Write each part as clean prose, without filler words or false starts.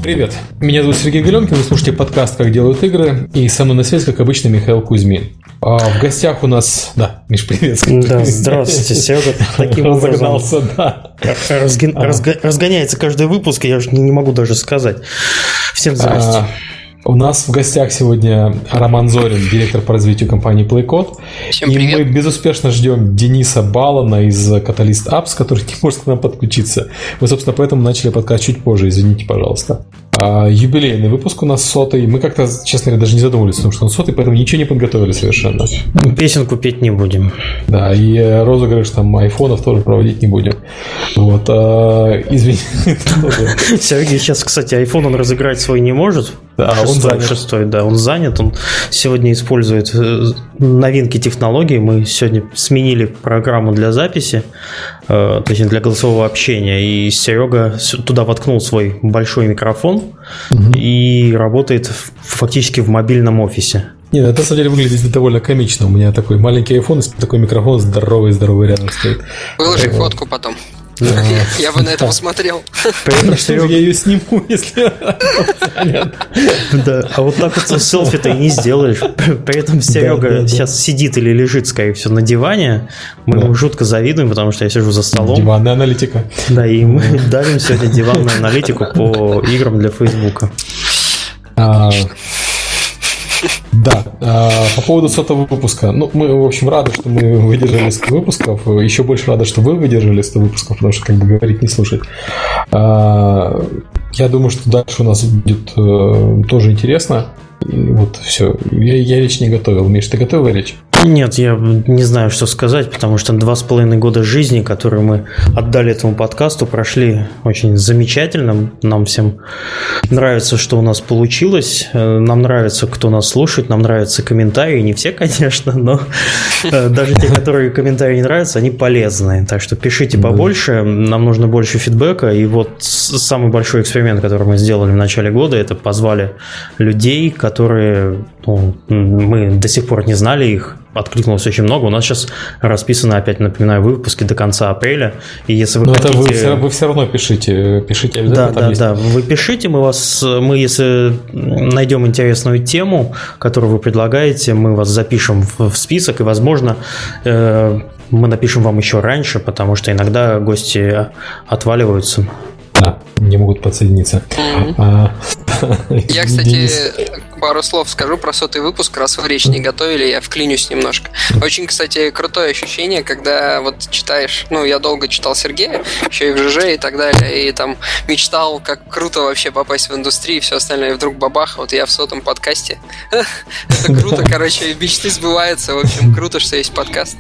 Привет, меня зовут Сергей Галенкин, вы слушаете подкаст «Как делают игры», и со мной на связи, как обычно, Михаил Кузьмин. В гостях у нас... Да, Миш, привет. Да, здравствуйте, Серега. Таким образом разгоняется каждый выпуск, я уже не могу даже сказать. Всем здравствуйте. У нас в гостях сегодня Роман Зорин, директор по развитию компании PlayCode. Всем привет. И мы безуспешно ждем Дениса Балана из Catalyst Apps, который не может к нам подключиться. Мы, собственно, поэтому начали подкаст чуть позже, извините, пожалуйста. Юбилейный выпуск у нас 100-й. Мы как-то, честно говоря, даже не задумывались о том, что он 100-й, поэтому ничего не подготовили совершенно. Песенку петь не будем. Да, и розыгрыш там айфонов тоже проводить не будем. Вот, извините. Сергей сейчас, кстати, айфон он разыграть свой не может. Да, он занят. 6, да, он занят. Он сегодня использует новинки технологий. Мы сегодня сменили программу для записи, точнее для голосового общения. И Серега туда воткнул свой большой микрофон и работает фактически в мобильном офисе. Нет, это на самом деле выглядит довольно комично. У меня такой маленький айфон, такой микрофон здоровый рядом стоит. Выложи фотку потом. Я бы на это посмотрел. Я ее сниму, если... Да, а вот так вот селфи ты и не сделаешь. При этом Серега сейчас сидит или лежит, скорее всего, на диване. Мы ему жутко завидуем, потому что я сижу за столом. Диванная аналитика. Да, и мы давим сегодня диванную аналитику по играм для Фейсбука. Да, по поводу 100-го выпуска. Ну, мы, в общем, рады, что мы выдержали 100 выпусков. Еще больше рады, что вы выдержали 100 выпусков, потому что, как бы, говорить не слушать. Я думаю, что дальше у нас будет тоже интересно. И вот все. Я речь не готовил. Миш, ты готовил речь? Нет, я не знаю, что сказать, потому что 2,5 года жизни, которые мы отдали этому подкасту, прошли очень замечательно. Нам всем нравится, что у нас получилось. Нам нравится, кто нас слушает. Нам нравятся комментарии. Не все, конечно, но даже те, которые комментарии не нравятся, они полезные. Так что пишите побольше. Нам нужно больше фидбэка. И вот самый большой эксперимент, который мы сделали в начале года, это позвали людей, которые мы до сих пор не знали их. Откликнулось очень много. У нас сейчас расписано, опять напоминаю, выпуски до конца апреля. И если вы хотите... вы все равно пишите обязательно. Да, вы пишите, мы если найдем интересную тему, которую вы предлагаете, мы вас запишем в список, и, возможно, мы напишем вам еще раньше, потому что иногда гости отваливаются. Да, не могут подсоединиться. Я, кстати, пару слов скажу про 100-й выпуск, раз вы речь не готовили, я вклинюсь немножко. Очень, кстати, крутое ощущение, когда вот читаешь, я долго читал Сергея, еще и в ЖЖ и так далее, и там мечтал, как круто вообще попасть в индустрию и все остальное, и вдруг бабах, вот я в 100-м подкасте. Это круто, короче, мечты сбываются, в общем, круто, что есть подкаст.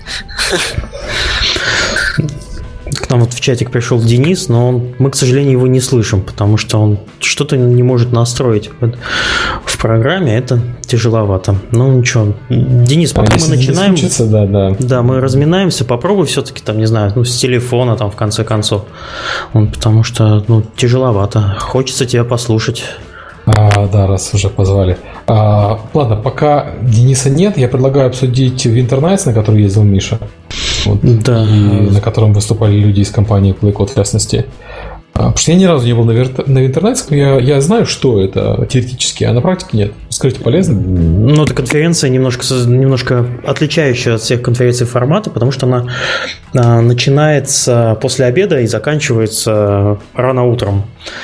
К нам вот в чатик пришел Денис, но мы, к сожалению, его не слышим, потому что он что-то не может настроить в программе, это тяжеловато. Ну ничего, Денис, пока мы начинаем, да, мы разминаемся, попробуй все-таки там, не знаю, с телефона там в конце концов, потому что тяжеловато, хочется тебя послушать. Да, раз уже позвали. Ладно, пока Дениса нет, я предлагаю обсудить Winter Nights, на который ездил Миша. Да. И на котором выступали люди из компании PlayCode, в частности. Потому что я ни разу не был на Winter Nights, я знаю, что это теоретически, а на практике нет. Скажите, полезно? Это конференция немножко отличающая от всех конференций формата, потому что она начинается после обеда и заканчивается рано утром.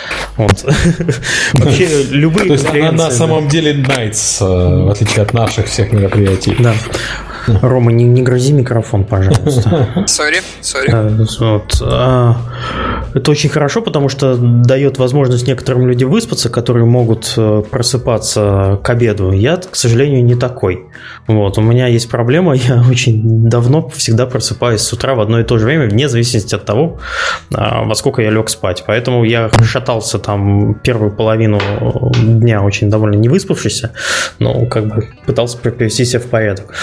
Вообще любые конференции... То есть на самом деле Nights, в отличие от наших всех мероприятий. Да. Рома, не грози микрофон, пожалуйста. Сори. Это очень хорошо, потому что дает возможность некоторым людям выспаться, которые могут просыпаться к обеду. Я, к сожалению, не такой. У меня есть проблема, я очень давно всегда просыпаюсь с утра в одно и то же время, вне зависимости от того, во сколько я лег спать. Поэтому я шатался там первую половину дня очень довольно не выспавшийся, но пытался привести себя в порядок.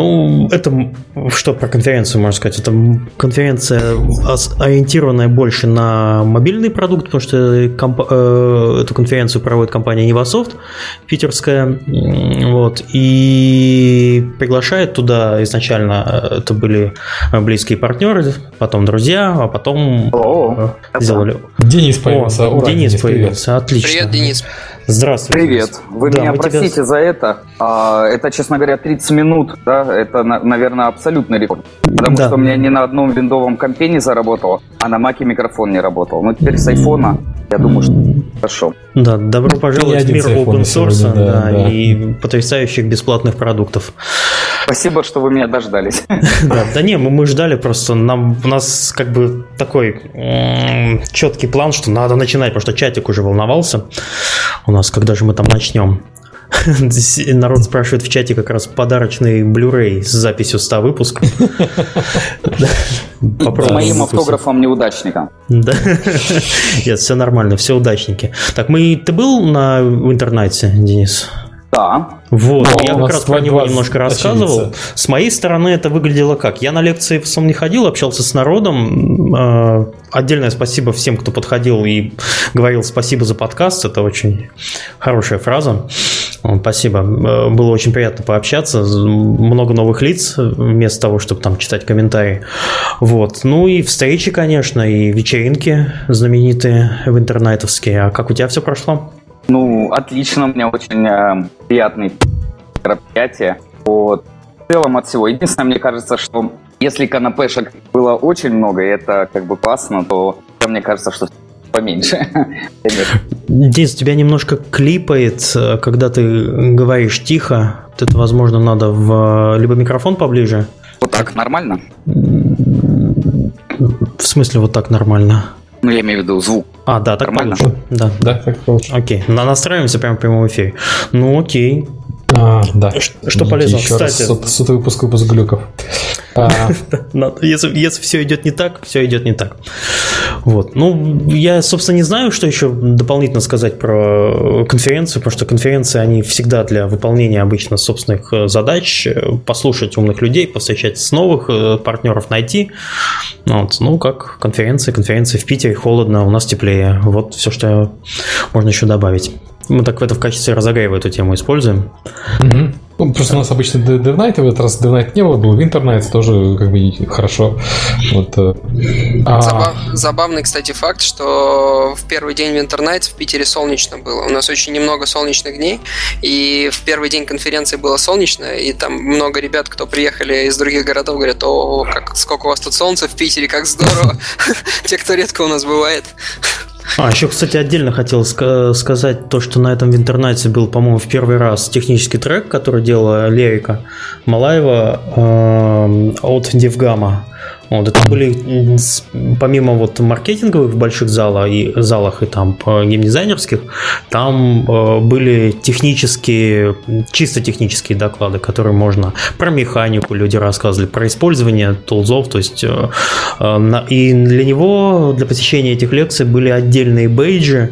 Это что про конференцию можно сказать? Это конференция, ориентированная больше на мобильный продукт, потому что эту конференцию проводит компания Nevasoft питерская, вот, и приглашает туда изначально, это были близкие партнеры, потом друзья, а потом сделали... Денис появился. Денис появился, отлично. Привет, Денис. Здравствуй. Привет. Вы меня простите за это. Это, честно говоря, 30 минут. Да? Это, наверное, абсолютный рекорд. Потому что у меня ни на одном виндовом компе не заработало, а на маке микрофон не работал. Но теперь с айфона, я думаю, что хорошо. Да, добро пожаловать в мир open source и потрясающих бесплатных продуктов. Спасибо, что вы меня дождались. Да не, мы ждали просто. У нас как бы такой четкий план, что надо начинать, потому что чатик уже волновался у нас, когда же мы там начнем. Народ спрашивает в чате как раз подарочный Blu-ray с записью 100 выпусков. С моим автографом неудачника. Да. Нет, все нормально, все удачники. Так, ты был в интернете, Денис? Да. Вот, я как раз про него немножко рассказывал. С моей стороны это выглядело как? Я на лекции в основном не ходил, общался с народом. Отдельное спасибо всем, кто подходил и говорил спасибо за подкаст. Это очень хорошая фраза. Спасибо. Было очень приятно пообщаться. Много новых лиц, вместо того, чтобы там читать комментарии. Вот. Ну и встречи, конечно, и вечеринки знаменитые в интернетовские. А как у тебя все прошло? Ну, отлично, у меня очень приятные мероприятия. Вот. В целом от всего. Единственное, мне кажется, что если канапешек было очень много, и это как бы классно, то мне кажется, что поменьше. Денис, тебя немножко клипает, когда ты говоришь тихо. Это, возможно, надо либо микрофон поближе. Вот так нормально? В смысле вот так нормально? Ну, я имею в виду звук. А, да, так нормально? получше. Да, так получше. Окей, настраиваемся прямо в прямом эфире. Ну, окей. Да. Что полезно, еще кстати. Сотый выпуск глюков. Если все идет не так, все идет не так. Вот. Ну, я, собственно, не знаю, что еще дополнительно сказать про конференцию, потому что конференции, они всегда для выполнения обычно собственных задач, послушать умных людей, повстречать с новых партнеров, найти. Вот. Ну, как конференции в Питере холодно, у нас теплее. Вот все, что можно еще добавить. Мы так это в качестве разогрева эту тему используем. Угу. Ну, просто у нас обычно DevNight, в этот раз DevNight не было, был Winternight, тоже как бы хорошо. Вот. Забавный, кстати, факт, что в первый день Winternight в Питере солнечно было. У нас очень немного солнечных дней, и в первый день конференции было солнечно, и там много ребят, кто приехали из других городов, говорят: о, сколько у вас тут солнца в Питере, как здорово. Те, кто редко у нас бывает. Еще, кстати, отдельно хотел сказать то, что на этом Winternight был, по-моему, в первый раз технический трек, который делала Лерика Малаева от DevGamma. Вот, это были, помимо вот маркетинговых в больших залах и там геймдизайнерских, там были чисто технические доклады, которые можно про механику люди рассказывали, про использование тулзов, то есть и для посещения этих лекций были отдельные бейджи,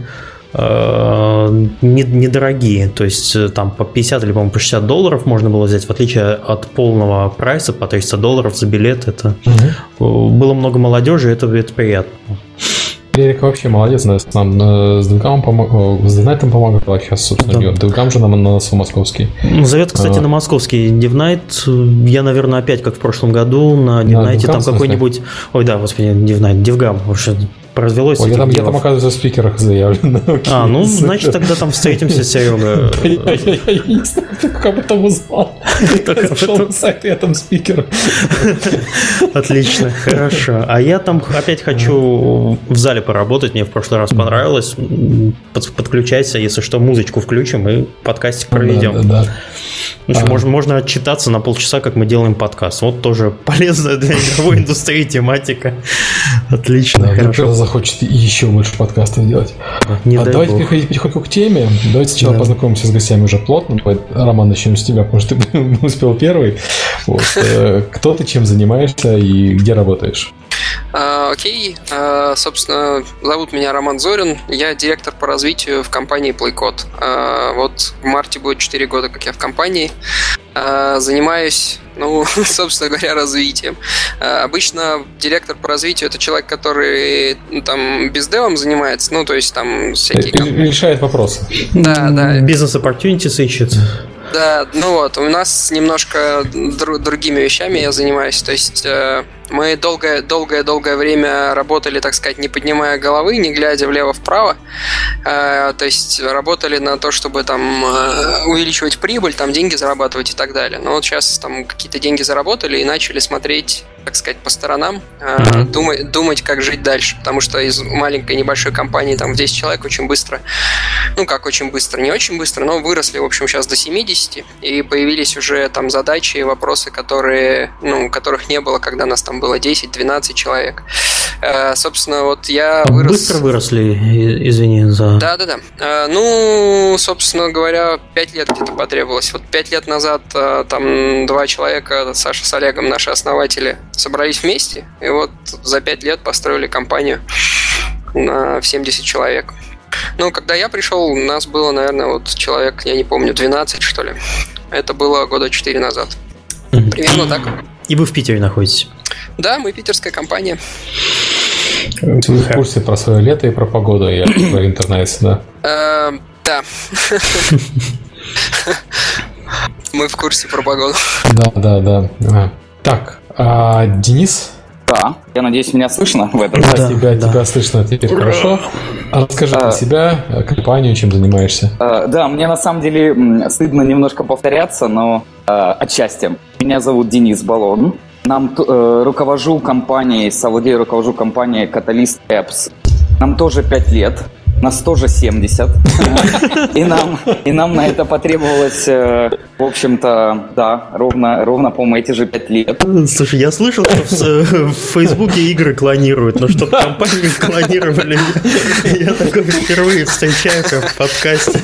недорогие, то есть там по 50 или, по-моему, по $60 можно было взять, в отличие от полного прайса по $300 за билет. Это было много молодежи, это приятно. Эрик вообще молодец, нам с DevNight помогал, сейчас, собственно, DevGam же нам на носу московский. Зовет, кстати, на московский DevNight. Я, наверное, опять, как в прошлом году, на DevNight там какой-нибудь... Ой, да, господи, DevGam, вообще развелось. Я там, оказывается, в спикерах заявлен. Ну, значит, тогда там встретимся, Серега. Я не знаю, как об этом узнал. Я зашел на сайт, я там спикер. Отлично, хорошо. А я там опять хочу в зале поработать, мне в прошлый раз понравилось. Подключайся, если что, музычку включим и подкастик проведем. Да. Можно отчитаться на полчаса, как мы делаем подкаст. Вот тоже полезная для игровой индустрии тематика. Отлично, хорошо. Захочет еще больше подкастов делать. Давайте переходить потихоньку к теме. Давайте сначала познакомимся с гостями уже плотно. Роман, начнем с тебя, потому что ты успел первый. Вот. Кто ты, чем занимаешься и где работаешь? Окей. Собственно, зовут меня Роман Зорин. Я директор по развитию в компании PlayCode. Вот в марте будет 4 года, как я в компании. Занимаюсь, собственно говоря, развитием. Обычно директор по развитию – это человек, который там бездевом занимается, то есть там всякие... Решает вопросы. Да. Бизнес-opportunities ищет. Да, у нас немножко другими вещами я занимаюсь. То есть мы долгое время работали, так сказать, не поднимая головы, не глядя влево-вправо. То есть работали на то, чтобы там увеличивать прибыль, там деньги зарабатывать и так далее. Но вот сейчас там какие-то деньги заработали и начали смотреть, так сказать, по сторонам, думать, как жить дальше. Потому что из маленькой небольшой компании там в 10 человек очень быстро, очень быстро, не очень быстро, но выросли, в общем, сейчас до 70, и появились уже там задачи и вопросы, которых не было, когда нас там было 10-12 человек. Собственно, вот я вырос... Быстро выросли, извини за... Да. Собственно говоря, 5 лет где-то потребовалось. Вот 5 лет назад там 2 человека, Саша с Олегом, наши основатели, собрались вместе, и вот за 5 лет построили компанию в 70 человек. Когда я пришел, у нас было, наверное, человек, я не помню, 12, что ли. Это было года 4 назад. Примерно так. И вы в Питере находитесь? Да, мы питерская компания. Ты в курсе про свое лето и про погоду, я про интернет, да? Да. Мы в курсе про погоду. Да. Так, Денис? Да, я надеюсь, меня слышно в этом. Тебя слышно теперь хорошо. Расскажи про себя, компанию, чем занимаешься. Да, мне на самом деле стыдно немножко повторяться, но отчасти. Меня зовут Денис Балон. Руковожу компанией Catalyst Apps. Нам тоже 5 лет. Нас тоже 70. И нам на это потребовалось, в общем-то, да, ровно, по-моему, эти же 5 лет. Слушай, я слышал, что в Фейсбуке игры клонируют, но чтобы компании клонировали, я такое впервые встречаю в подкасте.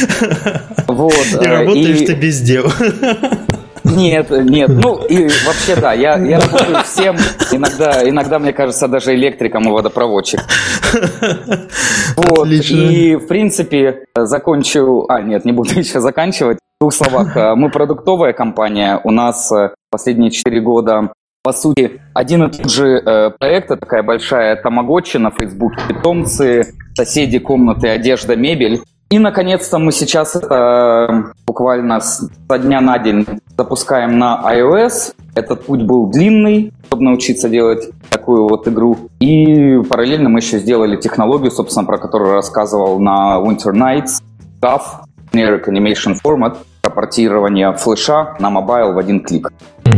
И работаешь ты без дела. Нет. И вообще, да, я работаю всем, иногда, мне кажется, даже электриком и водопроводчиком. Отлично. И, в принципе, закончил... не буду еще заканчивать. В 2 словах, мы продуктовая компания, у нас последние 4 года, по сути, один и тот же проект, это такая большая тамагочи на Фейсбуке, питомцы, соседи, комнаты, одежда, мебель. И, наконец-то, мы сейчас буквально со дня на день запускаем на iOS. Этот путь был длинный, чтобы научиться делать такую вот игру. И параллельно мы еще сделали технологию, собственно, про которую рассказывал на Winter Nights, GAF, Generic Animation Format, про портирование флеша на мобайл в 1 клик.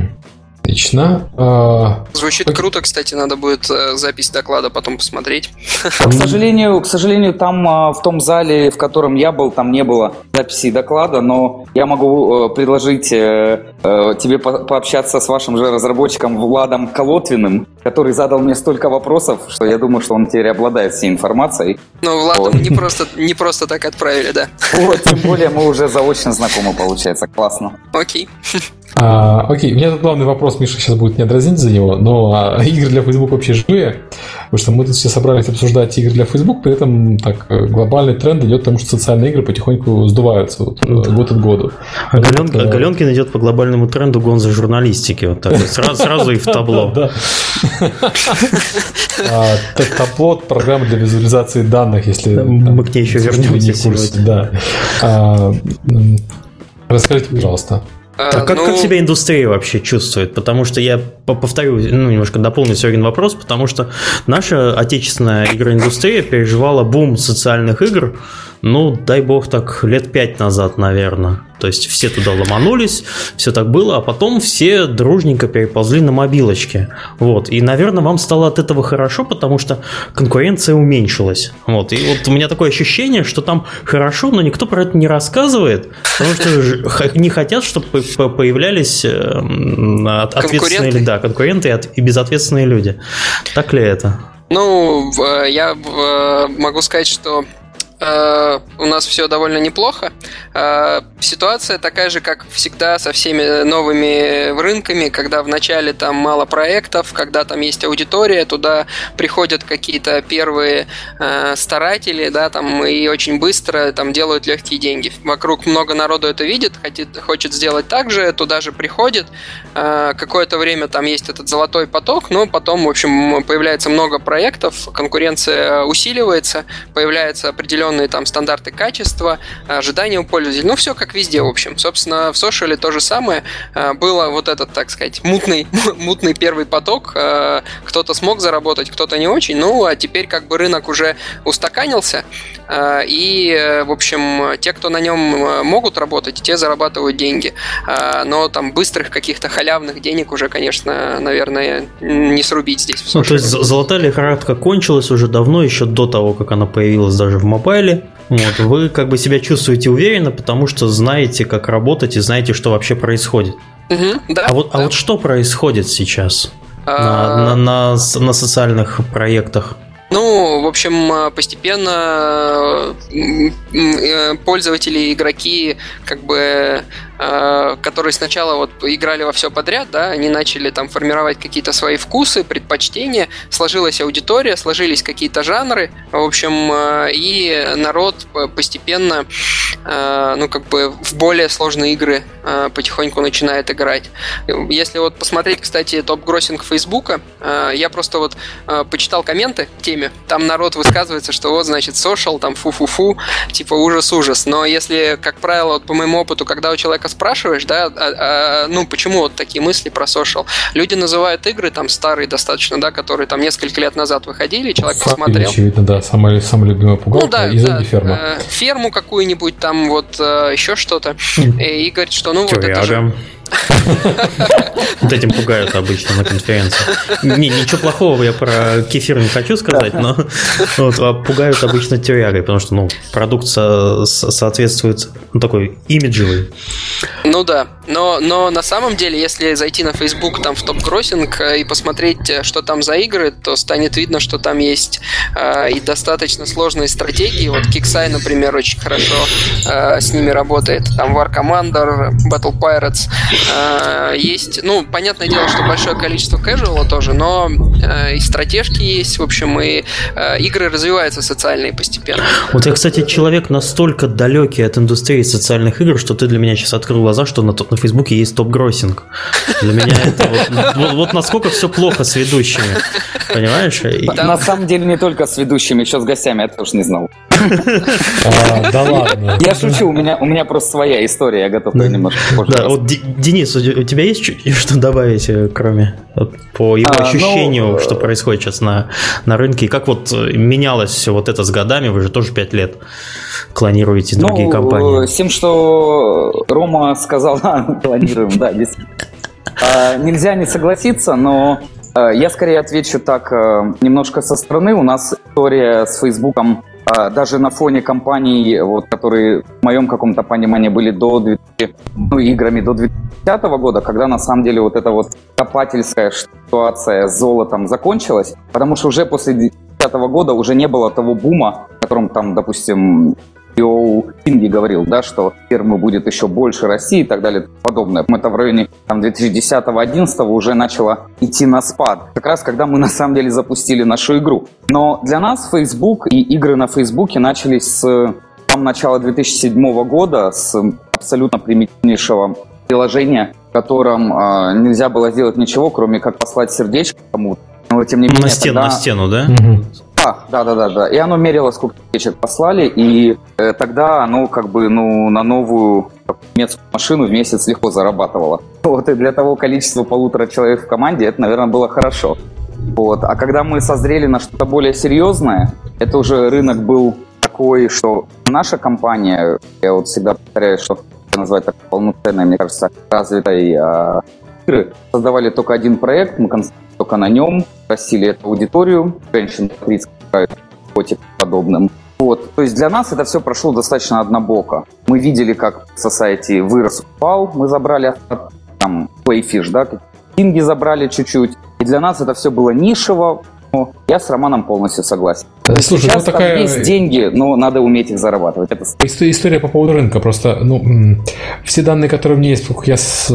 Отлично. Звучит круто, кстати, надо будет запись доклада потом посмотреть. К сожалению, там в том зале, в котором я был, там не было записи доклада, но я могу предложить тебе пообщаться с вашим же разработчиком Владом Колотвиным, который задал мне столько вопросов, что я думаю, что он теперь обладает всей информацией. Влада не просто так отправили, да. Тем более мы уже заочно знакомы, получается. Классно. Окей. Окей, у меня тут главный вопрос, Миша сейчас будет не дразнить за него, но игры для Facebook вообще живые? Потому что мы тут все собрались обсуждать игры для Facebook, при этом так глобальный тренд идет к тому, что социальные игры потихоньку сдуваются год от года. Галенкин идет по глобальному тренду гонза журналистики, вот так сразу и в табло. Табло – программа для визуализации данных, если мы к ней еще вернемся сегодня. Расскажите, пожалуйста. Как себя индустрия вообще чувствует? Потому что я повторю, немножко дополню Серегин вопрос, потому что наша отечественная игроиндустрия переживала бум социальных игр, дай бог, так лет 5 назад, наверное. То есть все туда ломанулись, все так было, а потом все дружненько переползли на мобилочки. И, наверное, вам стало от этого хорошо, потому что конкуренция уменьшилась. И вот у меня такое ощущение, что там хорошо, но никто про это не рассказывает, потому что не хотят, чтобы появлялись ответственные конкуренты и безответственные люди. Так ли это? Я могу сказать, что у нас все довольно неплохо. Ситуация такая же, как всегда со всеми новыми рынками, когда вначале там мало проектов, когда там есть аудитория, туда приходят какие-то первые старатели, да, там, и очень быстро там делают легкие деньги. Вокруг много народу это видит, хочет сделать так же, туда же приходит. Какое-то время там есть этот золотой поток, но потом, в общем, появляется много проектов, конкуренция усиливается, появляются определенные там стандарты качества, ожидания у пользователей. Ну, все как везде, в общем. Собственно, в Social то же самое. Было вот этот, так сказать, мутный первый поток. Кто-то смог заработать, кто-то не очень. Ну, а теперь как бы рынок уже устаканился. И, в общем, те, кто на нем могут работать, те зарабатывают деньги. Но там быстрых каких-то халявных денег уже, конечно, наверное, не срубить здесь. Ну, то есть золотая лихорадка кончилась уже давно, еще до того, как она появилась даже в мобайле. Вот, вы как бы себя чувствуете уверенно, потому что знаете, как работать и знаете, что вообще происходит. Да, а вот что происходит сейчас на социальных проектах? Ну, в общем, постепенно пользователи, игроки, как бы, которые сначала вот играли во все подряд, да, они начали там формировать какие-то свои вкусы, предпочтения, сложилась аудитория, сложились какие-то жанры, в общем, и народ постепенно, ну, как бы в более сложные игры потихоньку начинает играть. Если вот посмотреть, кстати, топ-гроссинг Фейсбука, я просто вот почитал комменты к теме, там народ высказывается, что вот, значит, social, там фу-фу-фу, типа ужас-ужас. Но если, как правило, вот по моему опыту, когда у человека спрашиваешь, да, ну, почему вот такие мысли про social, люди называют игры там старые достаточно, да, которые там несколько лет назад выходили, человек посмотрел. Очевидно, да, самая любимая пугалка, ну, да, и зомби-ферма. Ферму какую-нибудь там, вот, еще что-то. И говорит, что ну вот это же... Вот этим пугают обычно на конференциях. Ничего плохого я про кефир не хочу сказать, но вот, пугают обычно тюрягой, потому что продукт соответствует такой имиджевый. Ну да, но на самом деле, если зайти на Facebook там в топ-гроссинг и посмотреть, что там за игры, то станет видно, что там есть и достаточно сложные стратегии. Вот Kixeye, например, очень хорошо с ними работает. Там War Commander, Battle Pirates. Есть, ну, понятное дело, что большое количество casual тоже, но и стратежки есть, в общем, и игры развиваются социальные постепенно. Вот я, кстати, человек настолько далекий от индустрии социальных игр, что ты для меня сейчас открыл глаза, что на Фейсбуке есть топ-гроссинг. Для меня это вот насколько все плохо с ведущими, понимаешь? На самом деле не только с ведущими, еще с гостями, я тоже не знал. Да ладно. Я шучу, у меня просто своя история, я готов немножко позже. Да, вот, Денис, у тебя есть что добавить, кроме по его ощущению, что происходит сейчас на рынке, и как вот менялось все вот это с годами, вы же тоже 5 лет клонируете другие компании. С тем, что Рома сказал, клонируем, да, действительно. Нельзя не согласиться, но я скорее отвечу так, немножко со стороны. У нас история с Фейсбуком даже на фоне компаний, вот, которые в моем каком-то понимании были играми до 2010 года, когда на самом деле вот эта вот копательская ситуация с золотом закончилась, потому что уже после 2010 года уже не было того бума, о котором там, допустим, Кинги говорил, да, что фермы будет еще больше расти и так далее и подобное. Это в районе 2010-2011 уже начало идти на спад. Как раз когда мы на самом деле запустили нашу игру. Но для нас Facebook и игры на Фейсбуке начались с начала 2007 года, с абсолютно примитивнейшего приложения, в котором нельзя было сделать ничего, кроме как послать сердечко кому-то. Но тем не менее, на стену, да? Да. И оно мерило, сколько сердечек послали, и тогда оно как бы на новую немецкую машину в месяц легко зарабатывало. Вот, и для того количества 1,5 человек в команде это, наверное, было хорошо. Вот. А когда мы созрели на что-то более серьезное, это уже рынок был такой, что наша компания, я вот всегда повторяю, что назвать так полноценной, мне кажется, развитой игры, создавали только один проект, мы только на нем просили эту аудиторию, женщин 30 играют котик подобным. Вот. То есть для нас это все прошло достаточно однобоко. Мы видели, как Society вырос, упал, мы забрали там Playfish, да, деньги забрали чуть-чуть. И для нас это все было нишево. Но я с Романом полностью согласен. Слушай, сейчас такая... есть деньги, но надо уметь их зарабатывать. Это... История по поводу рынка. Просто все данные, которые у меня есть, поскольку я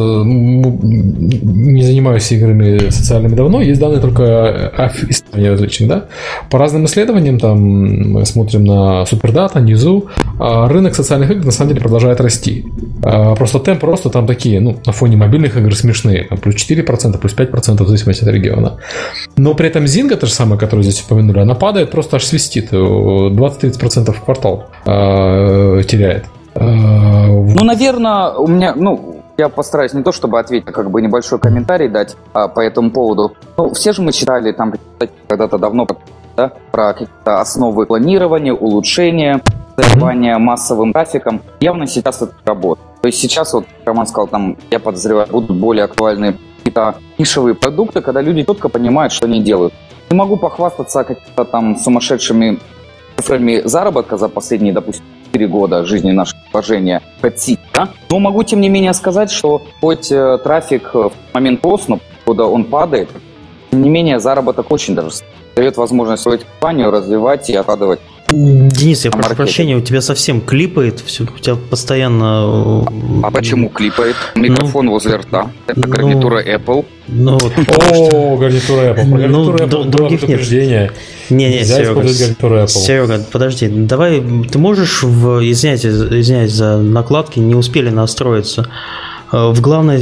не занимаюсь играми социальными давно, есть данные только исследований различных. Да? По разным исследованиям, там мы смотрим на Супердата, Низу, рынок социальных игр на самом деле продолжает расти. Просто темп роста там такие, на фоне мобильных игр смешные. Там плюс 4%, плюс 5% в зависимости от региона. Но при этом Zynga, та же самая, которую здесь упомянули, она падает, просто аж свистит. 20-30% в квартал теряет. Наверное, у меня... Я постараюсь не то, чтобы ответить, а небольшой комментарий дать по этому поводу. Все же мы читали там когда-то давно, да, про какие-то основы планирования, улучшения, зарабатывания массовым трафиком. Явно сейчас это работает. То есть сейчас, Роман сказал, там, я подозреваю, будут более актуальны какие-то нишевые продукты, когда люди четко понимают, что они делают. Не могу похвастаться какими-то там сумасшедшими цифрами заработка за последние, допустим, 4 года жизни нашего положения, да? Но могу, тем не менее, сказать, что хоть трафик в момент роста, когда он падает, тем не менее, заработок очень даже дает возможность строить компанию, развивать и откладывать. Денис, я прошу прощения, у тебя совсем клипает, все, у тебя постоянно... А почему клипает? Микрофон возле рта. Это гарнитура Apple. Гарнитура Apple. Гарнитура Apple, других нет. Не, Серега, подожди, давай, ты можешь, извиняюсь за накладки, не успели настроиться. В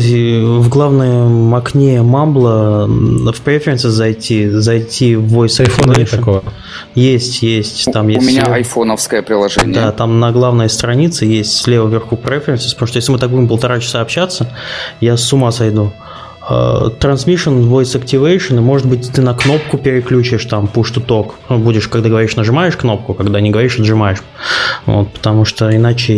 главном окне Mumble в Preferences зайти в Voice Activation. Есть. Там есть. У меня айфоновское приложение. Да, там на главной странице есть слева вверху Preferences, потому что если мы так будем 1,5 часа общаться, я с ума сойду. Transmission, Voice Activation, и, может быть, ты на кнопку переключишь, там, Push to Talk. Будешь, когда говоришь, нажимаешь кнопку, когда не говоришь, отжимаешь. Потому что иначе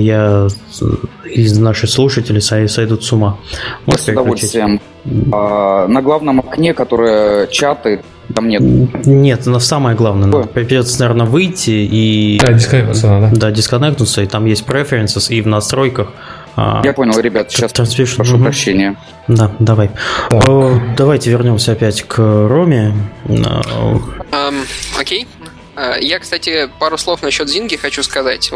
из наших слушателей сойдут с ума. С удовольствием. На главном окне, которое чаты, там нет. Нет, но самое главное, придется, наверное, выйти и... Да, дисконнектнуться, и там есть Preferences, и в настройках. Я понял, ребят, сейчас прошу прощения. Да, давай. Давайте вернемся опять к Роме. Окей. Я, кстати, пару слов насчет Zynga хочу сказать.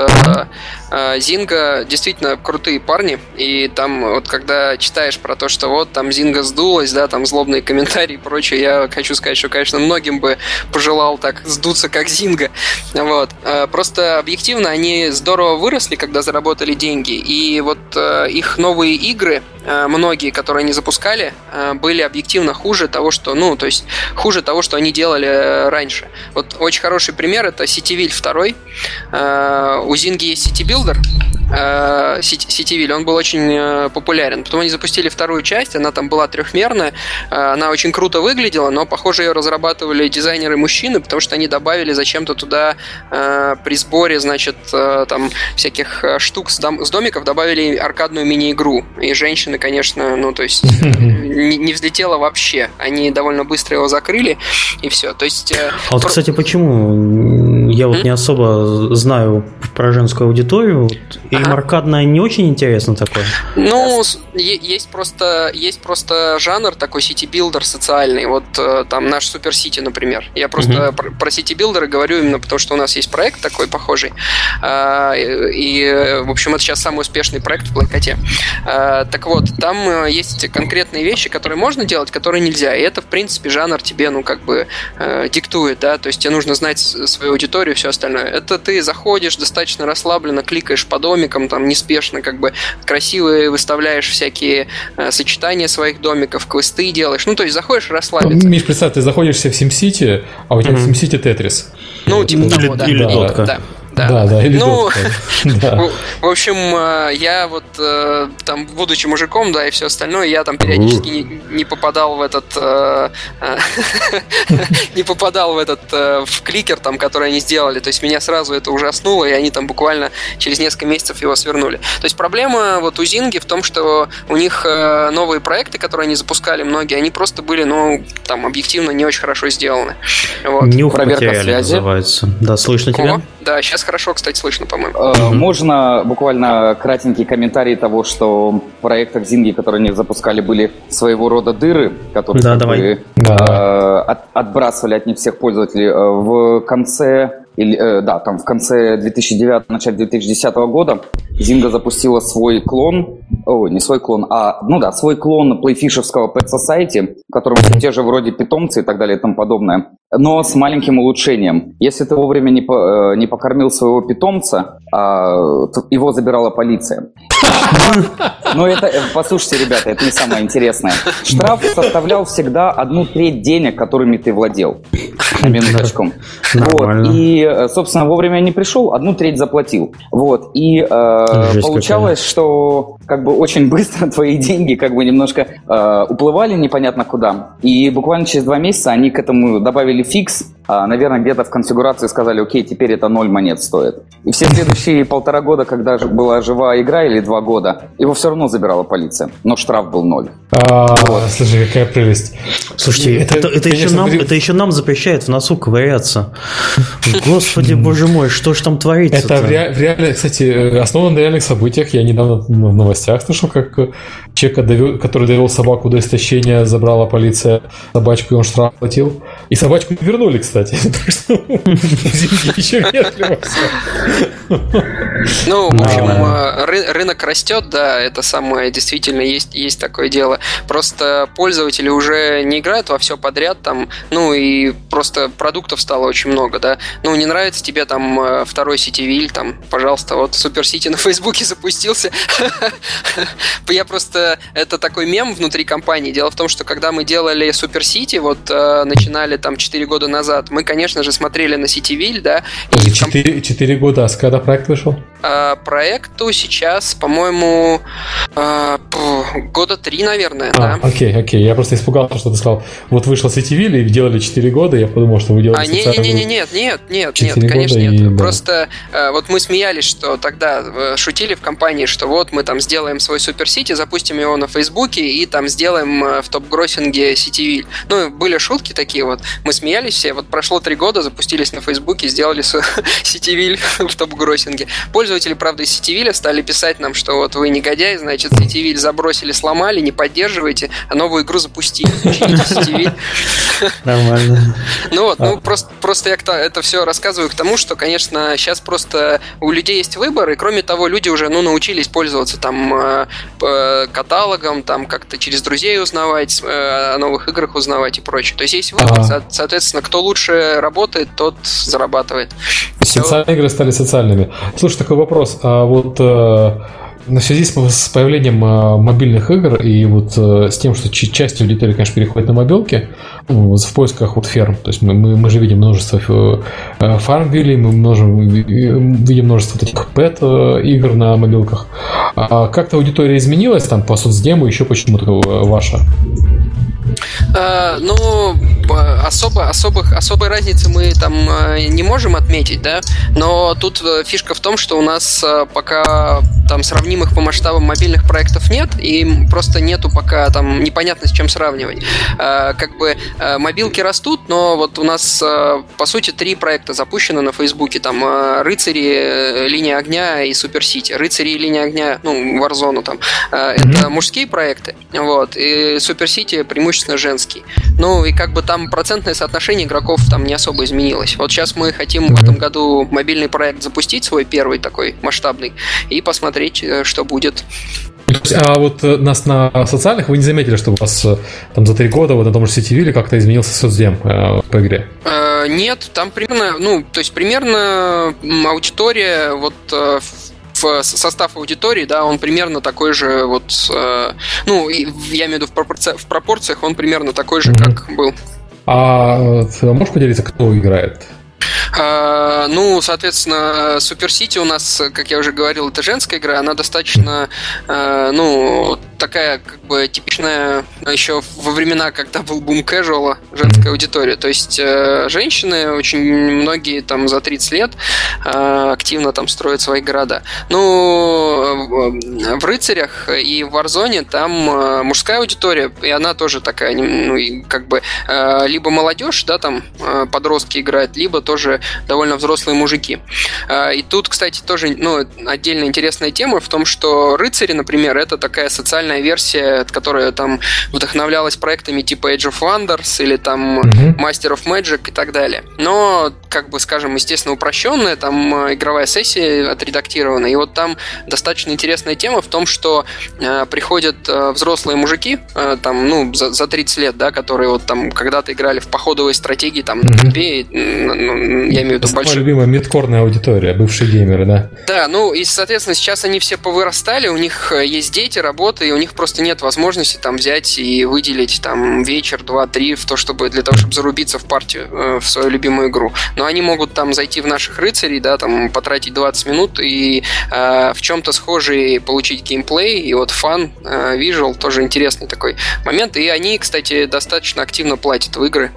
Zynga действительно крутые парни, и там когда читаешь про то, что там Zynga сдулась, да, там злобные комментарии и прочее, я хочу сказать, что, конечно, многим бы пожелал так сдуться, как Zynga. Просто объективно они здорово выросли, когда заработали деньги, и их новые игры, многие, которые они запускали, были объективно хуже того, что, хуже того, что они делали раньше. Очень хороший пример — это Cityville 2. У Zynga есть City Builder. Cityville, он был очень популярен. Потом они запустили вторую часть, она там была трехмерная, она очень круто выглядела, но, похоже, ее разрабатывали дизайнеры-мужчины, потому что они добавили зачем-то туда при сборе, там всяких штук с домиков добавили аркадную мини-игру. И женщины, конечно, не взлетело вообще. Они довольно быстро его закрыли, и все. То есть... кстати, почему? Я не особо знаю про женскую аудиторию. Им аркадная не очень интересно такое. Есть просто жанр такой сити-билдер социальный. Там наш Супер Сити, например. Я просто про сити-билдеры говорю именно потому, что у нас есть проект такой похожий. И, в общем, это сейчас самый успешный проект в Плейкоте. Так вот, там есть конкретные вещи, которые можно делать, которые нельзя. И это, в принципе, жанр тебе, диктует, да. То есть тебе нужно знать свою аудиторию и все остальное. Это ты заходишь достаточно расслабленно, кликаешь по домикам, там неспешно, красивые выставляешь всякие сочетания своих домиков, квесты делаешь. То есть заходишь расслабиться. Миш, представь, ты заходишь в SimCity, а у тебя в SimCity Тетрис. Типа того, да. Или дотка. Да, или в общем, я там, будучи мужиком, да, и все остальное, я там периодически не попадал в этот в кликер, там, который они сделали. То есть меня сразу это ужаснуло, и они там буквально через несколько месяцев его свернули. То есть проблема у Zynga в том, что у них новые проекты, которые они запускали, многие, они просто были, там, объективно не очень хорошо сделаны. Нюх потеряли, называется. Да, слышно тебя? Да, сейчас вас хорошо, кстати, слышно, по-моему. Можно буквально кратенький комментарий того, что в проектах Зинги, которые они запускали, были своего рода дыры, которые отбрасывали от них всех пользователей. В конце... в конце 2009, начале 2010 года Zynga запустила свой клон, свой клон плейфишевского Pet Society, в котором все те же вроде питомцы и так далее и тому подобное, но с маленьким улучшением. Если ты вовремя не покормил своего питомца, его забирала полиция. Но это, послушайте, ребята, это не самое интересное. Штраф составлял всегда 1/3 денег, которыми ты владел. На минуточку. И, собственно, вовремя не пришел, 1/3 заплатил. И получалось, что очень быстро твои деньги немножко уплывали непонятно куда. И буквально через 2 месяца они к этому добавили фикс. Наверное, где-то в конфигурации сказали: окей, теперь это 0 монет стоит. И все следующие 1,5 года, когда была живая игра, или 2 года, его все равно забирала полиция. Но штраф был 0. Слушай, какая прелесть. Слушайте, это еще нам запрещает в носу ковыряться. Господи, боже мой, что ж там творится? Это в реале, кстати, основано на реальных событиях. Я недавно в новостях слышал, как человека, который довел собаку до истощения, забрала полиция собачку, и он штраф платил. И собачку вернули, кстати. Так что еще вежливо все. Ну, в общем, рынок растет, да, это самое, действительно, есть такое дело. Просто пользователи уже не играют во все подряд, там, и просто продуктов стало очень много, да. Не нравится тебе там второй Cityville, там, пожалуйста, Super City на Фейсбуке запустился. Я просто, это такой мем внутри компании. Дело в том, что когда мы делали Super City, начинали там 4 года назад, мы, конечно же, смотрели на Cityville, да. 4 года, а с когда проект вышел? Проекту сейчас, по-моему, 3 года, наверное, да. Окей. Я просто испугался, что ты сказал, вышел Cityville и делали 4 года, я подумал, что вы делали нет, конечно, нет. Просто мы смеялись, что тогда шутили в компании, что мы там сделаем свой Super City, запустим его на Фейсбуке и там сделаем в топ-гроссинге Cityville. Были шутки такие, мы смеялись все, прошло 3 года, запустились на Фейсбуке, сделали Cityville в топ-гроссинге. Пользователи, правда, из Cityville стали писать нам, что вы негодяи, значит, Cityville забросили, сломали, не поддерживаете, а новую игру запустили. Почините Cityville. Нормально. Просто я это все рассказываю к тому, что, конечно, сейчас просто у людей есть выбор, и кроме того, люди уже научились пользоваться там каталогом, там как-то через друзей узнавать, о новых играх узнавать и прочее. То есть есть выбор, соответственно, кто лучше работает, тот зарабатывает. Социальные игры стали социальными. Слушай, такой вопрос. В связи с появлением мобильных игр и с тем, что часть аудитории, конечно, переходит на мобилки, в поисках ферм, то есть мы же видим множество фармвиллей, видим множество этих пэт-игр на мобилках. Как-то аудитория изменилась там по соцдему, еще почему-то ваша? Особой разницы мы там не можем отметить, да, но тут фишка в том, что у нас пока там сравнимых по масштабам мобильных проектов нет, и просто нету пока там непонятно с чем сравнивать. Мобилки растут, но у нас по сути 3 проекта запущено на Фейсбуке, там Рыцари, Линия огня и Super City. Рыцари и Линия огня, Warzone там, это мужские проекты, и Super City преимущественно женский. И там процентное соотношение игроков там не особо изменилось. Сейчас мы хотим в этом году мобильный проект запустить, свой первый такой масштабный, и посмотреть, что будет. А нас на социальных вы не заметили, что у вас там за 3 года на том же Cityville как-то изменился соцдем по игре? Нет, там примерно аудитория, состав аудитории, да, он примерно такой же, я имею в виду в пропорциях, он примерно такой же, как был. А можешь поделиться, кто играет? Соответственно, Super City у нас, как я уже говорил, это женская игра, она достаточно, такая, типичная еще во времена, когда был бум casual, женская аудитория. То есть женщины, очень многие там за 30 лет активно там строят свои города. В Рыцарях и в Warzone там мужская аудитория, и она тоже такая, либо молодежь, да, там подростки играют, либо тоже тоже довольно взрослые мужики. И тут, кстати, тоже отдельно интересная тема в том, что рыцари, например, это такая социальная версия, которая там вдохновлялась проектами типа Age of Wonders или там Master of Magic и так далее. Но, скажем, естественно, упрощенная, там игровая сессия отредактирована, и вот там достаточно интересная тема в том, что приходят взрослые мужики, там, за 30 лет, да, которые вот там когда-то играли в походовые стратегии, там, на компе, я имею в виду большой... Моя любимая мидкорная аудитория, бывшие геймеры, да? Да, и, соответственно, сейчас они все повырастали, у них есть дети, работа, и у них просто нет возможности там взять и выделить там вечер, 2-3 в то, чтобы для того, чтобы зарубиться в партию в свою любимую игру. Но они могут там зайти в наших рыцарей, да, там потратить 20 минут и в чем-то схожий получить геймплей, и вот фан, визуал, тоже интересный такой момент. И они, кстати, достаточно активно платят в игры.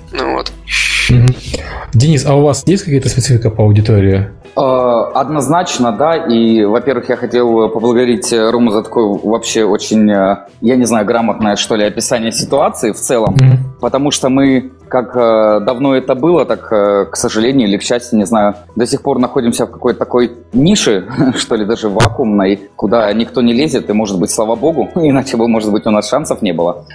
Денис, а у вас есть какая-то специфика по аудитории? Однозначно, да, и, во-первых, я хотел поблагодарить Рому за такое вообще очень, я не знаю, грамотное, что ли, описание ситуации в целом, потому что мы, как давно это было, так, к сожалению или к счастью, не знаю, до сих пор находимся в какой-то такой нише, что ли, даже вакуумной, куда никто не лезет, и, может быть, слава богу, иначе бы, может быть, у нас шансов не было.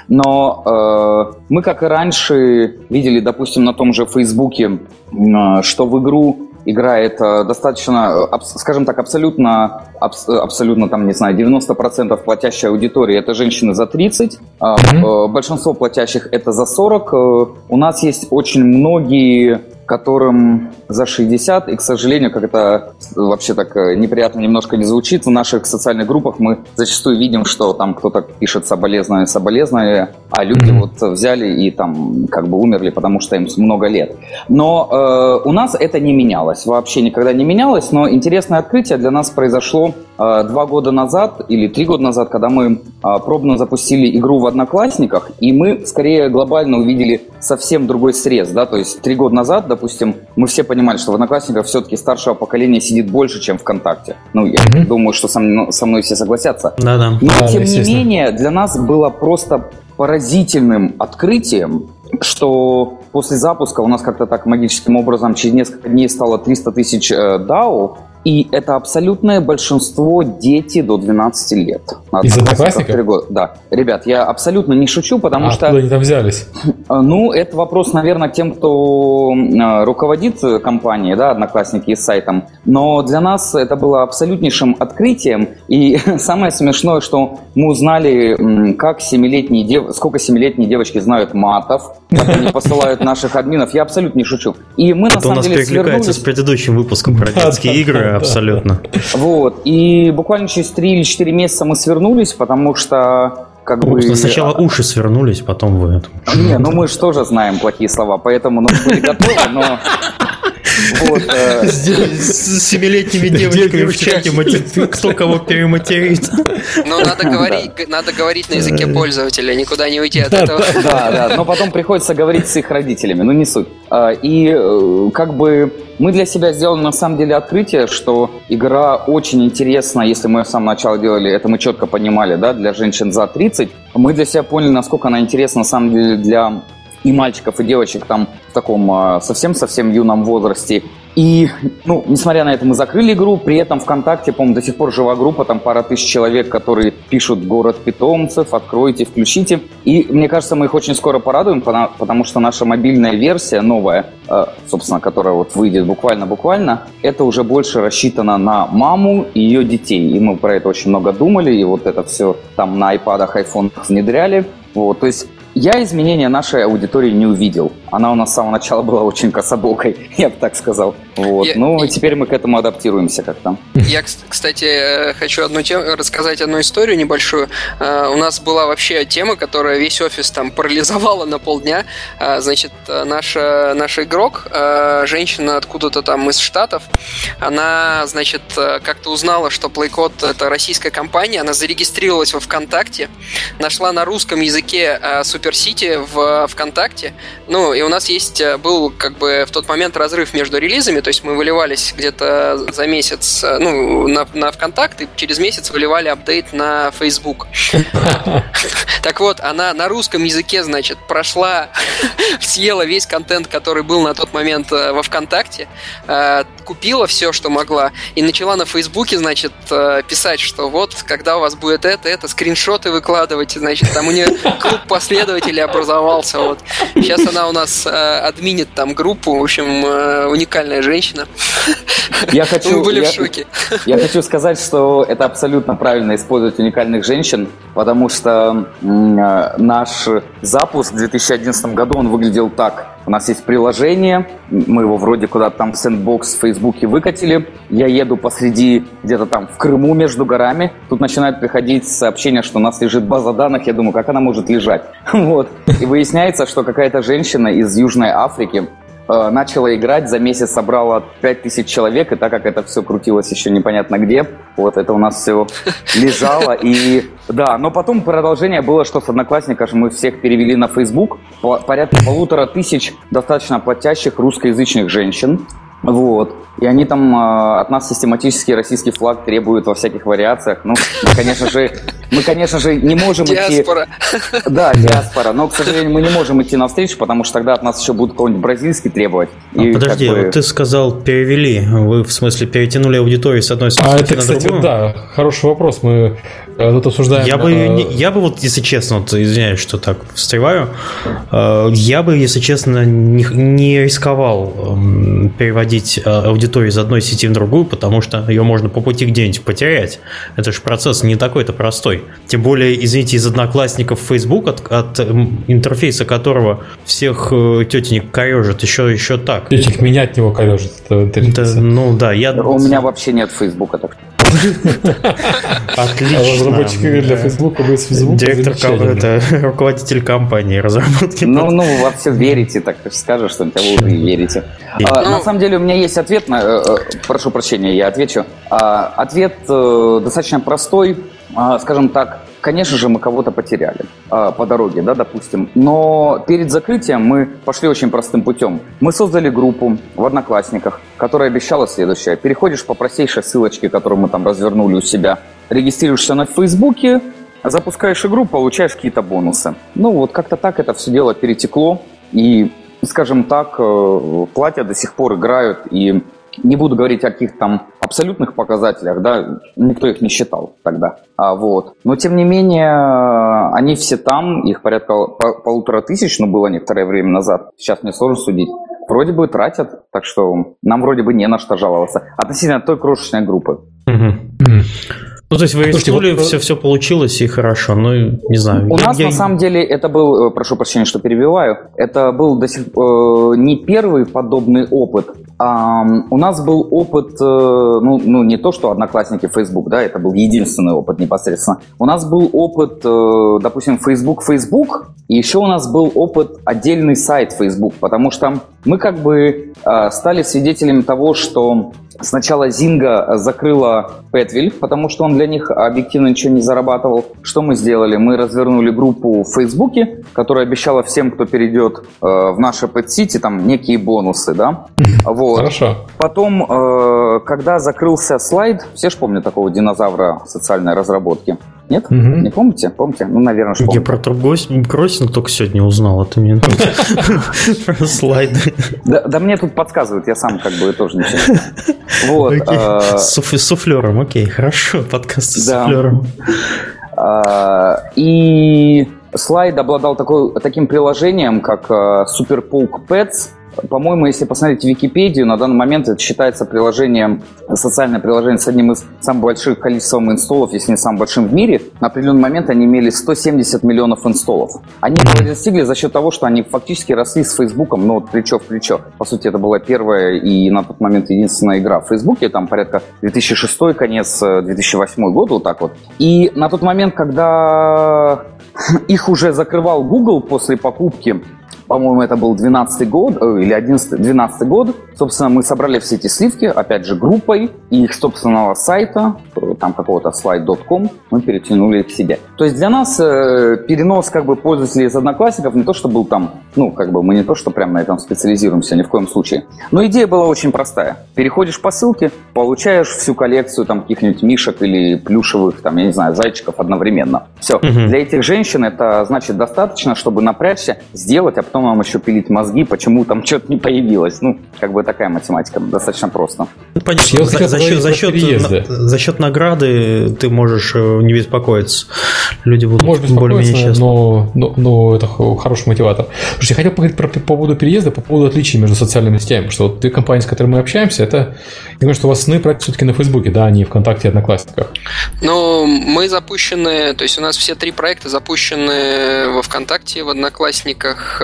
Но мы, как и раньше, видели, допустим, на том же Фейсбуке, что в игру играет достаточно, скажем так, абсолютно там, не знаю, 90% платящей аудитории это женщины за 30, большинство платящих это за 40. У нас есть очень многие, которым за 60, и, к сожалению, как это вообще так неприятно немножко не звучит, в наших социальных группах мы зачастую видим, что там кто-то пишет соболезнования, а люди вот взяли и там как бы умерли, потому что им много лет. Но у нас это не менялось, вообще никогда не менялось, но интересное открытие для нас произошло 2 года назад или 3 года назад, когда мы пробно запустили игру в Одноклассниках, и мы скорее глобально увидели совсем другой срез, да, то есть 3 года назад, допустим, мы все понимали, что в Одноклассниках все-таки старшего поколения сидит больше, чем ВКонтакте. Я думаю, что со мной все согласятся. Да-да. Но, тем не менее, для нас было просто поразительным открытием, что после запуска у нас как-то так магическим образом через несколько дней стало 300 тысяч DAO, и это абсолютное большинство дети до 12 лет. Из Одноклассников? Да. Ребят, я абсолютно не шучу, потому что... Откуда они там взялись? Это вопрос, наверное, тем, кто руководит компанией, да, Одноклассники и сайтом. Но для нас это было абсолютнейшим открытием. И самое смешное, что мы узнали, сколько 7-летние девочки знают матов, как они посылают наших админов. Я абсолютно не шучу. И мы, на самом деле, у нас перекликается с предыдущим выпуском про детские игры. Абсолютно. Вот. И буквально через 3 или 4 месяца мы свернулись, потому что сначала уши свернулись, потом вы это. Не, мы же тоже знаем плохие слова, поэтому мы были готовы, но... С 7-летними девочками в чате кто кого перематерит. Надо говорить на языке пользователя, никуда не уйти от этого. Да, но потом приходится говорить с их родителями, не суть. И мы для себя сделали на самом деле открытие, что игра очень интересна, если мы с самого начала делали, это мы четко понимали, да, для женщин за 30. Мы для себя поняли, насколько она интересна на самом деле для и мальчиков, и девочек там в таком совсем-совсем юном возрасте. И, несмотря на это, мы закрыли игру, при этом ВКонтакте, по-моему, до сих пор жива группа, там пара тысяч человек, которые пишут «Город питомцев», «Откройте», «Включите». И, мне кажется, мы их очень скоро порадуем, потому что наша мобильная версия, новая, собственно, которая вот выйдет буквально, это уже больше рассчитано на маму и ее детей. И мы про это очень много думали, и вот это все там на айпадах, айфонах внедряли. Вот, то есть я изменения нашей аудитории не увидел. Она у нас с самого начала была очень кособокой, я бы так сказал. Вот. Теперь мы к этому адаптируемся как-то. Я, кстати, хочу рассказать одну историю небольшую. У нас была вообще тема, которая весь офис там парализовала на полдня. Значит, наш игрок, женщина откуда-то там из Штатов, она, значит, как-то узнала, что Playcode — это российская компания, она зарегистрировалась во ВКонтакте, нашла на русском языке Super City в ВКонтакте, и и у нас был как бы в тот момент разрыв между релизами, то есть мы выливались где-то за месяц, на ВКонтакт, и через месяц выливали апдейт на Facebook. Так вот, она на русском языке, значит, прошла, съела весь контент, который был на тот момент во ВКонтакте, купила все, что могла, и начала на Фейсбуке, значит, писать, что вот, когда у вас будет это, скриншоты выкладывать, значит, там у нее клуб последователей образовался, вот. Сейчас она у нас админит там группу, в общем, уникальная женщина. Мы были в шоке. Я хочу сказать, что это абсолютно правильно использовать уникальных женщин, потому что наш запуск в 2011 году, он выглядел так. У нас есть приложение, мы его вроде куда-то там в сэндбокс в Фейсбуке выкатили. Я еду посреди, где-то там в Крыму между горами. Тут начинают приходить сообщения, что у нас лежит база данных. Я думаю, как она может лежать? Вот. И выясняется, что какая-то женщина из Южной Африки начала играть, за месяц собрала 5000 человек, и так как это все крутилось еще непонятно где, вот это у нас все лежало, и да, но потом продолжение было, что с Одноклассников мы всех перевели на Facebook, порядка 1500 достаточно платящих русскоязычных женщин, вот, и они там от нас систематически российский флаг требуют во всяких вариациях, ну, мы, конечно же, не можем диаспора. идти... Да, диаспора. Но, к сожалению, мы не можем идти навстречу, потому что тогда от нас еще будут какой-нибудь бразильский требовать. И подожди, вот ты сказал, перевели. Вы, в смысле, перетянули аудиторию с одной стороны это, на кстати, другую? Да, хороший вопрос. Мы тут обсуждаем... Я бы вот, если честно, вот, извиняюсь, что так встреваю, я бы, если честно, не рисковал переводить аудиторию из одной сети в другую, потому что ее можно по пути где-нибудь потерять. Это же процесс не такой-то простой. Тем более, извините, из Одноклассников в Facebook, от интерфейса которого всех тетенек корежит еще так. Тетенек меня от него корежит. Ну да, у меня вообще нет Фейсбука, так что... Отлично. Разработчик для Фейсбука будет с Фейсбука. Директор, это руководитель компании разработки. Ну, во все верите, так скажешь, что вы уже верите. На самом деле у меня есть ответ на... Прошу прощения, я отвечу. Ответ достаточно простой. Скажем так, конечно же, мы кого-то потеряли по дороге, да, допустим. Но перед закрытием мы пошли очень простым путем. Мы создали группу в Одноклассниках, которая обещала следующее. Переходишь по простейшей ссылочке, которую мы там развернули у себя, регистрируешься на Фейсбуке, запускаешь игру, получаешь какие-то бонусы. Ну, вот как-то так это все дело перетекло. И, скажем так, платья до сих пор играют. И не буду говорить о каких-то там абсолютных показателях, да, никто их не считал тогда. Вот. Но, тем не менее, они все там, их порядка 1500, но было некоторое время назад. Сейчас мне сложно судить. Вроде бы тратят, так что нам вроде бы не на что жаловаться. Относительно той крошечной группы. Ну, то есть вы рискнули, все получилось и хорошо, ну, не знаю. У нас, на самом деле, это был, прошу прощения, что перебиваю, это был не первый подобный опыт, а у нас был опыт, ну, не то, что Одноклассники, Facebook, да, это был единственный опыт непосредственно. У нас был опыт, допустим, Facebook, и еще у нас был опыт отдельный сайт Facebook, потому что мы как бы стали свидетелями того, что сначала Zynga закрыла Petville, потому что он для них объективно ничего не зарабатывал. Что мы сделали? Мы развернули группу в Фейсбуке, которая обещала всем, кто перейдет в наше Pet City, там некие бонусы, да? Вот. Хорошо. Потом, когда закрылся слайд, все же помнят такого динозавра социальной разработки. Нет? Не помните? Помните? Ну, наверное, что помните. Я про Turbo только сегодня узнал, это мне про слайды. Да мне тут подсказывают, я сам как бы тоже ничего. Вот. С суфлером, окей, хорошо, подкаст с суфлером. И слайд обладал таким приложением, как Super Poke Pets. По-моему, если посмотреть Википедию, на данный момент это считается социальное приложение с одним из самых больших количеством инсталлов, если не самым большим в мире. На определенный момент они имели 170 миллионов инсталлов. Они это достигли за счет того, что они фактически росли с Фейсбуком, ну, плечо в плечо. По сути, это была первая и на тот момент единственная игра в Фейсбуке, там порядка 2006, конец 2008 год, вот так вот. И на тот момент, когда их уже закрывал Google после покупки, по-моему, это был 12-й год, или 12-й год. Собственно, мы собрали все эти сливки, опять же, группой, и их собственного сайта, там какого-то slide.com, мы перетянули к себе. То есть для нас перенос как бы пользователей из Одноклассников не то, что был там, ну, как бы мы не то, что прям на этом специализируемся, ни в коем случае. Но идея была очень простая. Переходишь по ссылке, получаешь всю коллекцию там каких-нибудь мишек или плюшевых, там, я не знаю, зайчиков одновременно. Все. Для этих женщин это значит достаточно, чтобы напрячься, сделать, а потом нам еще пилить мозги, почему там что-то не появилось. Ну, как бы такая математика, достаточно просто. Понятно. За счет награды ты можешь не беспокоиться. Люди будут более-менее счастливы. Но это хороший мотиватор. Слушай, я хотел поговорить по поводу переезда, по поводу отличий между социальными сетями. Потому что вот две компании, с которыми мы общаемся, это, я думаю, что у вас основные проекты все-таки на Фейсбуке, да, а не ВКонтакте и Одноклассниках. Ну, мы запущены, то есть у нас все 3 проекта запущены во ВКонтакте, в Одноклассниках,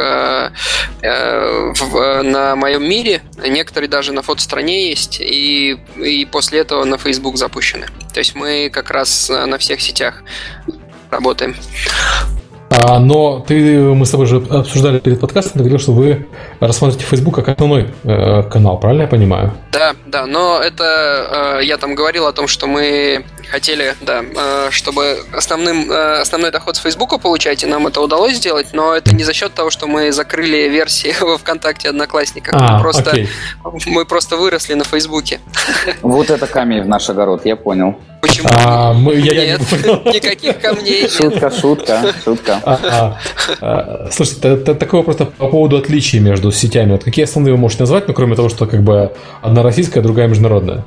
на моем мире, некоторые даже на фотостране есть, и после этого на Facebook запущены. То есть мы как раз на всех сетях работаем. Но мы с тобой же обсуждали перед подкастом, ты говорил, что вы рассматриваете Facebook как основной канал, правильно я понимаю? Да, но это я там говорил о том, что мы хотели, чтобы основной доход с Фейсбука получать, и нам это удалось сделать, но это не за счет того, что мы закрыли версии во ВКонтакте и Одноклассниках. Мы просто выросли на Фейсбуке. Вот это камень в наш огород, я понял. Почему? Нет, никаких камней. Шутка. Слушайте, такой вопрос по поводу отличий между сетями. Вот какие основные вы можете назвать, кроме того, что как бы одна российская, другая международная?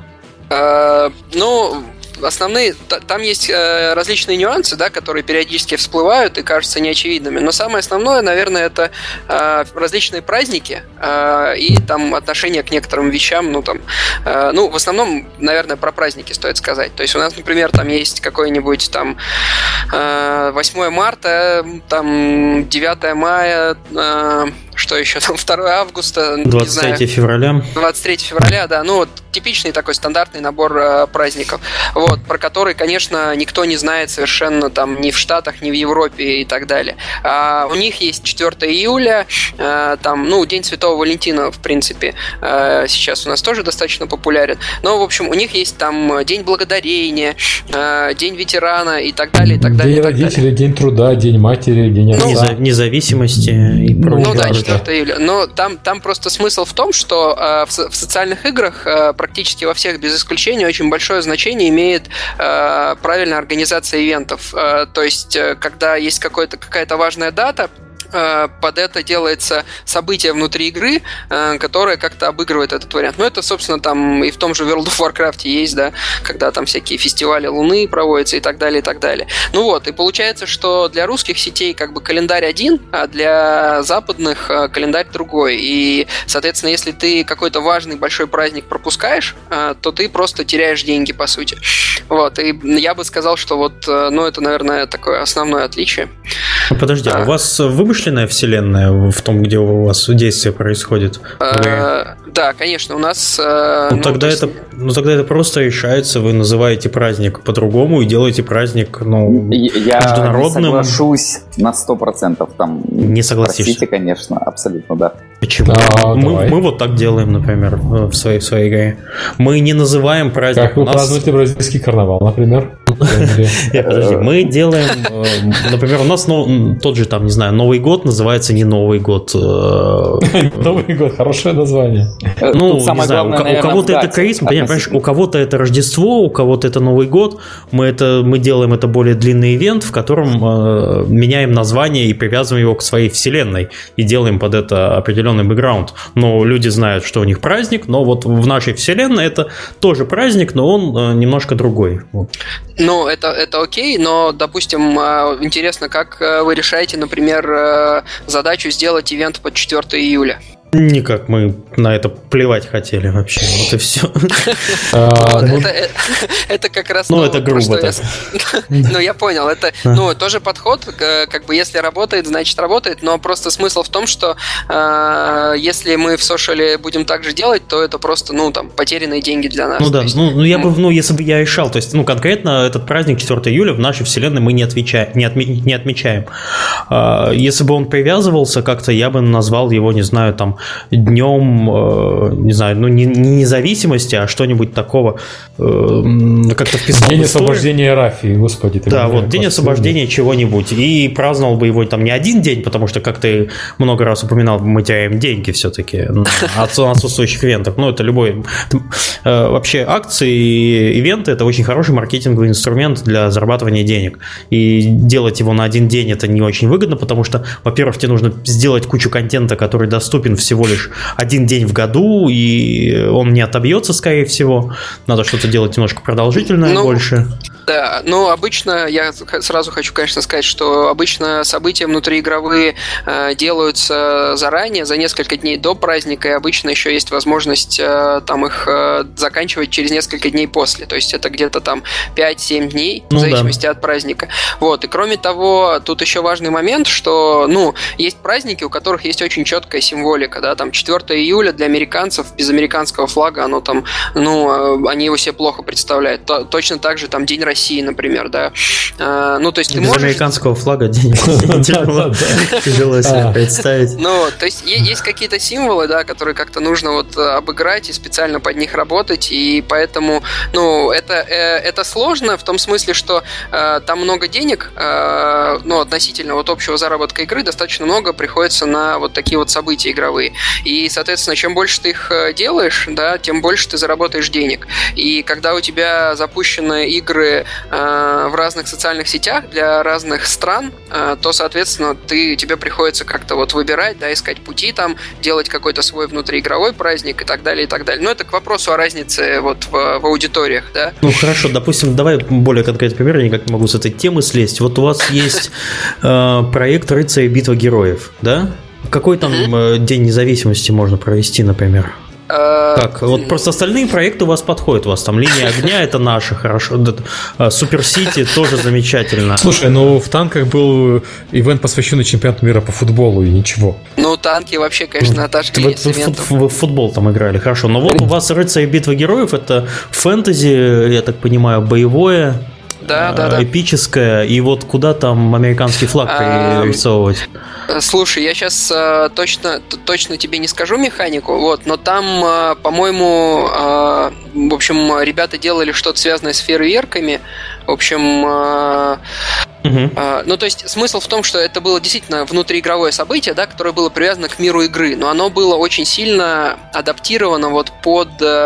Основные, там есть различные нюансы, да, которые периодически всплывают и кажутся неочевидными. Но самое основное, наверное, это различные праздники и там отношение к некоторым вещам. В основном, наверное, про праздники стоит сказать. То есть у нас, например, там есть какой-нибудь там 8 марта, там 9 мая, что еще там, 2 августа, 23 февраля. 23 февраля, да, типичный такой стандартный набор праздников, про который, конечно, никто не знает совершенно там ни в Штатах, ни в Европе и так далее. А у них есть 4 июля, День Святого Валентина, в принципе, сейчас у нас тоже достаточно популярен. Но, в общем, у них есть там День Благодарения, День ветерана и так далее, и так далее. День родителей, День труда, День матери, День отца. Независимости и прочее. 4 июля. Но там просто смысл в том, что в социальных играх практически во всех без исключения очень большое значение имеет правильная организация ивентов. То есть, когда есть какая-то важная дата, под это делается событие внутри игры, которое как-то обыгрывает этот вариант. Это, собственно, там и в том же World of Warcraft есть, да, когда там всякие фестивали Луны проводятся и так далее, и так далее. И получается, что для русских сетей как бы календарь один, а для западных календарь другой. И, соответственно, если ты какой-то важный большой праздник пропускаешь, то ты просто теряешь деньги, по сути. И я бы сказал, что это, наверное, такое основное отличие. Подожди, а у вас вымышленная вселенная в том, где у вас действие происходит? Да, конечно, у нас... Тогда это просто решается, вы называете праздник по-другому и делаете праздник международным. Я не соглашусь на 100%. Там, не согласишься? Простите, конечно, абсолютно, да. Почему? Мы вот так делаем, например, в своей игре. Мы не называем праздник... Как вы празднуете бразильский карнавал, например? Подожди, мы делаем... Например, у нас тот же, там, не знаю, Новый год называется не Новый год. Новый год, хорошее название. Не знаю, у кого-то это Крисмас, понимаешь, у кого-то это Рождество, у кого-то это Новый год. Мы делаем это более длинный ивент, в котором меняем название и привязываем его к своей вселенной и делаем под это определенный бэкграунд. Но люди знают, что у них праздник, но в нашей вселенной это тоже праздник, но он немножко другой. Это окей, но, допустим, интересно, как вы решаете, например, задачу сделать ивент под 4 июля? Никак, мы на это плевать хотели вообще, вот и все. Это как раз... это грубо так. Я понял, это тоже подход, как бы если работает, значит работает, но просто смысл в том, что если мы в сошале будем так же делать, то это просто, потерянные деньги для нас. Если бы я решал, то есть, конкретно этот праздник 4 июля в нашей вселенной мы не отмечаем. Если бы он привязывался как-то, я бы назвал его, не знаю, там, днем, не знаю, не независимости, а что-нибудь такого как-то вписал. День освобождения Рафии, господи. Да, вот день освобождения чего-нибудь. И праздновал бы его там не один день, потому что, как ты много раз упоминал, мы теряем деньги все-таки от отсутствующих ивентов. Ну, это любой... Вообще акции и ивенты – это очень хороший маркетинговый инструмент для зарабатывания денег. И делать его на один день – это не очень выгодно, потому что, во-первых, тебе нужно сделать кучу контента, который доступен всего лишь один день в году, и он не отобьется, скорее всего. Надо что-то делать немножко продолжительное больше. Да, но обычно, я сразу хочу, конечно, сказать, что обычно события внутриигровые делаются заранее, за несколько дней до праздника, и обычно еще есть возможность там их заканчивать через несколько дней после. То есть это где-то там 5-7 дней, в зависимости от праздника. Вот, и кроме того, тут еще важный момент, что, есть праздники, у которых есть очень четкая символика, да, там 4 июля для американцев без американского флага, оно там, они его себе плохо представляют. Точно так же там День России, например, да. То есть ты без можешь... американского флага День тяжело себе представить. То есть есть какие-то символы, да, которые как-то нужно вот обыграть и специально под них работать, и поэтому, это сложно в том смысле, что там много денег, относительно вот общего заработка игры достаточно много приходится на вот такие вот события игровые. И, соответственно, чем больше ты их делаешь, да, тем больше ты заработаешь денег. И когда у тебя запущены игры в разных социальных сетях для разных стран, то, соответственно, тебе приходится как-то вот выбирать, да, искать пути там, делать какой-то свой внутриигровой праздник и так далее, и так далее. Но это к вопросу о разнице вот в аудиториях, да. Хорошо, допустим, давай более конкретный пример, я никак не могу с этой темы слезть. Вот у вас есть проект «Рыцари. Битва героев», да? Какой там День независимости можно провести, например? Как? Вот просто остальные проекты у вас подходят. У вас там «Линия огня» – это наше, хорошо. «Супер Сити» тоже замечательно. Слушай, в танках был ивент, посвященный чемпионату мира по футболу, и ничего. Танки вообще, конечно, отошли с ивентов. Вы в футбол там играли, хорошо. Но вот у вас «Рыцари. Битва героев» – это фэнтези, я так понимаю, боевое. Да. Эпическое. И вот куда там американский флаг пририсовывать? Слушай, я сейчас точно тебе не скажу механику, но там, по-моему, в общем, ребята делали что-то связанное с фейерверками. В общем, то есть смысл в том, что это было действительно внутриигровое событие, да, которое было привязано к миру игры, но оно было очень сильно адаптировано под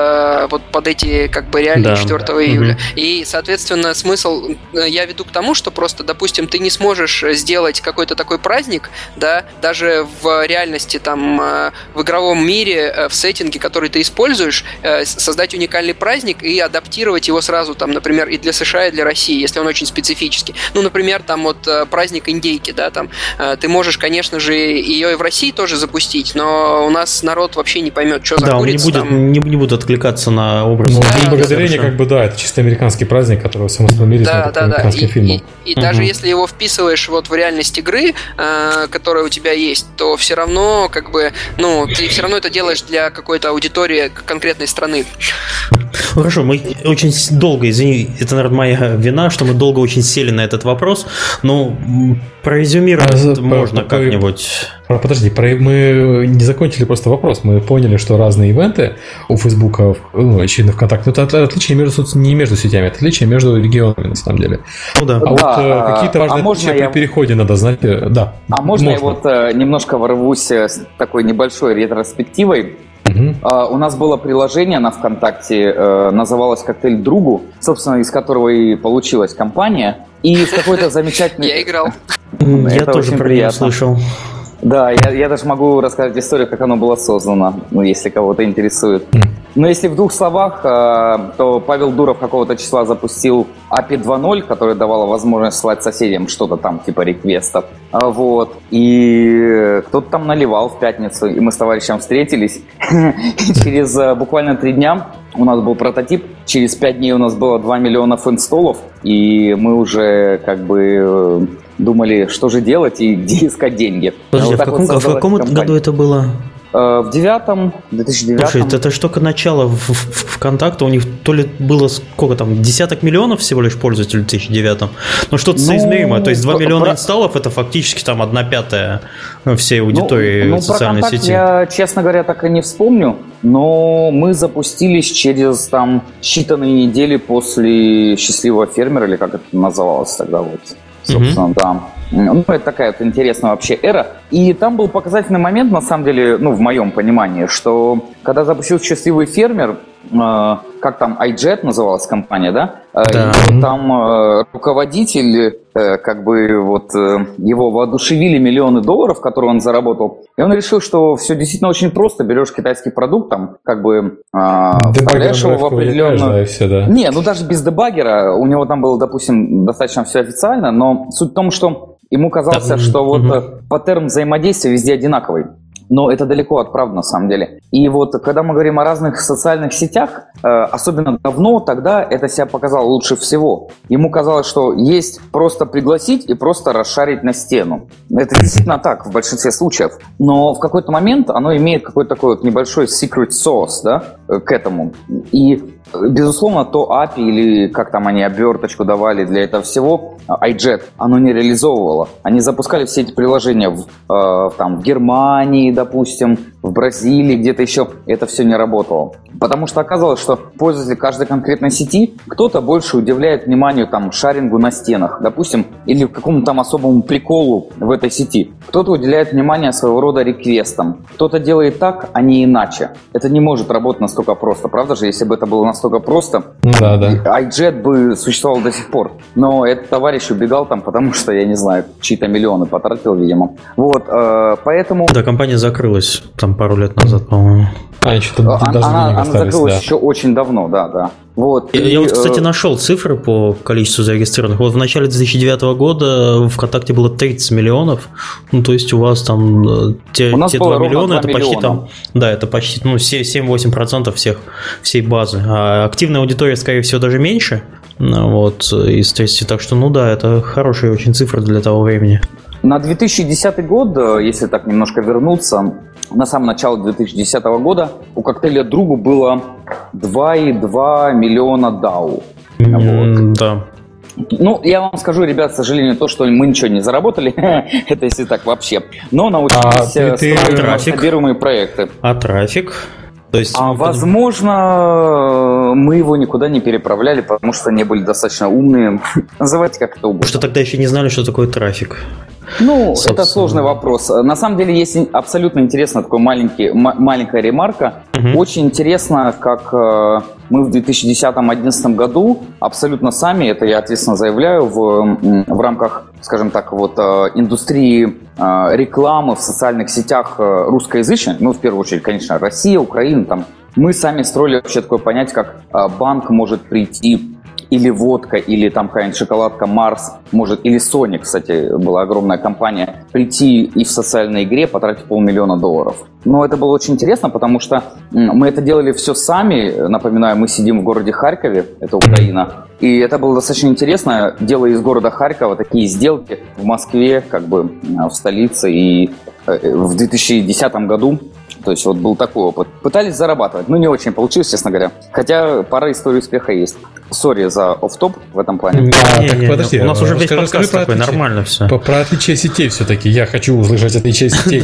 эти как бы реалии 4 июля. И, соответственно, смысл я веду к тому, что просто, допустим, ты не сможешь сделать какой-то такой праздник, да, даже в реальности, там, в игровом мире, в сеттинге, который ты используешь, создать уникальный праздник и адаптировать его сразу, там, например, и для США, и для России, если он очень специфический. Например, там вот праздник индейки, да, там ты можешь, конечно же, ее и в России тоже запустить, но у нас народ вообще не поймет, что за курица. Да, он не будет откликаться на образ. День благодарения, это чисто американский праздник, который в самом мире смотрит американским фильмом. И даже если его вписываешь вот в реальность игры, которая у тебя есть, то все равно, как бы, ты все равно это делаешь для какой-то аудитории конкретной страны. Хорошо, мы очень долго, извини, это, наверное, моя вина, что мы долго очень сели на этот вопрос, но прорезюмировать можно как-нибудь. Подожди, мы не закончили просто вопрос. Мы поняли, что разные ивенты у Фейсбука, очевидно, ВКонтакте, это отличие не между сетями, это отличие между регионами, на самом деле. Какие-то важные отличия при переходе надо знать. Да. Можно я немножко ворвусь с такой небольшой ретроспективой? У нас было приложение на ВКонтакте, называлось «Коктейль другу», собственно, из которого и получилась компания. И в какой-то замечательный... Я играл. Я тоже про нее слышал. Да, я даже могу рассказать историю, как оно было создано, если кого-то интересует. Но если в двух словах, то Павел Дуров какого-то числа запустил API 2.0, которая давала возможность слать соседям что-то там, типа реквестов. И кто-то там наливал в пятницу, и мы с товарищем встретились. И через буквально 3 дня у нас был прототип, через 5 дней у нас было 2 миллиона инсталлов, и мы уже как бы думали, что же делать и где искать деньги. Подожди, в каком году это было? В 2009. Слушай, это ж только начало ВКонтакте, у них то ли было сколько там, десяток миллионов всего лишь пользователей в 2009, но что-то соизмеримое, то есть 2 миллиона инсталлов, это фактически там 1/5 всей аудитории социальной про сети. Я, честно говоря, так и не вспомню, но мы запустились через там считанные недели после «Счастливого фермера», или как это называлось тогда, вот, собственно, да. Ну, это такая вот интересная вообще эра. И там был показательный момент, на самом деле, ну, в моем понимании, что когда запустился «Счастливый фермер», как там, iJet называлась компания, да? Да. И там руководитель, как бы вот его воодушевили миллионы долларов, которые он заработал, и он решил, что все действительно очень просто. Берешь китайский продукт, там, как бы вставляешь его в определенную... Да. Не, ну даже без дебаггера, у него там было, допустим, достаточно все официально, но суть в том, что ему казалось, что вот паттерн взаимодействия везде одинаковый. Но это далеко от правды на самом деле. И вот когда мы говорим о разных социальных сетях, особенно давно, тогда это себя показало лучше всего. Ему казалось, что есть просто пригласить и просто расшарить на стену. Это действительно так в большинстве случаев. Но в какой-то момент оно имеет какой-то такой вот небольшой secret sauce, да, к этому. И безусловно, то API или как там они оберточку давали для этого всего, iJet, оно не реализовывало. Они запускали все эти приложения в Германии, допустим, в Бразилии, где-то еще. Это все не работало. Потому что оказалось, что пользователь каждой конкретной сети кто-то больше уделяет вниманию там шарингу на стенах, допустим, или какому-то там особому приколу в этой сети. Кто-то уделяет внимание своего рода реквестам. Кто-то делает так, а не иначе. Это не может работать настолько просто. Правда же, если бы это было настолько просто, да. iJet бы существовал до сих пор. Но этот товарищ убегал там, потому что, я не знаю, чьи-то миллионы потратил, видимо. Вот, поэтому... Да, компания закрылась там пару лет назад, по-моему. Она закрылась еще очень давно, да. Вот, я вот, кстати, нашел цифры по количеству зарегистрированных. Вот в начале 2009 года ВКонтакте было 30 миллионов. Ну, то есть у вас там те 2 миллиона, это почти там, да, это почти 7-8% всей базы. А активная аудитория, скорее всего, даже меньше. Вот, из 30, так что, ну да, это хорошие очень цифры для того времени. На 2010 год, если так немножко вернуться, на самом начале 2010 года у коктейля «Другу» было 2,2 миллиона DAU. Вот. Да. Ну, я вам скажу, ребят, к сожалению, то, что мы ничего не заработали, это если так вообще, но научились строить масштабируемые проекты. А трафик? То есть, возможно, мы его никуда не переправляли, потому что не были достаточно умные. Называйте как это угодно. Потому что тогда еще не знали, что такое трафик. Ну, собственно, это сложный вопрос. На самом деле, есть абсолютно интересно такой маленькая ремарка. Очень интересно, как мы в 2010-2011 году абсолютно сами, это я ответственно заявляю, в рамках, скажем так, вот индустрии рекламы в социальных сетях русскоязычной, ну, в первую очередь, конечно, Россия, Украина, там, мы сами строили вообще такое понятие, как банк может прийти, или водка, или там какая-нибудь шоколадка Марс, может, или Sonic, кстати, была огромная компания, прийти и в социальной игре потратить $500 000. Но это было очень интересно, потому что мы это делали все сами. Напоминаю, мы сидим в городе Харькове, это Украина. И это было достаточно интересно, делая из города Харькова такие сделки в Москве, как бы в столице. И в 2010 году, то есть вот был такой опыт. Пытались зарабатывать, но не очень получилось, честно говоря. Хотя пара историй успеха есть. Сори за офф-топ в этом плане. Так, подожди. У нас уже весь подкаст такой, нормально все. Про отличие сетей все-таки. Я хочу услышать отличие сетей.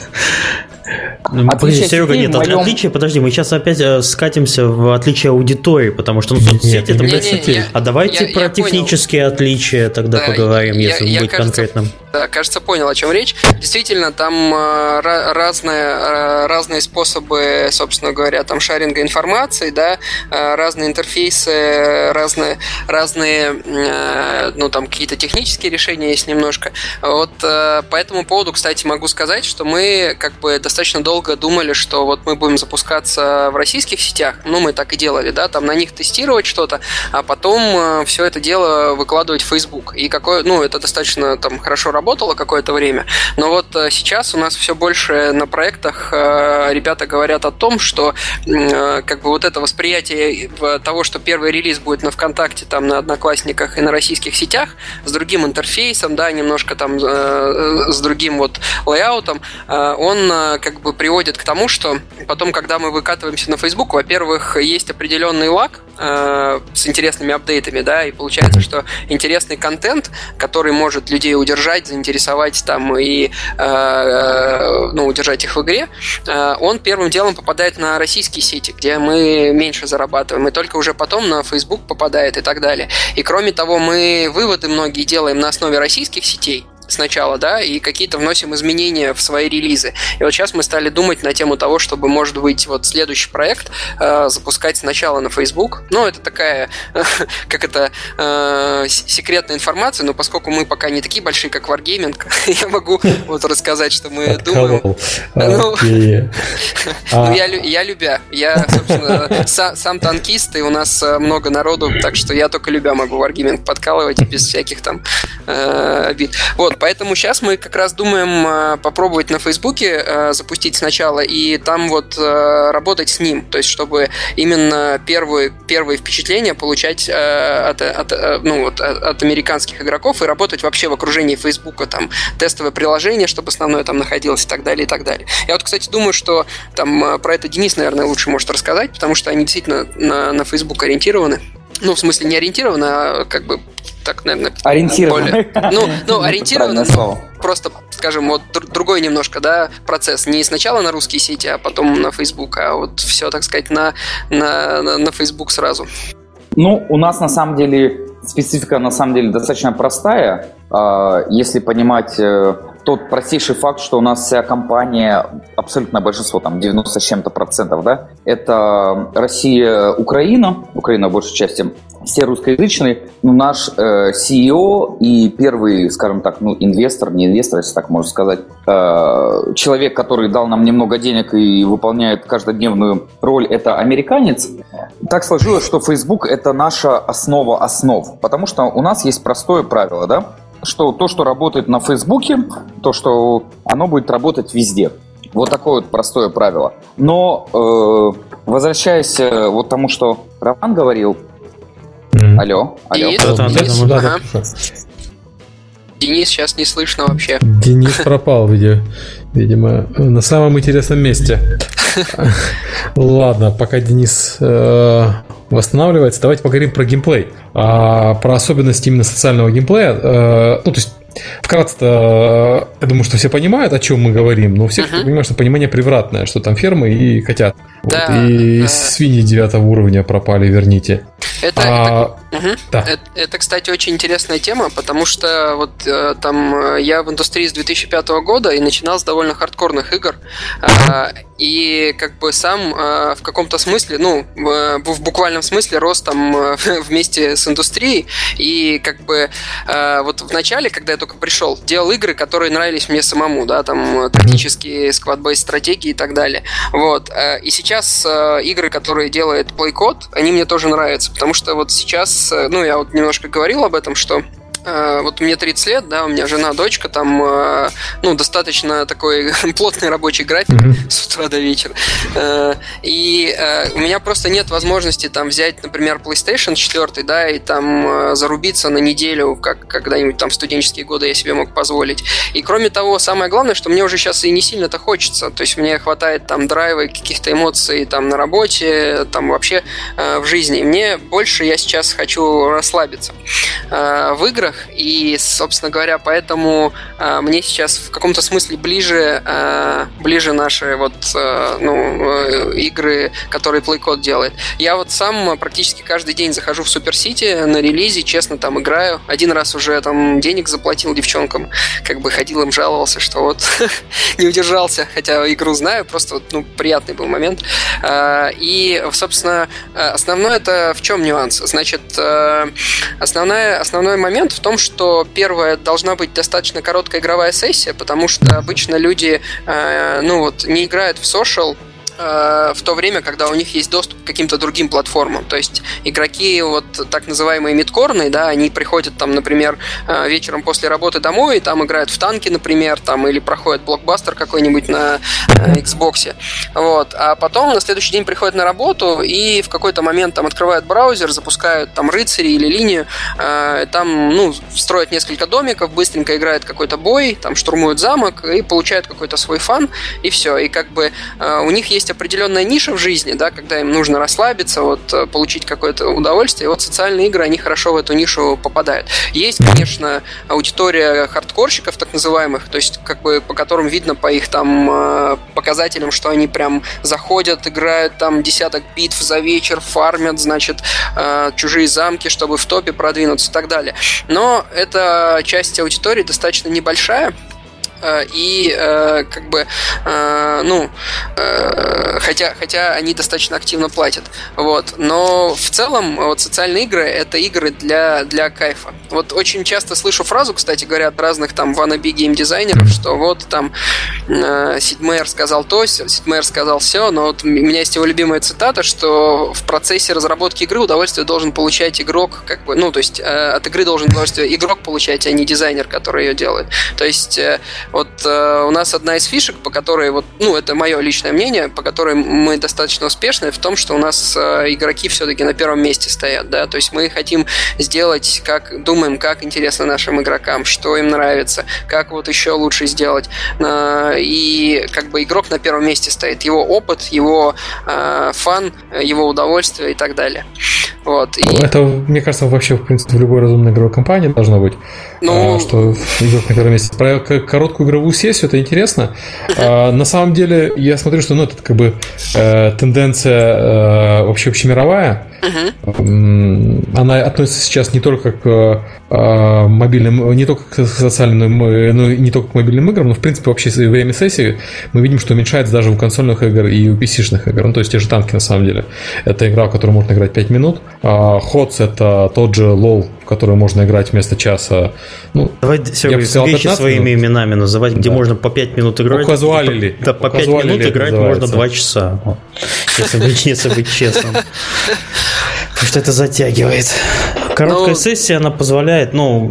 Серега, нет, отличие, подожди, мы сейчас опять скатимся в отличие аудитории, потому что соцсети это про сетей. А давайте про технические отличия тогда поговорим, если быть конкретным. Да, кажется, понял, о чем речь. Действительно, там разные способы, собственно говоря, там шаринга информации, да, разные интерфейсы, разные, ну, там, какие-то технические решения есть немножко. Вот по этому поводу, кстати, могу сказать, что мы как бы достаточно долго думали, что вот мы будем запускаться в российских сетях, ну, мы так и делали, да, там на них тестировать что-то, а потом все это дело выкладывать в Facebook. И какое, ну, это достаточно там хорошо работает, работало какое-то время, но вот сейчас у нас все больше на проектах ребята говорят о том, что как бы вот это восприятие того, что первый релиз будет на ВКонтакте, там, на Одноклассниках и на российских сетях, с другим интерфейсом, да, немножко там с другим вот лейаутом, он как бы приводит к тому, что потом, когда мы выкатываемся на Facebook, во-первых, есть определенный лаг с интересными апдейтами, да, и получается, что интересный контент, который может людей удержать, заинтересовать там и удержать их в игре, он первым делом попадает на российские сети, где мы меньше зарабатываем, и только уже потом на Facebook попадает и так далее. И кроме того, мы выводы многие делаем на основе российских сетей сначала, да, и какие-то вносим изменения в свои релизы. И вот сейчас мы стали думать на тему того, чтобы, может быть, вот следующий проект запускать сначала на Facebook. Ну, это такая, как это, секретная информация, но поскольку мы пока не такие большие, как Wargaming, я могу вот рассказать, что мы думаем. Я любя. Я, собственно, сам танкист, и у нас много народу, так что я только любя могу Wargaming подкалывать без всяких там обид. Вот. Поэтому сейчас мы как раз думаем попробовать на Фейсбуке запустить сначала и там вот работать с ним, то есть чтобы именно первые впечатления получать от американских игроков и работать вообще в окружении Фейсбука, там тестовое приложение, чтобы основное там находилось и так далее, и так далее. Я вот, кстати, думаю, что там про это Денис, наверное, лучше может рассказать, потому что они действительно на Facebook ориентированы. Ну, в смысле, не ориентированы, а как бы так, наверное, ориентированы. Ориентированы, но просто, скажем, вот другой немножко, да, процесс. Не сначала на русские сети, а потом на Facebook, а вот все, так сказать, на Facebook сразу. Ну, у нас на самом деле специфика на самом деле достаточно простая. Если понимать тот простейший факт, что у нас вся компания, абсолютное большинство, там 90 с чем-то процентов, да, это Россия, Украина в большей части, все русскоязычные, но наш CEO и первый, скажем так, инвестор, не инвестор, если так можно сказать, человек, который дал нам немного денег и выполняет каждодневную роль, это американец. Так сложилось, что Facebook это наша основа основ, потому что у нас есть простое правило, да, что то, что работает на Фейсбуке, то, что оно будет работать везде. Вот такое вот простое правило. Но возвращаясь вот тому, что Роман говорил. Алло. Да. Денис сейчас не слышно вообще. Денис пропал, видимо, на самом интересном месте. Ладно, пока Денис восстанавливается, давайте поговорим про геймплей. Про особенности именно социального геймплея. То есть, вкратце, я думаю, что все понимают, о чем мы говорим, но у всех понимают, что понимание превратное, что там фермы и котят. Да, вот, и свиньи 9 уровня пропали, верните. Это, кстати, очень интересная тема, потому что вот там я в индустрии с 2005 года и начинал с довольно хардкорных игр. И как бы сам в каком-то смысле, в буквальном смысле рос там вместе с индустрией. И как бы вот в начале, когда я только пришел, делал игры, которые нравились мне самому, да, там тактические сквад-бейс стратегии и так далее. Вот. И сейчас игры, которые делает PlayCode, они мне тоже нравятся, потому что вот сейчас, я вот немножко говорил об этом, что вот мне 30 лет, да, у меня жена, дочка, там, достаточно такой плотный рабочий график с утра до вечера. И у меня просто нет возможности там взять, например, PlayStation 4, да, и там зарубиться на неделю, как когда-нибудь там в студенческие годы я себе мог позволить. И кроме того, самое главное, что мне уже сейчас и не сильно-то хочется. То есть мне хватает там драйва и каких-то эмоций там на работе, там вообще в жизни. И мне больше я сейчас хочу расслабиться в играх. И, собственно говоря, поэтому мне сейчас в каком-то смысле ближе наши вот, игры, которые PlayCode делает. Я вот сам практически каждый день захожу в Super City на релизе, честно там играю. Один раз уже там денег заплатил девчонкам, как бы ходил им, жаловался, что вот не удержался, хотя игру знаю, просто вот, приятный был момент. И, собственно, основное это в чем нюанс? Значит, основной момент в том, что первое, должна быть достаточно короткая игровая сессия, потому что обычно люди, не играют в social в то время, когда у них есть доступ к каким-то другим платформам. То есть игроки вот так называемые мидкорные, да, они приходят там, например, вечером после работы домой, и там играют в танки, например, там, или проходят блокбастер какой-нибудь на Xbox. Вот. А потом на следующий день приходят на работу и в какой-то момент там открывают браузер, запускают там рыцари или линию, там, ну, строят несколько домиков, быстренько играют какой-то бой, там штурмуют замок и получают какой-то свой фан, и все. И как бы у них есть определенная ниша в жизни, да, когда им нужно расслабиться, вот, получить какое-то удовольствие, и вот социальные игры, они хорошо в эту нишу попадают. Есть, конечно, аудитория хардкорщиков, так называемых, то есть, как бы, по которым видно по их там показателям, что они прям заходят, играют там десяток битв за вечер, фармят, значит, чужие замки, чтобы в топе продвинуться и так далее. Но эта часть аудитории достаточно небольшая, и как бы хотя они достаточно активно платят, вот, но в целом вот социальные игры — это игры для кайфа. Вот очень часто слышу фразу, кстати говоря, от разных там wannabe геймдизайнеров, что вот там Сид Мейер сказал то, Сид Мейер сказал все, но вот у меня есть его любимая цитата, что в процессе разработки игры удовольствие должен получать игрок, как бы, ну, то есть от игры должен удовольствие игрок получать, а не дизайнер, который ее делает. То есть вот у нас одна из фишек, по которой, вот, ну, это мое личное мнение, по которой мы достаточно успешны, в том, что у нас игроки все-таки на первом месте стоят, да, то есть мы хотим сделать, думаем, как интересно нашим игрокам, что им нравится, как вот еще лучше сделать, и как бы игрок на первом месте стоит, его опыт, его фан, его удовольствие и так далее. Вот. И... Это, мне кажется, вообще, в принципе, в любой разумной игровой компании должно быть, что игрок на первом месте. Про короткую игровую сессию это интересно. На самом деле, я смотрю, что это как бы тенденция вообще общемировая. Она относится сейчас не только к мобильным, не только к социальным, но и не только к мобильным играм, но в принципе вообще время сессии мы видим, что уменьшается даже у консольных игр и у PC-шных игр. Ну, то есть те же танки на самом деле. Это игра, в которой можно играть 5 минут. HOTS — это тот же LOL, в который можно играть вместо часа. Ну, давай, Сергей, вещи своими именами называть, где можно по 5 минут играть. Казуалили. Да, по 5 минут играть можно 2 часа. Если быть честным. Потому что это затягивает. Короткая сессия, она позволяет,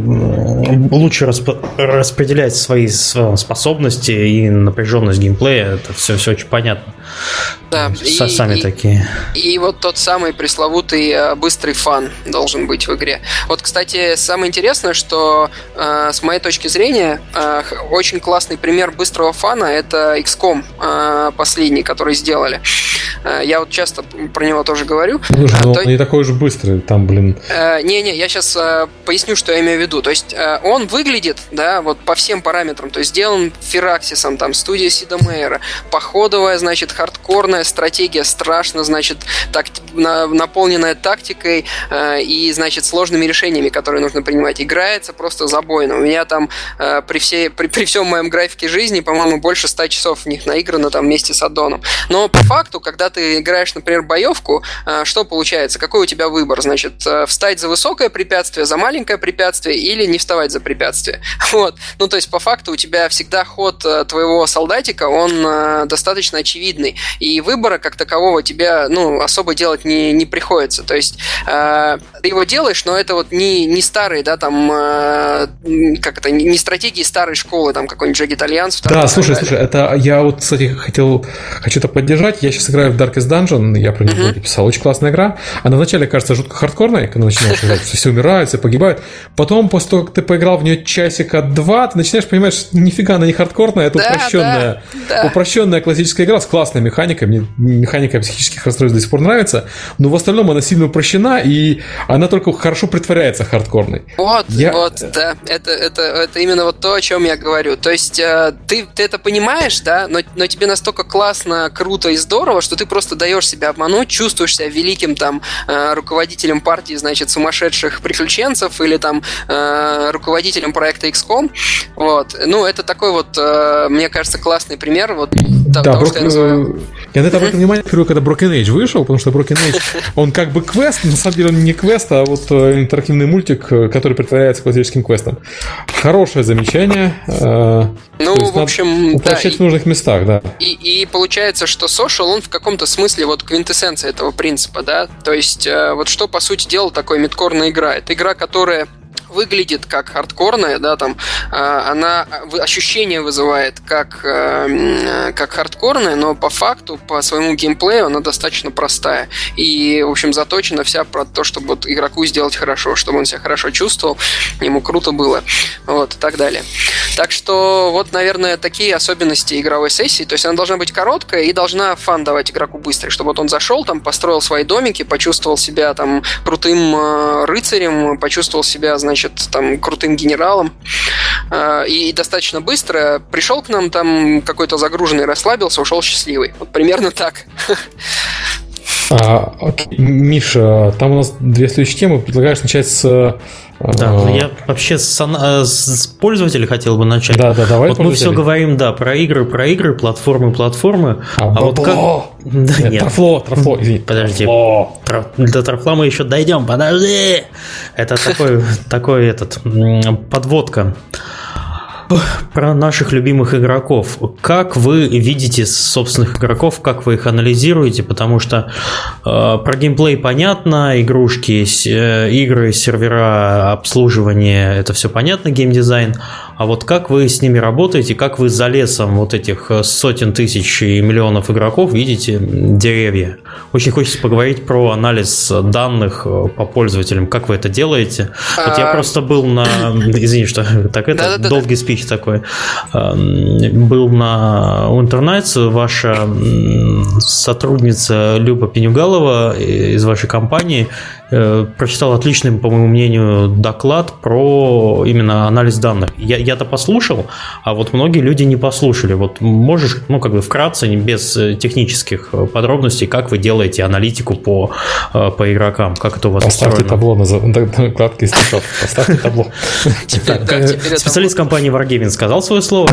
лучше распределять свои способности и напряженность геймплея. Это все очень понятно. Да, сами такие. И вот тот самый пресловутый быстрый фан должен быть в игре. Вот, кстати, самое интересное, что с моей точки зрения очень классный пример быстрого фана — это XCOM последний, который сделали. Я вот часто про него тоже говорю. Он не такой же быстрый, там, блин. Не-не, я сейчас поясню, что я имею в виду. То есть он выглядит, да, вот по всем параметрам, то есть сделан Фираксисом, там, студия Сида Мейера, походовая, значит, хардкорная стратегия, страшно, значит, наполненная тактикой и, значит, сложными решениями, которые нужно принимать. Играется просто забойно. У меня там при всем моем графике жизни, по-моему, больше 100 часов в них наиграно там вместе с аддоном. Но по факту, когда ты играешь, например, боевку, что получается? Какой у тебя выбор? Значит, встать за высокое препятствие, за маленькое препятствие или не вставать за препятствие? Вот. Ну, то есть, по факту, у тебя всегда ход твоего солдатика, он достаточно очевидный. И выбора, как такового, тебе, особо делать не приходится. То есть, ты его делаешь, но это вот не старые, да, там, не стратегии старой школы, там, какой-нибудь Jagged Alliance. Да, слушай, это я вот, кстати, хочу это поддержать. Я сейчас играю в Darkest Dungeon, я про него писал. Очень классная игра. Она вначале кажется жутко хардкорной, когда начинаешь играть, что все умирают, все погибают. Потом, после того, как ты поиграл в нее часика-два, ты начинаешь понимать, что нифига она не хардкорная, это упрощенная классическая игра с классной механикой. Мне механика психических расстройств до сих пор нравится, но в остальном она сильно упрощена, и она только хорошо притворяется хардкорной. Да. Это именно вот то, о чем я говорю. То есть ты это понимаешь, да, но тебе настолько классно, круто и здорово, что ты просто даешь себя обмануть, чувствуешь себя великим там руководителем партии, значит, сумасшедших приключенцев или там руководителем проекта XCOM. Вот. Ну, это такой вот, мне кажется, классный пример вот того, что я называю. Я на это обратил внимание впервые, когда Broken Age вышел, потому что Broken Age, он как бы квест, но на самом деле он не квест, а вот интерактивный мультик, который притворяется классическим квестом. Хорошее замечание. Ну, в общем, упрощать в нужных местах, да. И получается, что Social, он в каком-то смысле вот квинтэссенция этого принципа, да. То есть, вот что, по сути дела, такое мидкорная игра. Это игра, которая выглядит как хардкорная, да, там, она ощущение вызывает как хардкорная, но по факту, по своему геймплею она достаточно простая. И, в общем, заточена вся про то, чтобы вот игроку сделать хорошо, чтобы он себя хорошо чувствовал, ему круто было, вот, и так далее. Так что, вот, наверное, такие особенности игровой сессии. То есть она должна быть короткая и должна фан давать игроку быстрый, чтобы вот он зашел, там, построил свои домики, почувствовал себя там крутым рыцарем, почувствовал себя, значит, там, крутым генералом, и достаточно быстро пришел к нам там какой-то загруженный, расслабился, ушел счастливый. Вот примерно так. Миша, там у нас две следующие темы. Предлагаешь начать с... Да, ну я вообще с пользователя хотел бы начать. Да, давай. Вот мы все говорим, да, про игры, платформы. Вот как... Нет, Трафло, извини. Подожди. До Трафла мы еще дойдем, подожди. Это такой подводка. Про наших любимых игроков. Как вы видите собственных игроков, как вы их анализируете? Потому что про геймплей понятно, игрушки, игры, сервера, обслуживание, это все понятно, геймдизайн. А вот как вы с ними работаете, как вы за лесом вот этих сотен тысяч и миллионов игроков видите деревья? Очень хочется поговорить про анализ данных по пользователям. Как вы это делаете? Вот я просто был на... Извини, что так это долгий спич такой. Был на интернете, ваша сотрудница Люба Пенюгалова из вашей компании прочитал отличный, по моему мнению, доклад про именно анализ данных. Я-то послушал, а вот многие люди не послушали. Вот можешь, вкратце, без технических подробностей, как вы делаете аналитику по игрокам? Как это у вас Поставьте устроено? табло, кладкий стишок. Поставьте табло. Специалист компании Wargaming сказал свое слово,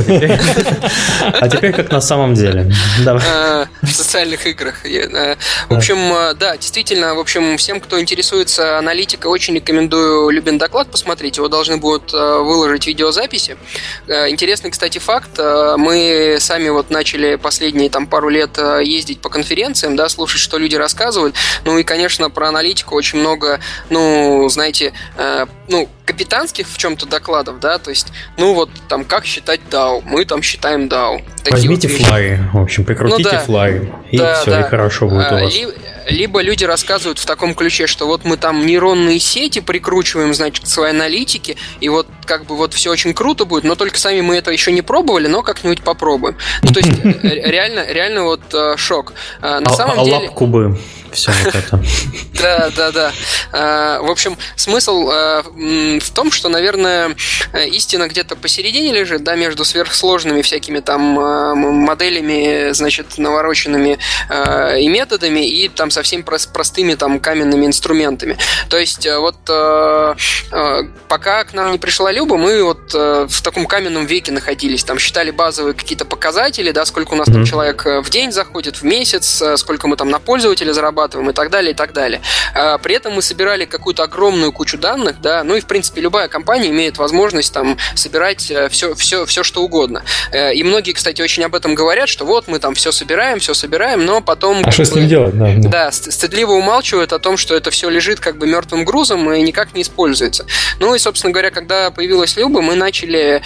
а теперь как на самом деле. В социальных играх. В общем, да, действительно, в общем, всем, кто интересуется аналитикой, очень рекомендую Любин доклад посмотреть. Его должны будут выложить видеозаписи. Интересный, кстати, факт. Мы сами вот начали последние пару лет ездить по конференциям, да, слушать, что люди рассказывают. Ну и, конечно, про аналитику очень много, знаете, капитанских в чем-то докладов, да, то есть, как считать DAO. Мы там считаем DAO. Возьмите флай, в общем, прикрутите флай, и все, и хорошо будет у вас. Либо люди рассказывают в таком ключе, что вот мы там нейронные сети прикручиваем, значит, к своей аналитике, и вот все очень круто будет, но только сами мы это еще не пробовали, но как-нибудь попробуем. Ну, то есть, реально вот шок. На самом деле... лапкубы, все вот это. Да. В общем, смысл в том, что, наверное, истина где-то посередине лежит, да, между сверхсложными всякими там моделями, значит, навороченными и методами, и там совсем простыми там каменными инструментами. То есть вот пока к нам не пришла Люба, мы вот в таком каменном веке находились, там считали базовые какие-то показатели, да, сколько у нас там человек в день заходит, в месяц, сколько мы там на пользователя зарабатываем и так далее, и так далее. При этом мы собирали какую-то огромную кучу данных, да, ну и в принципе любая компания имеет возможность там собирать все, что угодно. И многие, кстати, очень об этом говорят, что вот мы там все собираем, но потом... А что с ним делать? Да, стыдливо умалчивают о том, что это все лежит как бы мертвым грузом и никак не используется. Ну и, собственно говоря, когда появилась Люба, мы начали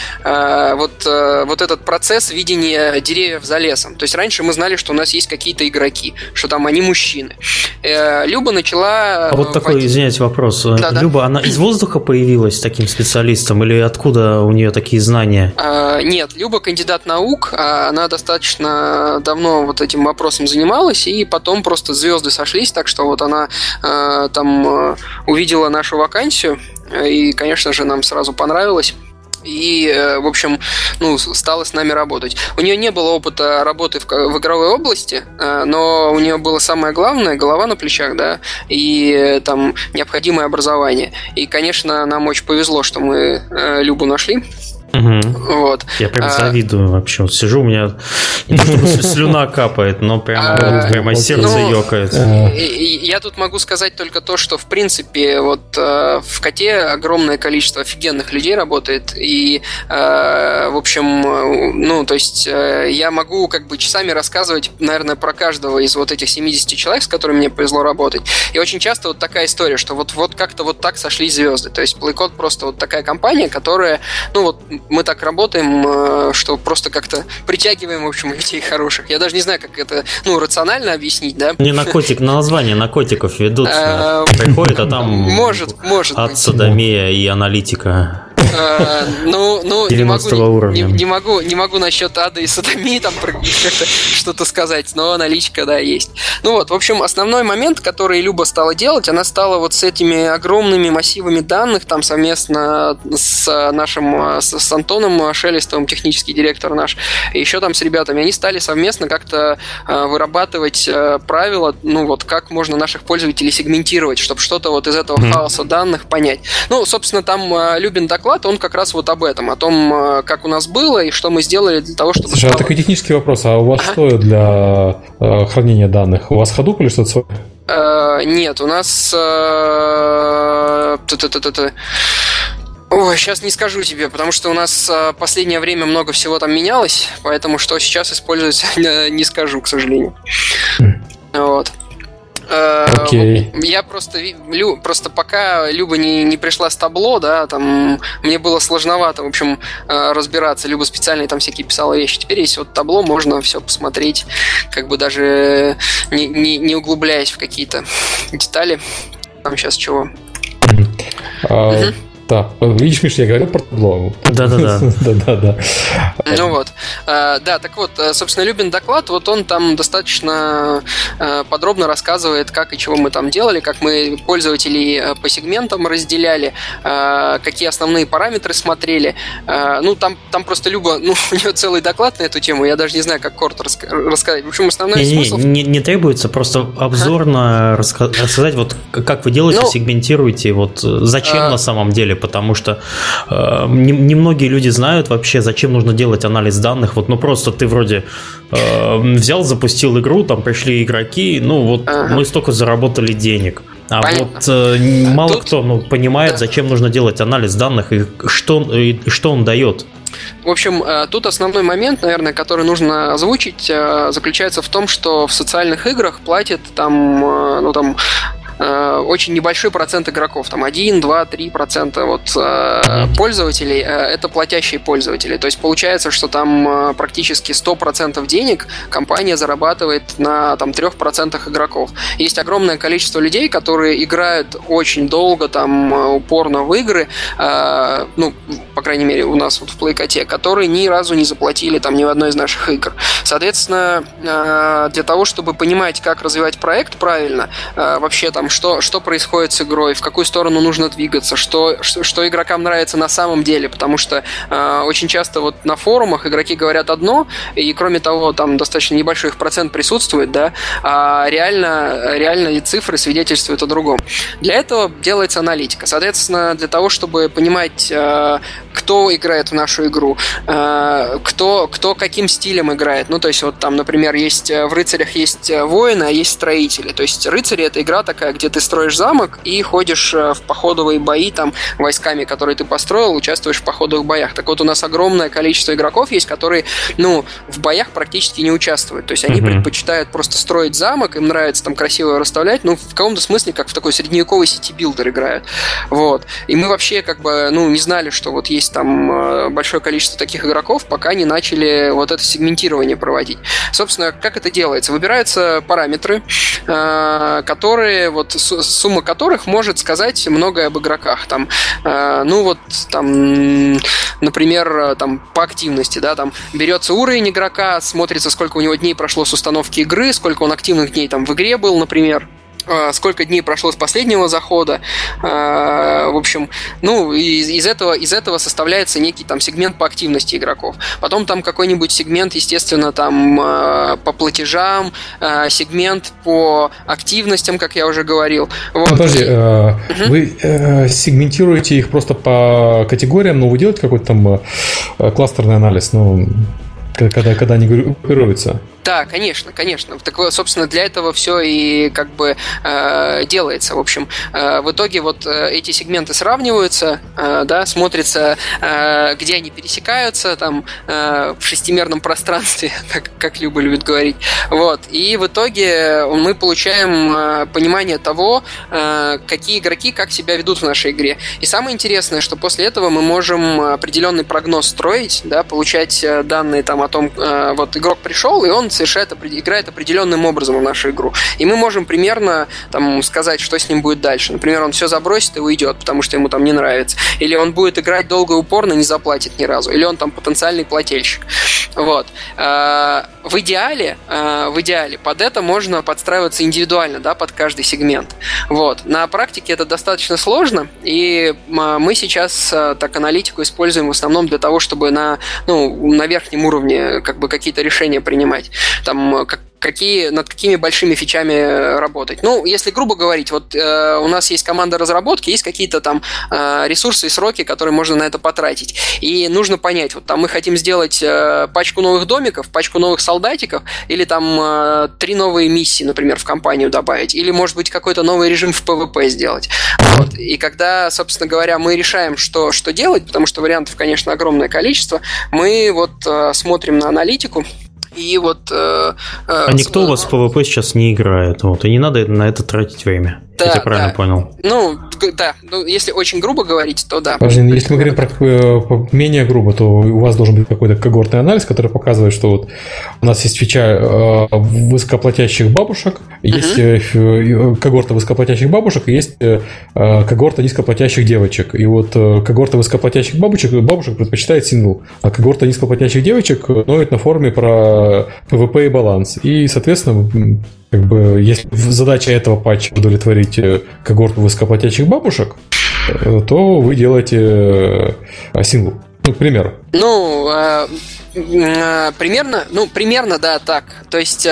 вот этот процесс видения деревьев за лесом. То есть раньше мы знали, что у нас есть какие-то игроки, что там они мужчины. Люба начала... А вот такой, извиняюсь, вопрос. Да. Люба, она из воздуха появилась таким специалистом или откуда у нее такие знания? Нет, Люба кандидат наук, она достаточно давно вот этим вопросом занималась, и потом просто звезды сошлись, так что вот она там увидела нашу вакансию, и, конечно же, нам сразу понравилось. И, в общем, стала с нами работать. У нее не было опыта работы в игровой области, но у нее было самое главное — голова на плечах, да, и там необходимое образование. И, конечно, нам очень повезло, что мы Любу нашли. Вот. Я прям завидую вообще. Вот сижу, у меня не то чтобы слюна капает, но прямо сердце ёкает. Я тут могу сказать только то, что в принципе вот в Коте огромное количество офигенных людей работает, и в общем, то есть я могу как бы часами рассказывать, наверное, про каждого из вот этих 70 человек, с которыми мне повезло работать. И очень часто вот такая история, что вот как-то вот так сошлись звезды. То есть Playcode просто вот такая компания, которая, мы так работаем, что просто как-то притягиваем, в общем, людей хороших. Я даже не знаю, как это, рационально объяснить, да? Не название наркотиков ведут. Приходит, а там может от содомия и аналитика. Не могу насчет ада и содомии там что-то сказать, но наличка, да, есть. В общем, основной момент, который Люба стала делать, она стала вот с этими огромными массивами данных, там совместно с нашим, с Антоном Шелестовым, технический директор наш, и еще там с ребятами, они стали совместно как-то вырабатывать правила, как можно наших пользователей сегментировать, чтобы что-то вот из этого хаоса данных понять. Собственно, там Любин доклад, он как раз вот об этом, о том, как у нас было и что мы сделали для того, чтобы... Слушай, такой технический вопрос, а у вас что для хранения данных? У вас Hadoop или что-то свое? Нет, у нас... Ой, сейчас не скажу тебе, потому что у нас в последнее время много всего там менялось, поэтому что сейчас используется, не скажу, к сожалению. Вот. Okay. Я просто пока Люба не пришла с табло, да, там мне было сложновато, в общем, разбираться. Люба специально там всякие писала вещи. Теперь есть вот табло, можно все посмотреть, как бы даже не углубляясь в какие-то детали. Там сейчас чего? Да, видишь, Миш, я говорил про табло. Да-да-да. Да, так вот, собственно, Любин доклад, вот он там достаточно подробно рассказывает, как и чего мы там делали, как мы пользователей по сегментам разделяли, какие основные параметры смотрели. Там просто Люба, у нее целый доклад на эту тему, я даже не знаю, как коротко рассказать. В общем, основной смысл... Не требуется, просто обзорно рассказать, вот как вы делаете, сегментируете, вот зачем на самом деле, потому что немногие люди знают вообще, зачем нужно делать анализ данных. Вот, просто ты вроде взял, запустил игру, там пришли игроки, мы столько заработали денег. А понятно. Вот мало кто понимает, зачем нужно делать анализ данных и что он дает. В общем, тут основной момент, наверное, который нужно озвучить, заключается в том, что в социальных играх платят очень небольшой процент игроков, там 1, 2, 3% пользователей, это платящие пользователи. То есть получается, что там практически 100% денег компания зарабатывает на 3% игроков. Есть огромное количество людей, которые играют очень долго, упорно в игры, по крайней мере, у нас вот в Playcode, которые ни разу не заплатили ни в одной из наших игр. Соответственно, для того, чтобы понимать, как развивать проект правильно, вообще что происходит с игрой, в какую сторону нужно двигаться, что игрокам нравится на самом деле, потому что очень часто вот на форумах игроки говорят одно, и кроме того, там достаточно небольшой их процент присутствует, да, а реально цифры свидетельствуют о другом. Для этого делается аналитика. Соответственно, для того, чтобы понимать, кто играет в нашу игру, кто каким стилем играет. То есть вот там, например, в рыцарях есть воины, а есть строители. То есть рыцари — это игра такая, где ты строишь замок и ходишь в походовые бои войсками, которые ты построил, участвуешь в походовых боях. Так вот, у нас огромное количество игроков есть, которые, в боях практически не участвуют. То есть они предпочитают просто строить замок, им нравится там красиво его расставлять, в каком-то смысле как в такой средневековый сити-билдер играют. Вот. И мы вообще не знали, что вот есть там большое количество таких игроков, пока не начали вот это сегментирование проводить. Собственно, как это делается? Выбираются параметры, которые, сумма которых может сказать многое об игроках. Например, по активности, да, берется уровень игрока, смотрится, сколько у него дней прошло с установки игры, сколько он активных дней в игре был, например. сколько дней прошло с последнего захода. В общем, из этого составляется некий там сегмент по активности игроков. Потом там какой-нибудь сегмент, естественно, там по платежам, сегмент по активностям, как я уже говорил. Вот. Подожди, вы сегментируете их просто по категориям, но вы делаете какой-то там кластерный анализ, когда они группируются? Да, конечно. Так, собственно, для этого все и как бы делается. В общем, в итоге вот эти сегменты сравниваются, да, смотрится, где они пересекаются, там, в шестимерном пространстве, как Люба любит говорить. Вот. И в итоге мы получаем понимание того, какие игроки как себя ведут в нашей игре. И самое интересное, что после этого мы можем определенный прогноз строить, да, получать данные там о том, вот игрок пришел, и он играет определенным образом в нашу игру. И мы можем примерно там сказать, что с ним будет дальше. Например, он все забросит и уйдет, потому что ему там не нравится. Или он будет играть долго и упорно, не заплатит ни разу. Или он там потенциальный плательщик. Вот. В идеале под это можно подстраиваться индивидуально, да, под каждый сегмент. Вот. На практике это достаточно сложно, и мы сейчас так аналитику используем в основном для того, чтобы на верхнем уровне как бы какие-то решения принимать. Там над какими большими фичами работать. Если грубо говорить, вот у нас есть команда разработки, есть какие-то там ресурсы и сроки, которые можно на это потратить. И нужно понять, вот там мы хотим сделать пачку новых домиков, пачку новых солдатиков, или там 3 новые миссии, например, в компанию добавить, или, может быть, какой-то новый режим в PvP сделать. Вот. И когда, собственно говоря, мы решаем, что делать, потому что вариантов, конечно, огромное количество, мы вот смотрим на аналитику. И вот... никто у вас в PvP сейчас не играет, вот, и не надо на это тратить время. Да, я правильно понял? Если очень грубо говорить, то да. Подожди, если мы говорим про менее грубо, то у вас должен быть какой-то когортный анализ, который показывает, что вот у нас есть фича высокоплатящих бабушек, есть когорта высокоплатящих бабушек, и есть когорта низкоплатящих девочек. И вот когорта высокоплатящих бабушек предпочитает сингл, а когорта низкоплатящих девочек ноет на форуме про PvP и баланс. И, соответственно, как бы, если задача этого патча удовлетворить когорту высокоплатящих бабушек, то вы делаете сингл. К примеру. Примерно, да, так. То есть,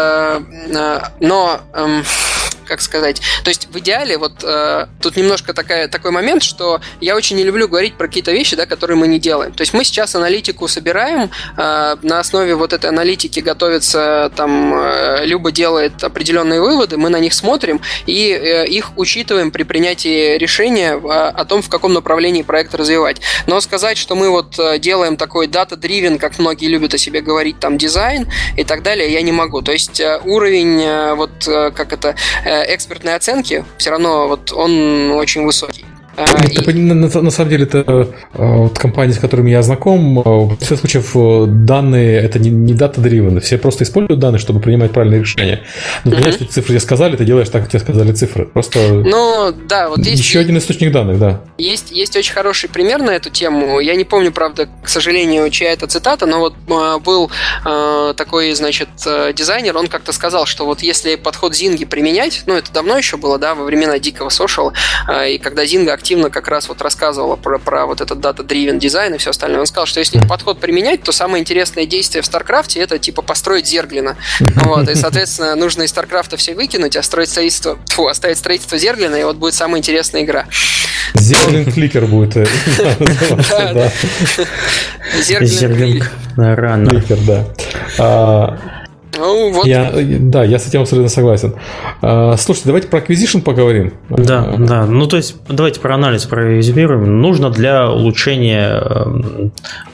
как сказать, то есть в идеале вот тут немножко такой момент, что я очень не люблю говорить про какие-то вещи, да, которые мы не делаем. То есть мы сейчас аналитику собираем, на основе вот этой аналитики готовится там, Люба делает определенные выводы, мы на них смотрим и их учитываем при принятии решения о том, в каком направлении проект развивать. Но сказать, что мы вот делаем такой data-driven, как многие любят о себе говорить, там дизайн и так далее, я не могу. То есть уровень вот как это экспертной оценки все равно вот он очень высокий. На самом деле, это вот компании, с которыми я знаком, в большинстве случаев данные это не data-driven, все просто используют данные, чтобы принимать правильные решения. Но понять, что цифры тебе сказали, ты делаешь так, как тебе сказали цифры. Просто вот есть, еще один источник данных, да. Есть очень хороший пример на эту тему. Я не помню, правда, к сожалению, чья это цитата, но вот был такой, значит, дизайнер, он как-то сказал, что вот если подход Зинги применять, это давно еще было, да, во времена дикого сошала, и когда Зинга активно как раз вот рассказывала про вот этот data-driven дизайн и все остальное. Он сказал, что если подход применять, то самое интересное действие в StarCraft это типа построить Зерглина. Вот, и, соответственно, нужно из StarCraft все выкинуть, оставить строительство Зерглина, и вот будет самая интересная игра. Зерглин Фликер будет. Зерглин рано. Фликер, да. Вот. Я с этим абсолютно согласен. Слушайте, давайте про acquisition поговорим. Да. То есть, давайте про анализ прорезюмируем. Нужно для улучшения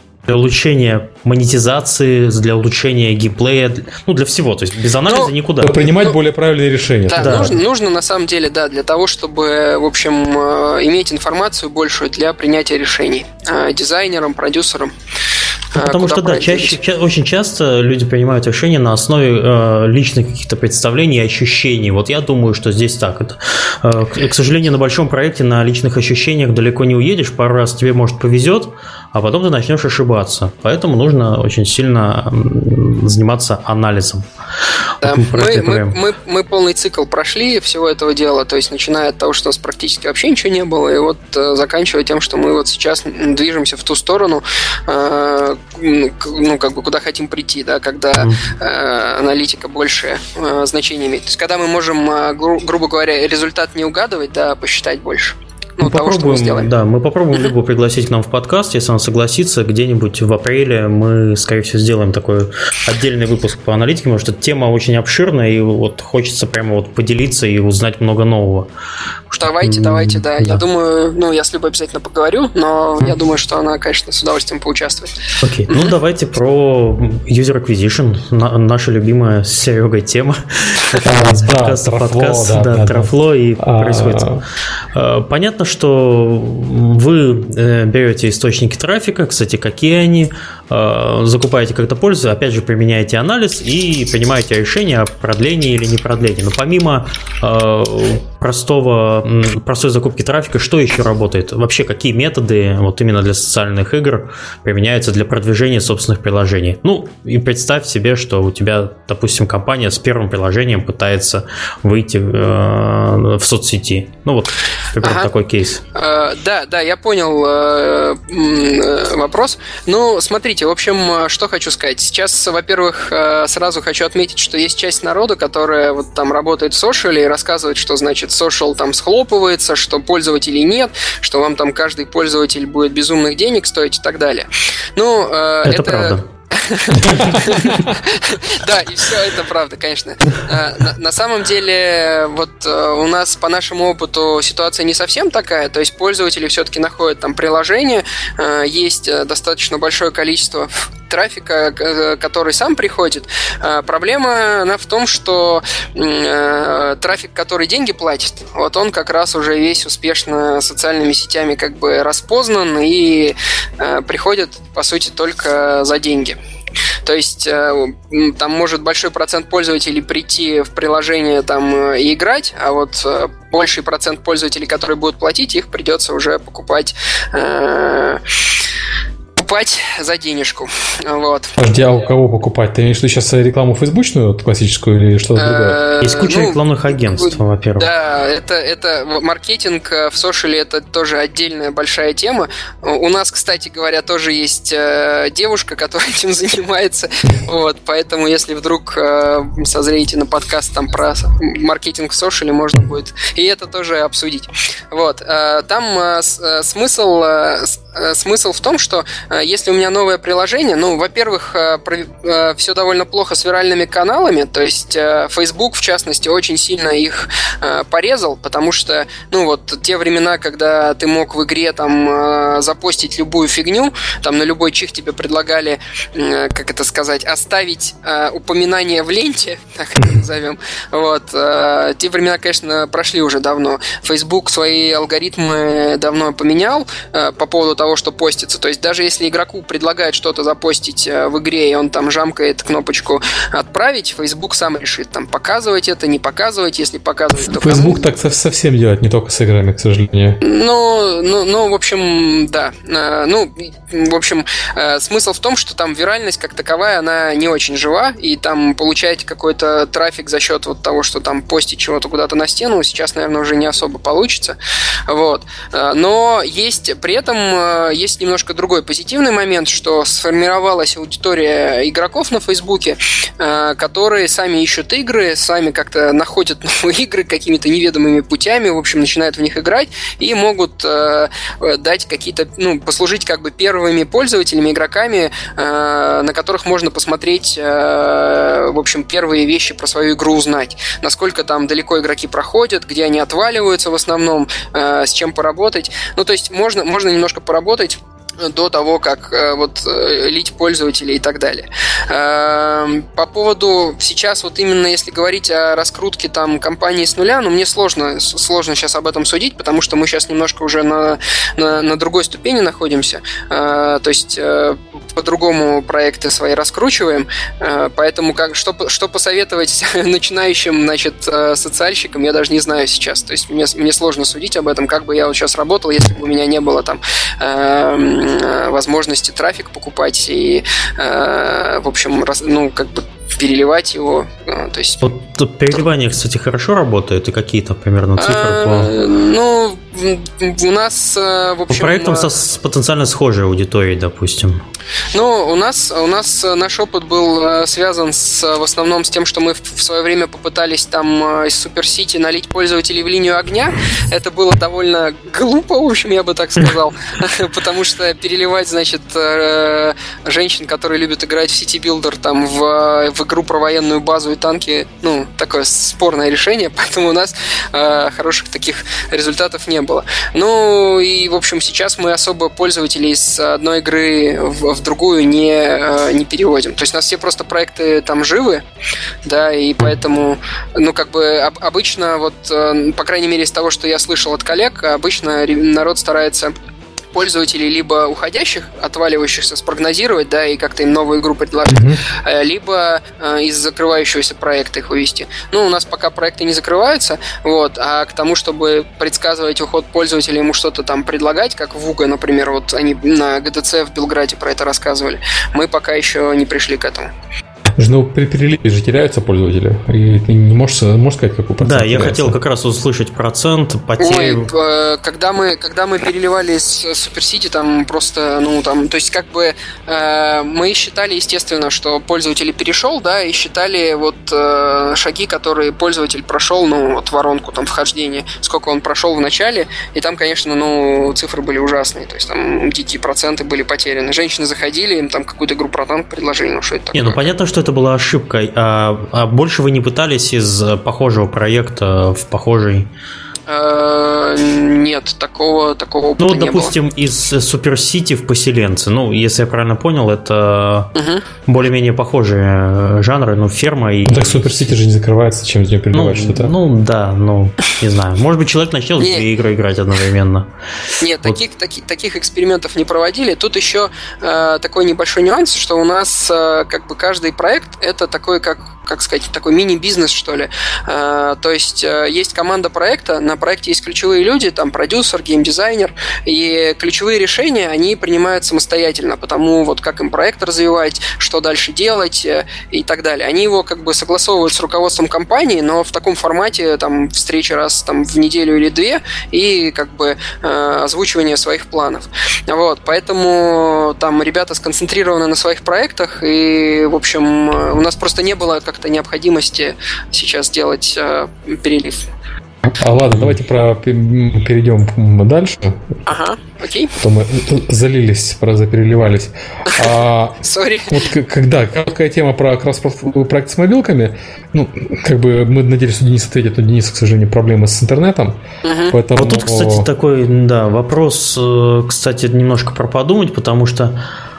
монетизации, для улучшения геймплея, для всего. То есть без анализа никуда. Принимать более правильные решения. Да. Нужно на самом деле, да, для того, чтобы, в общем, иметь информацию большую для принятия решений дизайнерам, продюсерам. Потому что, да, очень часто люди принимают решения на основе личных каких-то представлений и ощущений. Вот я думаю, что здесь так. К сожалению, на большом проекте на личных ощущениях далеко не уедешь. Пару раз тебе, может, повезет, а потом ты начнешь ошибаться. Поэтому нужно очень сильно заниматься анализом. Да. Мы полный цикл прошли всего этого дела, то есть начиная от того, что у нас практически вообще ничего не было, и вот заканчивая тем, что мы вот сейчас движемся в ту сторону, куда хотим прийти, да, когда аналитика большее значение имеет. То есть когда мы можем, грубо говоря, результат не угадывать, да, посчитать больше. Мы попробуем Любу пригласить к нам в подкаст, если он согласится, где-нибудь в апреле мы, скорее всего, сделаем такой отдельный выпуск по аналитике, потому что тема очень обширная, и вот хочется прямо вот поделиться и узнать много нового. Давайте, да. Я думаю, я с Любой обязательно поговорю, но я думаю, что она, конечно, с удовольствием поучаствует. Окей, давайте про User Acquisition, наша любимая с Серегой тема. С подкаста подкаст, Трафло, и происходит. Понятно, что вы берете источники трафика, кстати, какие они, закупаете как-то пользу, опять же, применяете анализ и принимаете решение о продлении или не продлении. Но помимо простой закупки трафика, что еще работает? Вообще, какие методы вот именно для социальных игр применяются для продвижения собственных приложений? И представь себе, что у тебя, допустим, компания с первым приложением пытается выйти в соцсети. Такой кейс. Да, я понял вопрос. Смотрите, в общем, что хочу сказать. Сейчас, во-первых, сразу хочу отметить, что есть часть народа, которая вот там работает в социале и рассказывает, что значит social там схлопывается, что пользователей нет, что вам там каждый пользователь будет безумных денег стоить и так далее. Это правда. Да, и все это правда, конечно. На самом деле, вот у нас по нашему опыту ситуация не совсем такая, то есть пользователи все-таки находят там приложение, есть достаточно большое количество трафика, который сам приходит. Проблема в том, что трафик, который деньги платит, вот он как раз уже весь успешно социальными сетями как бы распознан и приходит, по сути, только за деньги. То есть там может большой процент пользователей прийти в приложение там и играть, а вот больший процент пользователей, которые будут платить, их придется уже покупать за денежку. Вот. Подожди, а у кого покупать? Ты имеешь в виду сейчас рекламу фейсбучную, классическую, или что-то другое? Есть куча рекламных агентств, во-первых. Да, это маркетинг в социале, это тоже отдельная большая тема. У нас, кстати говоря, тоже есть девушка, которая этим занимается. Вот, поэтому, если вдруг созреете на подкаст там про маркетинг в социале, можно будет и это тоже обсудить. Вот. Там смысл в том, что если у меня новое приложение, во-первых, все довольно плохо с виральными каналами, то есть Facebook, в частности, очень сильно их порезал, потому что, те времена, когда ты мог в игре там запостить любую фигню, там на любой чих тебе предлагали, оставить упоминание в ленте, так это назовем, вот, те времена, конечно, прошли уже давно. Facebook свои алгоритмы давно поменял по поводу того, что постится, то есть даже если игроку предлагают что-то запостить в игре, и он там жамкает кнопочку «Отправить», Facebook сам решит, там, показывать это, не показывать, если показывать, то Facebook так совсем делает, не только с играми, к сожалению. В общем, да. В общем, смысл в том, что там виральность как таковая, она не очень жива, и там получаете какой-то трафик за счет вот того, что там постить чего-то куда-то на стену, сейчас, наверное, уже не особо получится. Вот. Но при этом есть немножко другой позитивный момент, что сформировалась аудитория игроков на Фейсбуке, которые сами ищут игры, сами как-то находят новые игры какими-то неведомыми путями, в общем, начинают в них играть и могут дать какие-то, послужить как бы первыми пользователями, игроками, на которых можно посмотреть, в общем, первые вещи про свою игру узнать. Насколько там далеко игроки проходят, где они отваливаются в основном, с чем поработать. То есть можно немножко поработать до того, как лить пользователей и так далее. По поводу сейчас, вот именно если говорить о раскрутке там компании с нуля, мне сложно сейчас об этом судить, потому что мы сейчас немножко уже на другой ступени находимся. То есть по-другому проекты свои раскручиваем, поэтому что посоветовать начинающим, значит, социальщикам, я даже не знаю сейчас. То есть мне сложно судить об этом, как бы я вот сейчас работал, если бы у меня не было там возможности трафик покупать и, в общем, переливать его. То есть... Вот переливание, кстати, хорошо работает, и какие-то примерно цифры по... у нас, в общем... По проектам с потенциально схожей аудиторией, допустим. У нас наш опыт был связан в основном с тем, что мы в свое время попытались там из Суперсити налить пользователей в линию огня. Это было довольно глупо, в общем, я бы так сказал, потому что переливать, значит, женщин, которые любят играть в сити-билдер, там, в игру про военную базу и танки, такое спорное решение, поэтому у нас хороших таких результатов не было. И, в общем, сейчас мы особо пользователей с одной игры в другую не переводим. То есть у нас все просто проекты там живы, да, и поэтому, обычно, по крайней мере, из того, что я слышал от коллег, обычно народ старается пользователей либо уходящих, отваливающихся, спрогнозировать, да, и как-то им новую игру предложить, либо из закрывающегося проекта их увести. У нас пока проекты не закрываются, а к тому, чтобы предсказывать уход пользователя, ему что-то там предлагать, как в Вуга, например, они на GDC в Белграде про это рассказывали, мы пока еще не пришли к этому. При переливе же теряются пользователи, и ты не можешь сказать, какой процент. Да, я хотел как раз услышать процент потерь. Когда мы переливали с Суперсити, там просто, то есть мы считали, естественно, что пользователь перешел, да, и считали шаги, которые пользователь прошел, воронку там вхождения, сколько он прошел в начале, и там, конечно, цифры были ужасные, то есть там дикие проценты были потеряны. Женщины заходили, им там какую-то игру про танк предложили, что это такое? Понятно, что это была ошибкой, а больше вы не пытались из похожего проекта в похожий? Нет, такого опыта не было. Допустим, из Суперсити в Поселенцы. Если я правильно понял, это более-менее похожие жанры, ферма и... Так Суперсити же не закрывается, чем из нее переливать что-то. Не знаю. Может быть, человек начнет в две игры играть одновременно. Нет, таких экспериментов не проводили. Тут еще такой небольшой нюанс, что у нас каждый проект это такой, как сказать, такой мини-бизнес, что ли. То есть есть команда проекта, на проекте есть ключевые люди, там продюсер, геймдизайнер, и ключевые решения, они принимают самостоятельно, потому как им проект развивать, что дальше делать и так далее. Они его согласовывают с руководством компании, но в таком формате, там, встречи раз там, в неделю или две, и озвучивание своих планов. Поэтому там ребята сконцентрированы на своих проектах, и, в общем, у нас просто не было как-то необходимости сейчас делать перелив. Ладно, давайте перейдем дальше. Ага, окей. То мы залились, запереливались. Сори. Короткая тема про проект с мобилками. Мы надеялись, что Денис ответит, но Денис, к сожалению, проблемы с интернетом. Поэтому... тут, кстати, такой, вопрос, кстати, немножко про подумать, потому что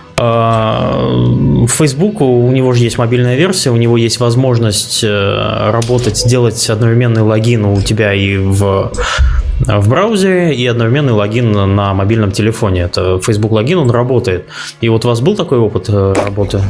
в Facebook у него же есть мобильная версия, у него есть возможность работать, сделать одновременный логин у тебя и в браузере, и одновременный логин на мобильном телефоне. Это Facebook логин, он работает. И у вас был такой опыт работы?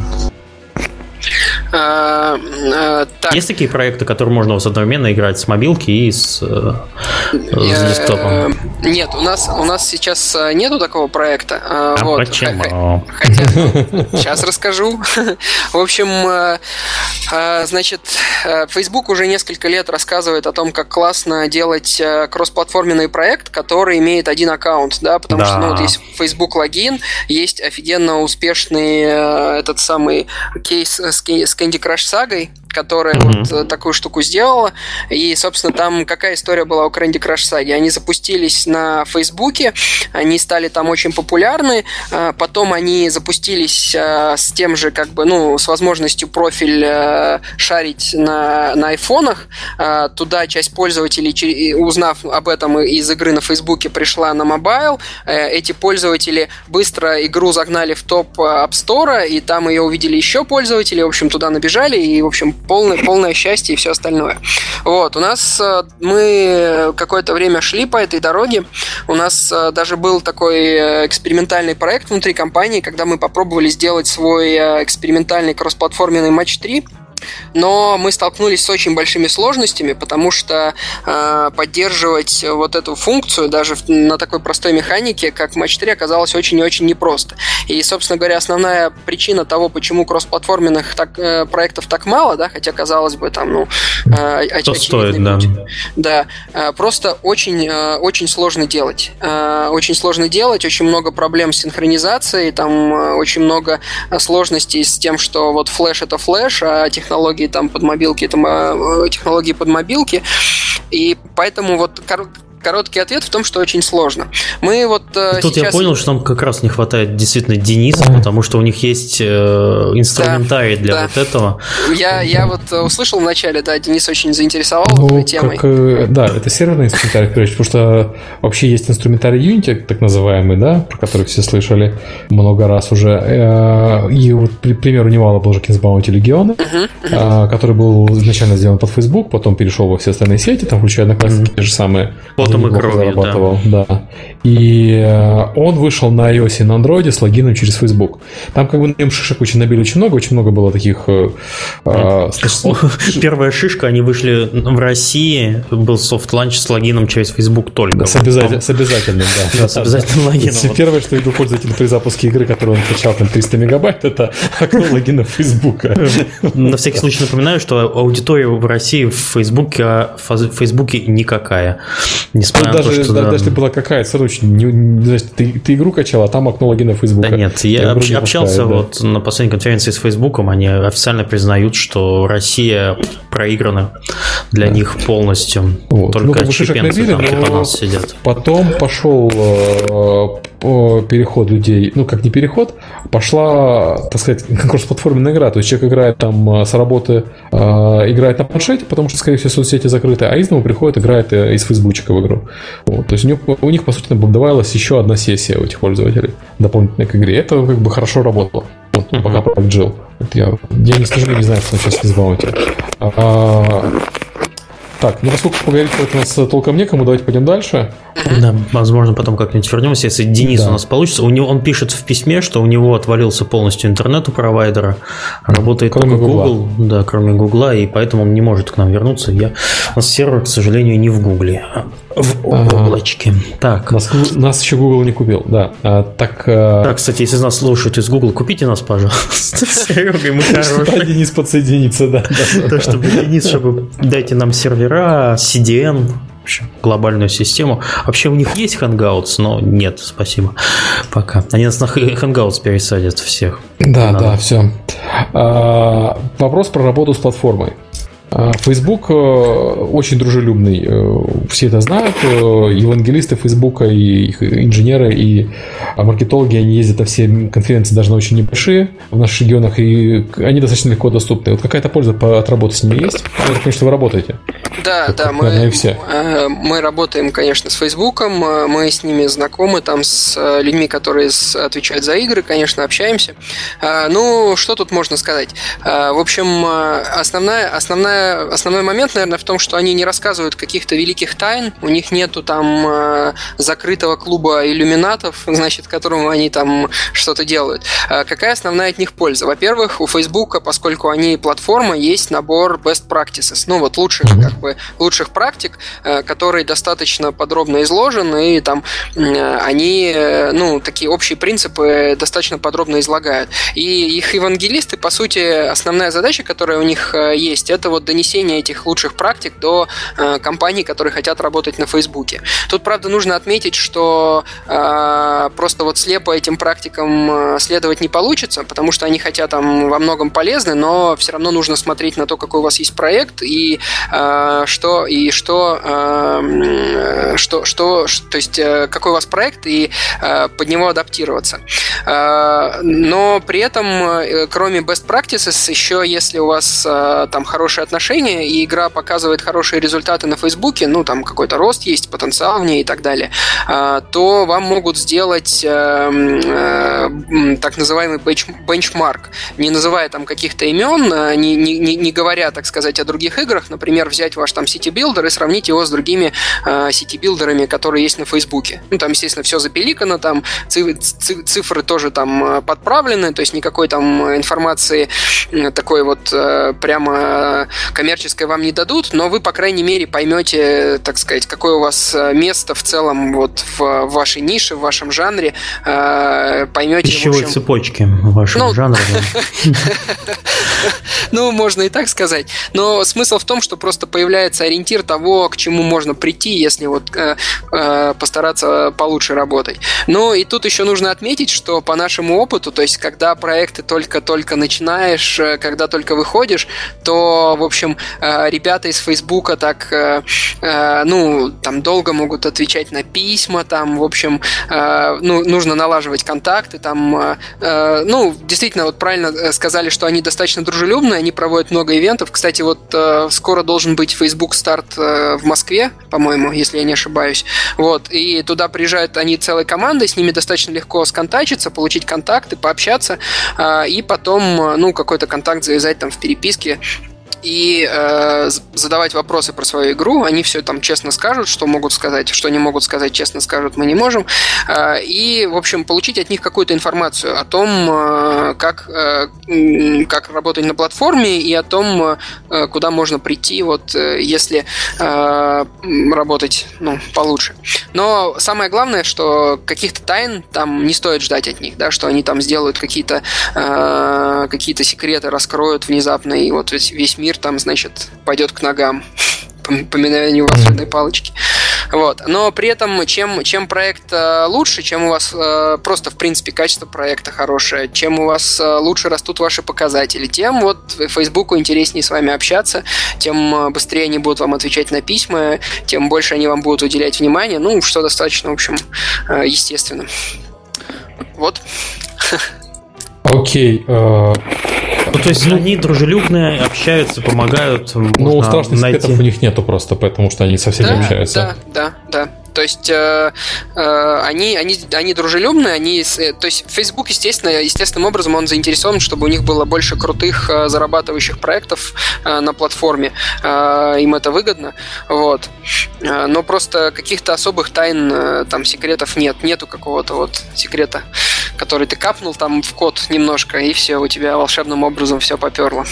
Есть такие проекты, которые можно одновременно играть с мобилки и с десктопом? Нет, у нас сейчас нету такого проекта. Почему? Хотя, сейчас расскажу. В общем, значит, Facebook уже несколько лет рассказывает о том, как классно делать кроссплатформенный проект, который имеет один аккаунт, да, потому что есть Facebook логин, есть офигенно успешный этот самый кейс с Candy Crush Saga, которая такую штуку сделала. И, собственно, там какая история была у Candy Crush Saga? Они запустились на Фейсбуке, они стали там очень популярны, потом они запустились с тем же, с возможностью профиль шарить на айфонах. Туда часть пользователей, узнав об этом из игры на Фейсбуке, пришла на мобайл. Эти пользователи быстро игру загнали в топ App Store, и там ее увидели еще пользователи, в общем, туда набежали, и, в общем, полное счастье и все остальное. Вот, у нас мы какое-то время шли по этой дороге. У нас даже был такой экспериментальный проект внутри компании, когда мы попробовали сделать свой экспериментальный кроссплатформенный матч 3. Но мы столкнулись с очень большими сложностями, потому что поддерживать вот эту функцию даже на такой простой механике, как Match 3, оказалось очень и очень непросто. И, собственно говоря, основная причина того, почему кроссплатформенных проектов так мало, да, хотя, казалось бы, там, очевидный путь. Да, просто очень сложно делать. Очень сложно делать, очень много проблем с синхронизацией, там очень много сложностей с тем, что вот флеш — это флеш, а технологии там под мобилки, это технологии под мобилки. И поэтому вот короткий ответ в том, что очень сложно. Мы вот тут сейчас... я понял, что нам как раз не хватает действительно Дениса, потому что у них есть инструментарий для вот этого. Я вот услышал вначале, да, Денис очень заинтересовал этой темой. Да, это серверный инструментарий, потому что вообще есть инструментарий Unity, так называемый, да, про который все слышали много раз уже. И вот, к примеру, у него был же Bounty Legion, который был изначально сделан под Facebook, потом перешел во все остальные сети, там включая Одноклассники, те же самые. Потом и кровью, зарабатывал, да. И он вышел на iOS и на Android с логином через Facebook. Там как бы на нем шишек очень много было таких... Первая шишка, они вышли в России, был софт-ланч с логином через Facebook только. С обязательным, да. Да, с обязательным логином. Первое, что видел пользователь при запуске игры, которую он качал там 300 мегабайт, это окно логина Facebook. На всякий случай напоминаю, что аудитория в России в Фейсбуке никакая. Несмотря на то, что... Даже если была какая-то, ты игру качал, а там окно логина Facebook. Да нет, я общался вот на последней конференции с Фейсбуком, они официально признают, что Россия проиграна для них полностью. Вот. Только чипенцы там типа нас сидят. Потом пошел переход людей, как не переход, пошла, так сказать, кроссплатформенная игра. То есть человек играет там с работы, играет на планшете, потому что, скорее всего, соцсети закрыты, а из дома приходит, играет из фейсбучика в игру. Вот. То есть у них, по сути, добавилась еще одна сессия у этих пользователей дополнительной к игре. Это как бы хорошо работало. Вот, пока проект жил. Вот я не скажу, не знаю, что сейчас с Bounty. Так, поскольку поговорить про это у нас толком некому, давайте пойдем дальше. Да, возможно, потом как-нибудь вернемся, если Денис у нас получится. Он пишет в письме, что у него отвалился полностью интернет у провайдера, работает кроме только Google, да, кроме Гугла, и поэтому он не может к нам вернуться. У нас сервер, к сожалению, не в Гугле, а в облачке. Так. Нас еще Google не купил, да. Так, кстати, если нас слушают из Google, купите нас, пожалуйста. С Серегой мы хорошие. Денис подсоединится, да. Да, чтобы Денис, дайте нам сервера, CDN, глобальную систему. Вообще у них есть Hangouts, но нет, спасибо. Пока. Они нас на Hangouts пересадят всех. Да, все. Вопрос про работу с платформой. Facebook очень дружелюбный, все это знают. Евангелисты Фейсбука и их инженеры и маркетологи, они ездят на все конференции, даже на очень небольшие в наших регионах, и они достаточно легко доступны. Вот какая-то польза от работы с ними есть? Я думаю, что вы работаете. Да, мы работаем, конечно, с Фейсбуком, мы с ними знакомы, там с людьми, которые отвечают за игры, конечно, общаемся. Что тут можно сказать? В общем, основной момент, наверное, в том, что они не рассказывают каких-то великих тайн, у них нету там закрытого клуба иллюминатов, значит, которому они там что-то делают. Какая основная от них польза? Во-первых, у Фейсбука, поскольку они платформа, есть набор best practices, лучших практик, которые достаточно подробно изложены, и там они, такие общие принципы достаточно подробно излагают. И их евангелисты, по сути, основная задача, которая у них есть, это вот донесение этих лучших практик до компаний, которые хотят работать на Фейсбуке. Тут, правда, нужно отметить, что просто вот слепо этим практикам следовать не получится, потому что они хотя там во многом полезны, но все равно нужно смотреть на то, какой у вас есть проект, и то есть какой у вас проект и под него адаптироваться. Но при этом, кроме best practices, еще если у вас там хорошие отношения и игра показывает хорошие результаты на Фейсбуке, ну там какой-то рост есть, потенциал в ней и так далее, то вам могут сделать так называемый бенчмарк, не называя там каких-то имен, не говоря, так сказать, о других играх, например, взять ваш там сити-билдер и сравнить его с другими сити-билдерами, которые есть на Фейсбуке. Ну, там, естественно, все запеликано, там цифры тоже там подправлены, то есть никакой там информации такой вот прямо коммерческой вам не дадут, но вы, по крайней мере, поймете, так сказать, какое у вас место в целом вот в вашей нише, в вашем жанре, поймете... Пищевой цепочки в вашем жанре. Ну, можно и так сказать. Но смысл в том, что просто появляется ориентир того, к чему можно прийти, если вот постараться получше работать. Ну, и тут еще нужно отметить, что по нашему опыту, то есть, когда проекты только-только начинаешь, когда только выходишь, то, в общем, ребята из Фейсбука так, ну, там долго могут отвечать на письма, там, в общем, ну, нужно налаживать контакты, там, ну, действительно, вот правильно сказали, что они достаточно дружелюбные, они проводят много ивентов. Кстати, вот скоро должен быть Facebook старт в Москве, по-моему, если я не ошибаюсь. Вот, и туда приезжают они целой командой, с ними достаточно легко сконтачиться, получить контакты, пообщаться, и потом, ну, какой-то контакт завязать там в переписке и задавать вопросы про свою игру. Они все там честно скажут, что могут сказать, что не могут сказать, честно скажут, мы не можем. И, в общем, получить от них какую-то информацию о том, как работать на платформе и о том, куда можно прийти, вот, если работать, ну, получше. Но самое главное, что каких-то тайн там не стоит ждать от них, да, что они там сделают какие-то секреты, раскроют внезапно, и вот весь мир там, значит, пойдет к ногам по мгновению волшебной палочки. Вот. Но при этом, чем проект лучше, чем у вас просто, в принципе, качество проекта хорошее, чем у вас лучше растут ваши показатели, тем вот Фейсбуку интереснее с вами общаться, тем быстрее они будут вам отвечать на письма, тем больше они вам будут уделять внимание, ну, что достаточно, в общем, естественно. Вот. Окей. Ну, то есть они дружелюбные, общаются, помогают. Ну, страшных секретов у них нету просто, потому что они со всеми общаются. Да. То есть они дружелюбные, то есть Facebook, естественным образом он заинтересован, чтобы у них было больше крутых зарабатывающих проектов на платформе. Им это выгодно. Вот. Но просто каких-то особых тайн, там, секретов нету какого-то вот секрета, который ты капнул там в код немножко, и все, у тебя волшебным образом все поперло.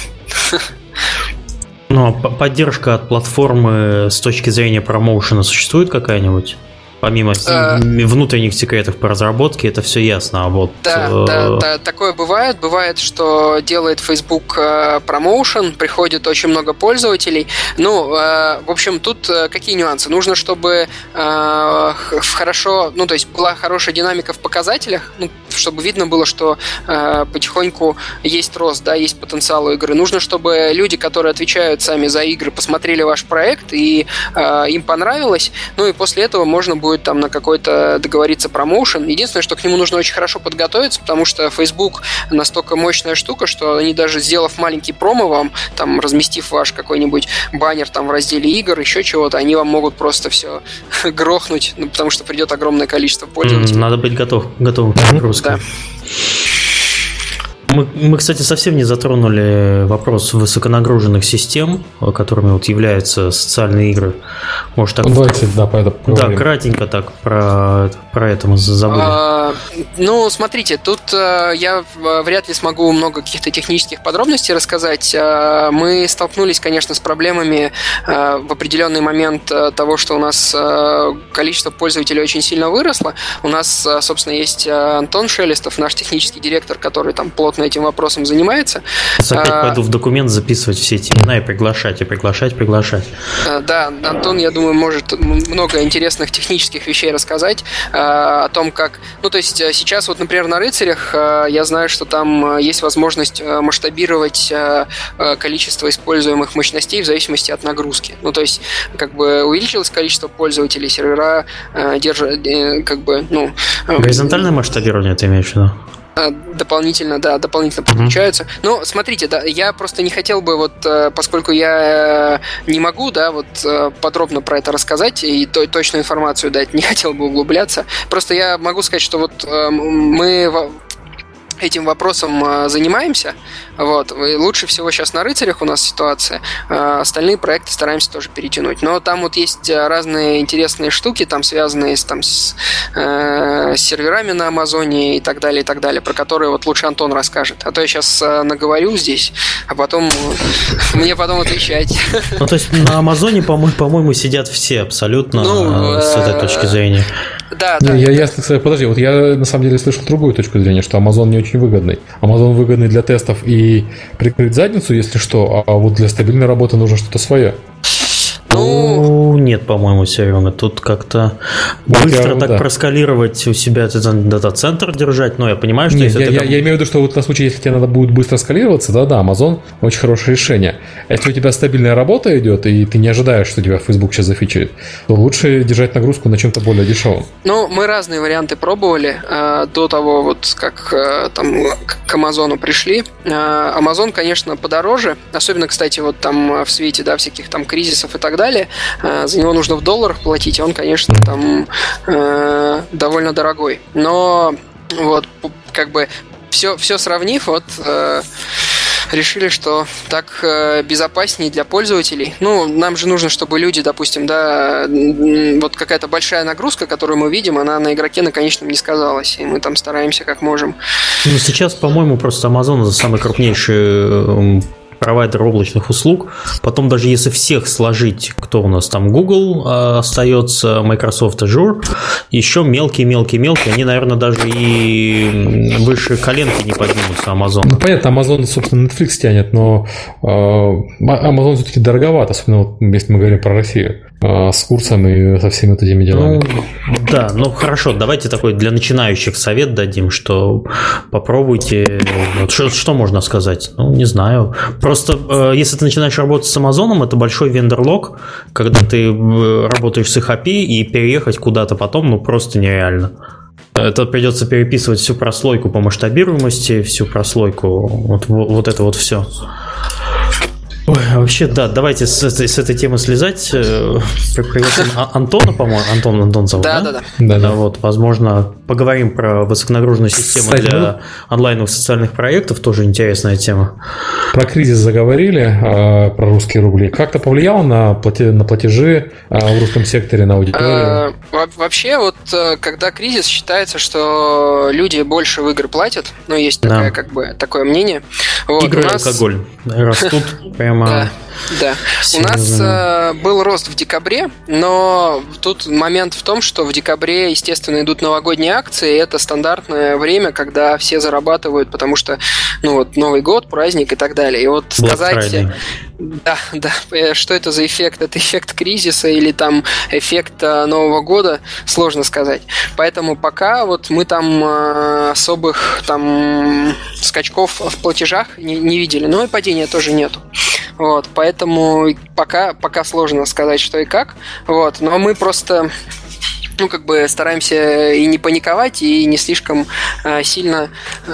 Ну, а поддержка от платформы с точки зрения промоушена существует какая-нибудь? Помимо внутренних секретов по разработке, это все ясно. А вот, да, такое бывает. Бывает, что делает Facebook промоушен, приходит очень много пользователей. Ну, в общем, тут какие нюансы? Нужно, чтобы хорошо, ну, то есть была хорошая динамика в показателях, ну, чтобы видно было, что потихоньку есть рост, да, есть потенциал у игры. Нужно, чтобы люди, которые отвечают сами за игры, посмотрели ваш проект и им понравилось. Ну, и после этого можно будет там на какой-то договориться промоушен. Единственное, что к нему нужно очень хорошо подготовиться, потому что Facebook настолько мощная штука, что они даже сделав маленький промо вам, там, разместив ваш какой-нибудь баннер там в разделе игр, еще чего-то, они вам могут просто все грохнуть, ну, потому что придет огромное количество пользователей. Надо быть готовым к нагрузке. Да. Мы, кстати, совсем не затронули вопрос высоконагруженных систем, которыми вот являются социальные игры. Может, так... Давайте, поговорим. Кратенько так про это мы забыли. Ну, смотрите, тут я вряд ли смогу много каких-то технических подробностей рассказать. Мы столкнулись, конечно, с проблемами в определенный момент того, что у нас количество пользователей очень сильно выросло. У нас, собственно, есть Антон Шелестов, наш технический директор, который там плотно плотно этим вопросом занимается. Опять пойду в документ записывать все эти имена и приглашать. Да, Антон, я думаю, может много интересных технических вещей рассказать о том, как... Ну, то есть сейчас вот, например, на «Рыцарях» я знаю, что там есть возможность масштабировать количество используемых мощностей в зависимости от нагрузки. Ну, то есть, как бы увеличилось количество пользователей, сервера держат, как бы, ну... Горизонтальное масштабирование ты имеешь в виду? Дополнительно подключаются. Но смотрите, да, я просто не хотел бы, вот, поскольку я не могу, да, вот подробно про это рассказать и точную информацию дать, не хотел бы углубляться. Просто я могу сказать, что вот мы этим вопросом занимаемся. Вот. И лучше всего сейчас на «Рыцарях» у нас ситуация. Остальные проекты стараемся тоже перетянуть. Но там вот есть разные интересные штуки, там связанные с серверами на Амазоне и так далее, про которые вот лучше Антон расскажет. А то я сейчас наговорю здесь, а потом мне отвечать. Ну, то есть на Амазоне, по-моему, сидят все абсолютно с этой точки зрения. Да. Подожди, вот я на самом деле слышал другую точку зрения, что Amazon не очень выгодный. Amazon выгодный для тестов и прикрыть задницу, если что, а вот для стабильной работы нужно что-то свое. Нет, по-моему, Серега, тут как-то быстро проскалировать у себя этот дата-центр держать, но я понимаю, что если я имею в виду, что вот на случай, если тебе надо будет быстро скалироваться, да, Amazon очень хорошее решение. Если у тебя стабильная работа идет, и ты не ожидаешь, что тебя Facebook сейчас зафичерит, то лучше держать нагрузку на чем-то более дешевом. Ну, мы разные варианты пробовали до того, вот как там к Amazon пришли. Amazon, конечно, подороже, особенно, кстати, вот там в свете, да, всяких там кризисов и так далее. За него нужно в долларах платить, он, конечно, там довольно дорогой. Но вот как бы все сравнив, вот решили, что так безопаснее для пользователей. Ну, нам же нужно, чтобы люди, допустим, да, вот какая-то большая нагрузка, которую мы видим, она на игроке на конечном не сказалась. И мы там стараемся как можем. Ну, сейчас, по-моему, просто Amazon это самый крупнейший провайдер облачных услуг. Потом даже если всех сложить, кто у нас там, Google остается, Microsoft Azure, еще мелкие, они, наверное, даже и выше коленки не поднимутся Amazon. Ну, понятно, Amazon, собственно, Netflix тянет, но Amazon все-таки дороговат, особенно вот, если мы говорим про Россию, с курсом и со всеми вот этими делами. Да, ну хорошо, давайте такой для начинающих совет дадим, что попробуйте. Вот, что можно сказать? Ну, не знаю. Просто если ты начинаешь работать с Amazon, это большой вендор-лог, когда ты работаешь с их API, и переехать куда-то потом, ну, просто нереально. Это придется переписывать всю прослойку по масштабируемости, всю прослойку, вот это вот все. Ой, вообще, да, давайте с этой темы слезать. Пригласим Антона, по-моему. Антон зовут, да? Да. Вот, возможно, поговорим про высоконагруженную систему для онлайновых социальных проектов. Тоже интересная тема. Про кризис заговорили, про русские рубли. Как-то повлияло на платежи в русском секторе, на аудиторию? Вообще, вот когда кризис, считается, что люди больше в игры платят. Ну, есть такое, как бы, такое мнение. Вот, игры и алкоголь растут прямо. Да. У нас был рост в декабре, но тут момент в том, что в декабре, естественно, идут новогодние акции, и это стандартное время, когда все зарабатывают, потому что, ну вот, Новый год, праздник и так далее. И вот сказать... Да, что это за эффект? Это эффект кризиса или там эффект Нового года? Сложно сказать. Поэтому пока вот мы там особых там скачков в платежах не видели, но и падения тоже нету. Вот, поэтому пока сложно сказать, что и как. Вот, но мы просто, ну, как бы стараемся и не паниковать, и не слишком сильно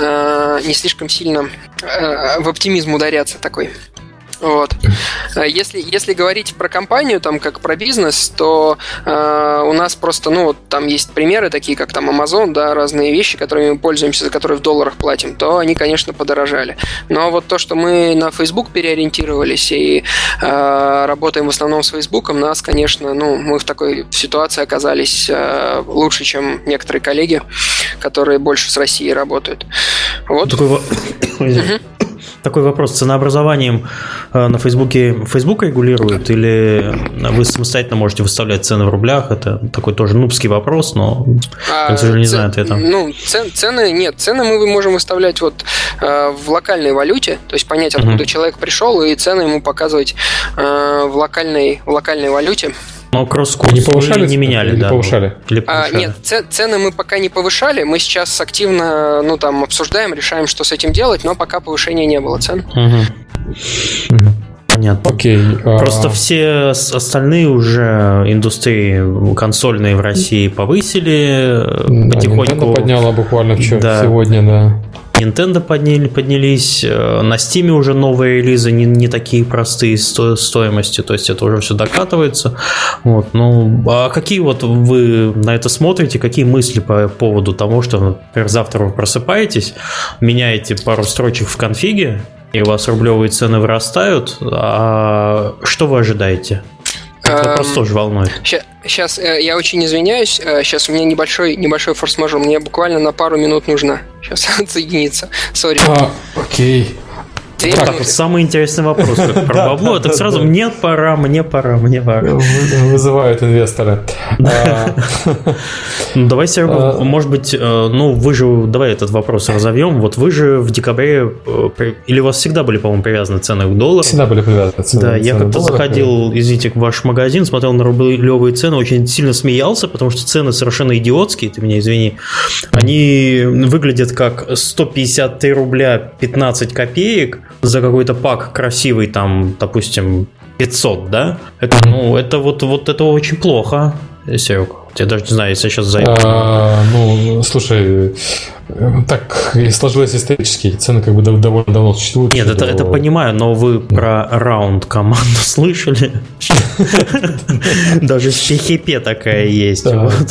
в оптимизм ударяться такой. Вот. Если говорить про компанию, там, как про бизнес, то у нас просто, ну, вот там есть примеры такие, как там Amazon, да, разные вещи, которыми мы пользуемся, за которые в долларах платим, то они, конечно, подорожали. Но вот то, что мы на Facebook переориентировались и работаем в основном с Facebook, нас, конечно, ну, мы в такой ситуации оказались лучше, чем некоторые коллеги, которые больше с Россией работают. Вот. такой вопрос. Ценообразованием на Фейсбуке Facebook регулирует или вы самостоятельно можете выставлять цены в рублях? Это такой тоже нубский вопрос, но, к сожалению, не знаю ответа. Цены мы можем выставлять вот в локальной валюте, то есть понять, откуда человек пришел, и цены ему показывать в локальной валюте. Но кросс-курс не повышали, не меняли, или да? Повышали? Нет, цены мы пока не повышали. Мы сейчас активно, обсуждаем, решаем, что с этим делать, но пока повышения не было цен. Понятно. Окей. Просто все остальные уже индустрии консольные в России повысили потихоньку. Nintendo подняла буквально сегодня, да. Nintendo поднялись, на Steam уже новые релизы не такие простые стоимостью, то есть это уже все докатывается. Вот, а какие вот вы на это смотрите, какие мысли по поводу того, что, например, завтра вы просыпаетесь, меняете пару строчек в конфиге, и у вас рублевые цены вырастают, а что вы ожидаете? Этот вопрос тоже волнует. Сейчас, я очень извиняюсь, сейчас у меня небольшой форс-мажор, мне буквально на пару минут нужно сейчас отсоединиться. Сори. Окей. Так, вот самый интересный вопрос, как про бабло, так сразу мне пора. Вызывают инвесторы. Давай, Серега, может быть, вы же, давай этот вопрос разовьем. Вот вы же в декабре, или у вас всегда были, по-моему, привязаны цены к доллару? Всегда были привязаны цены. Да, я как-то заходил, извините, в ваш магазин, смотрел на рублевые цены, очень сильно смеялся, потому что цены совершенно идиотские, ты меня извини. Они выглядят как 153 рубля 15 копеек, за какой-то пак красивый, там, допустим, 500, да? Это это очень плохо, Серег. Я даже не знаю, если я сейчас зайду. Слушай, так сложилось исторически, цены как бы довольно давно существуют. Нет, это понимаю, но вы про раунд команду слышали? Даже в PHP такая есть.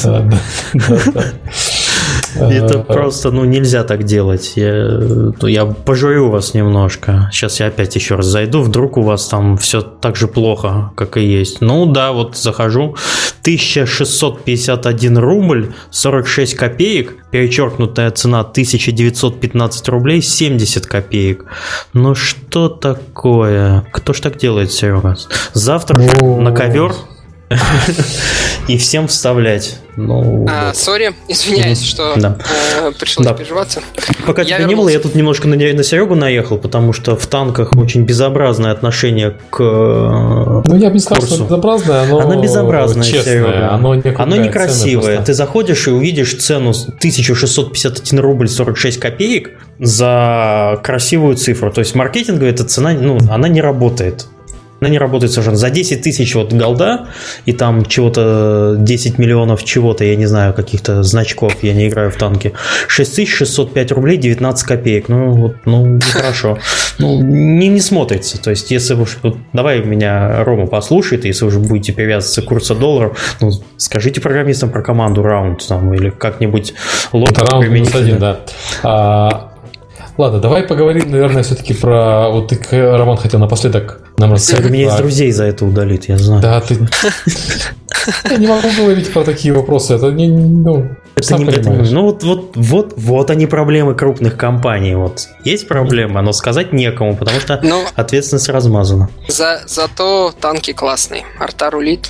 Это просто, нельзя так делать. Я пожурю вас немножко. Сейчас я опять еще раз зайду. Вдруг у вас там все так же плохо, как и есть. Вот захожу. 1651 рубль 46 копеек. Перечеркнутая цена 1915 рублей 70 копеек. Что такое? Кто ж так делает, Серега? Завтра на ковер и всем вставлять. Сори, извиняюсь, что пришлось переживаться. Пока тебя не было, я тут немножко на Серегу наехал, потому что в танках очень безобразное отношение к я бы не сказал, что безобразное, оно безобразное, честное, Серега. Оно некрасивое. Ты заходишь и увидишь цену 1651 рубль 46 копеек за красивую цифру. То есть маркетинговая эта цена, она не работает. Она не работает совершенно. За 10 тысяч голда и там чего-то 10 миллионов чего-то, я не знаю, каких-то значков, я не играю в танки. 6605 рублей 19 копеек. Нехорошо. Не смотрится. То есть, если вы... Давай меня Рома послушает, если вы будете привязываться к курсу долларов, скажите программистам про команду раунд или как-нибудь логику применить. Раунд да. Ладно, давай поговорим, наверное, все-таки про... Вот ты, Роман, хотел напоследок нам рассказать. Меня из друзей за это удалит, я знаю. Да, ты... Я не могу говорить про такие вопросы. Это не... сам понимаешь. Вот они проблемы крупных компаний. Есть проблема, но сказать некому, потому что ответственность размазана. Зато танки классные. Арта рулит.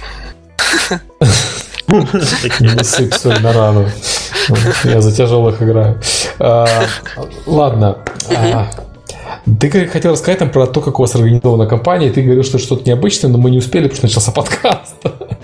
Не сыпь соль на рану. Я за тяжелых играю. Ладно. Ты хотел рассказать нам про то, как у вас организована компания, и ты говорил, что что-то необычное, но мы не успели, потому что начался подкаст.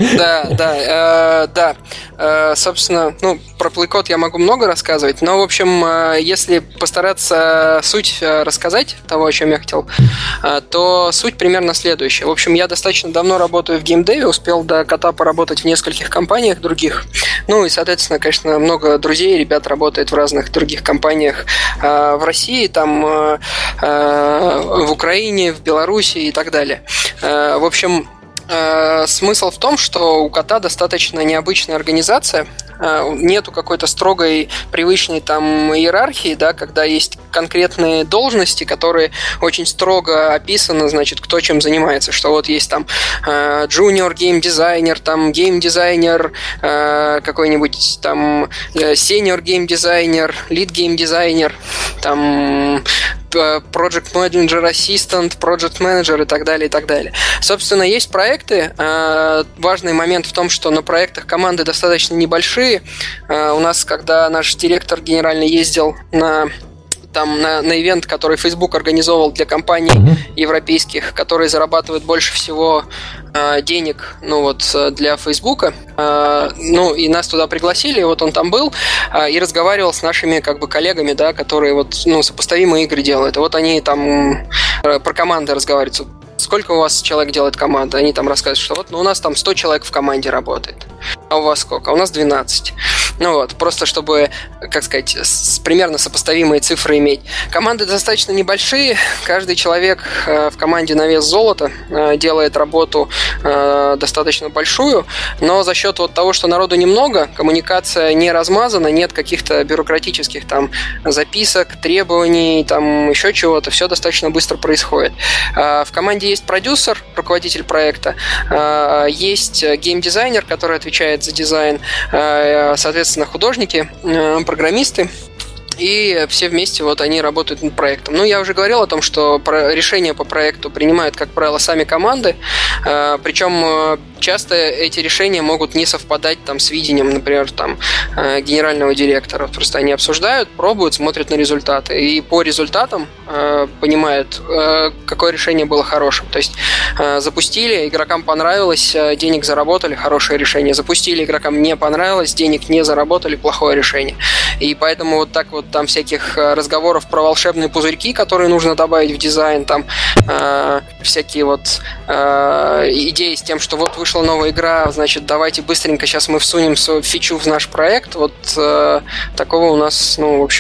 Да. Собственно, про плейкод я могу много рассказывать, но, в общем, если постараться суть рассказать того, о чем я хотел, то суть примерно следующая. В общем, я достаточно давно работаю в геймдеве, успел до кота поработать в нескольких компаниях других. И, соответственно, конечно, много друзей, ребят работает в разных других компаниях в России, там в Украине, в Беларуси и так далее. В общем, смысл в том, что у кота достаточно необычная организация. Нету какой-то строгой, привычной там иерархии, да, когда есть конкретные должности, которые очень строго описаны, значит, кто чем занимается. Что вот есть там junior гейм-дизайнер, там гейм-дизайнер, какой-нибудь там senior гейм-дизайнер, lead гейм-дизайнер, там Project Manager Assistant, Project Manager и так далее, и так далее. Собственно, есть проекты. Важный момент в том, что на проектах команды достаточно небольшие. У нас, когда наш директор генеральный ездил на ивент, который Facebook организовал для компаний европейских, которые зарабатывают больше всего денег, для Фейсбука. И нас туда пригласили, и вот он там был и разговаривал с нашими коллегами, да, которые сопоставимые игры делают. И вот они там про команды разговаривают. Сколько у вас человек делает команда? Они там рассказывают, что у нас там 100 человек в команде работает. А у вас сколько? А у нас 12. Просто чтобы, примерно сопоставимые цифры иметь. Команды достаточно небольшие. Каждый человек в команде на вес золота делает работу достаточно большую, но за счет того, что народу немного, коммуникация не размазана, нет каких-то бюрократических записок, требований, еще чего-то. Все достаточно быстро происходит. В команде есть продюсер, руководитель проекта, есть геймдизайнер, который отвечает за дизайн, соответственно, художники, программисты. И все вместе они работают над проектом. Я уже говорил о том, что решения по проекту принимают, как правило, сами команды. Причем часто эти решения могут не совпадать с видением, например, генерального директора. Просто они обсуждают, пробуют, смотрят на результаты. И по результатам понимают, какое решение было хорошим. То есть запустили, игрокам понравилось, денег заработали, хорошее решение. Запустили, игрокам не понравилось, денег не заработали, плохое решение. И поэтому там всяких разговоров про волшебные пузырьки, которые нужно добавить в дизайн, всякие идеи с тем, что вышла новая игра, значит, давайте быстренько сейчас мы всунем свою фичу в наш проект. Такого у нас,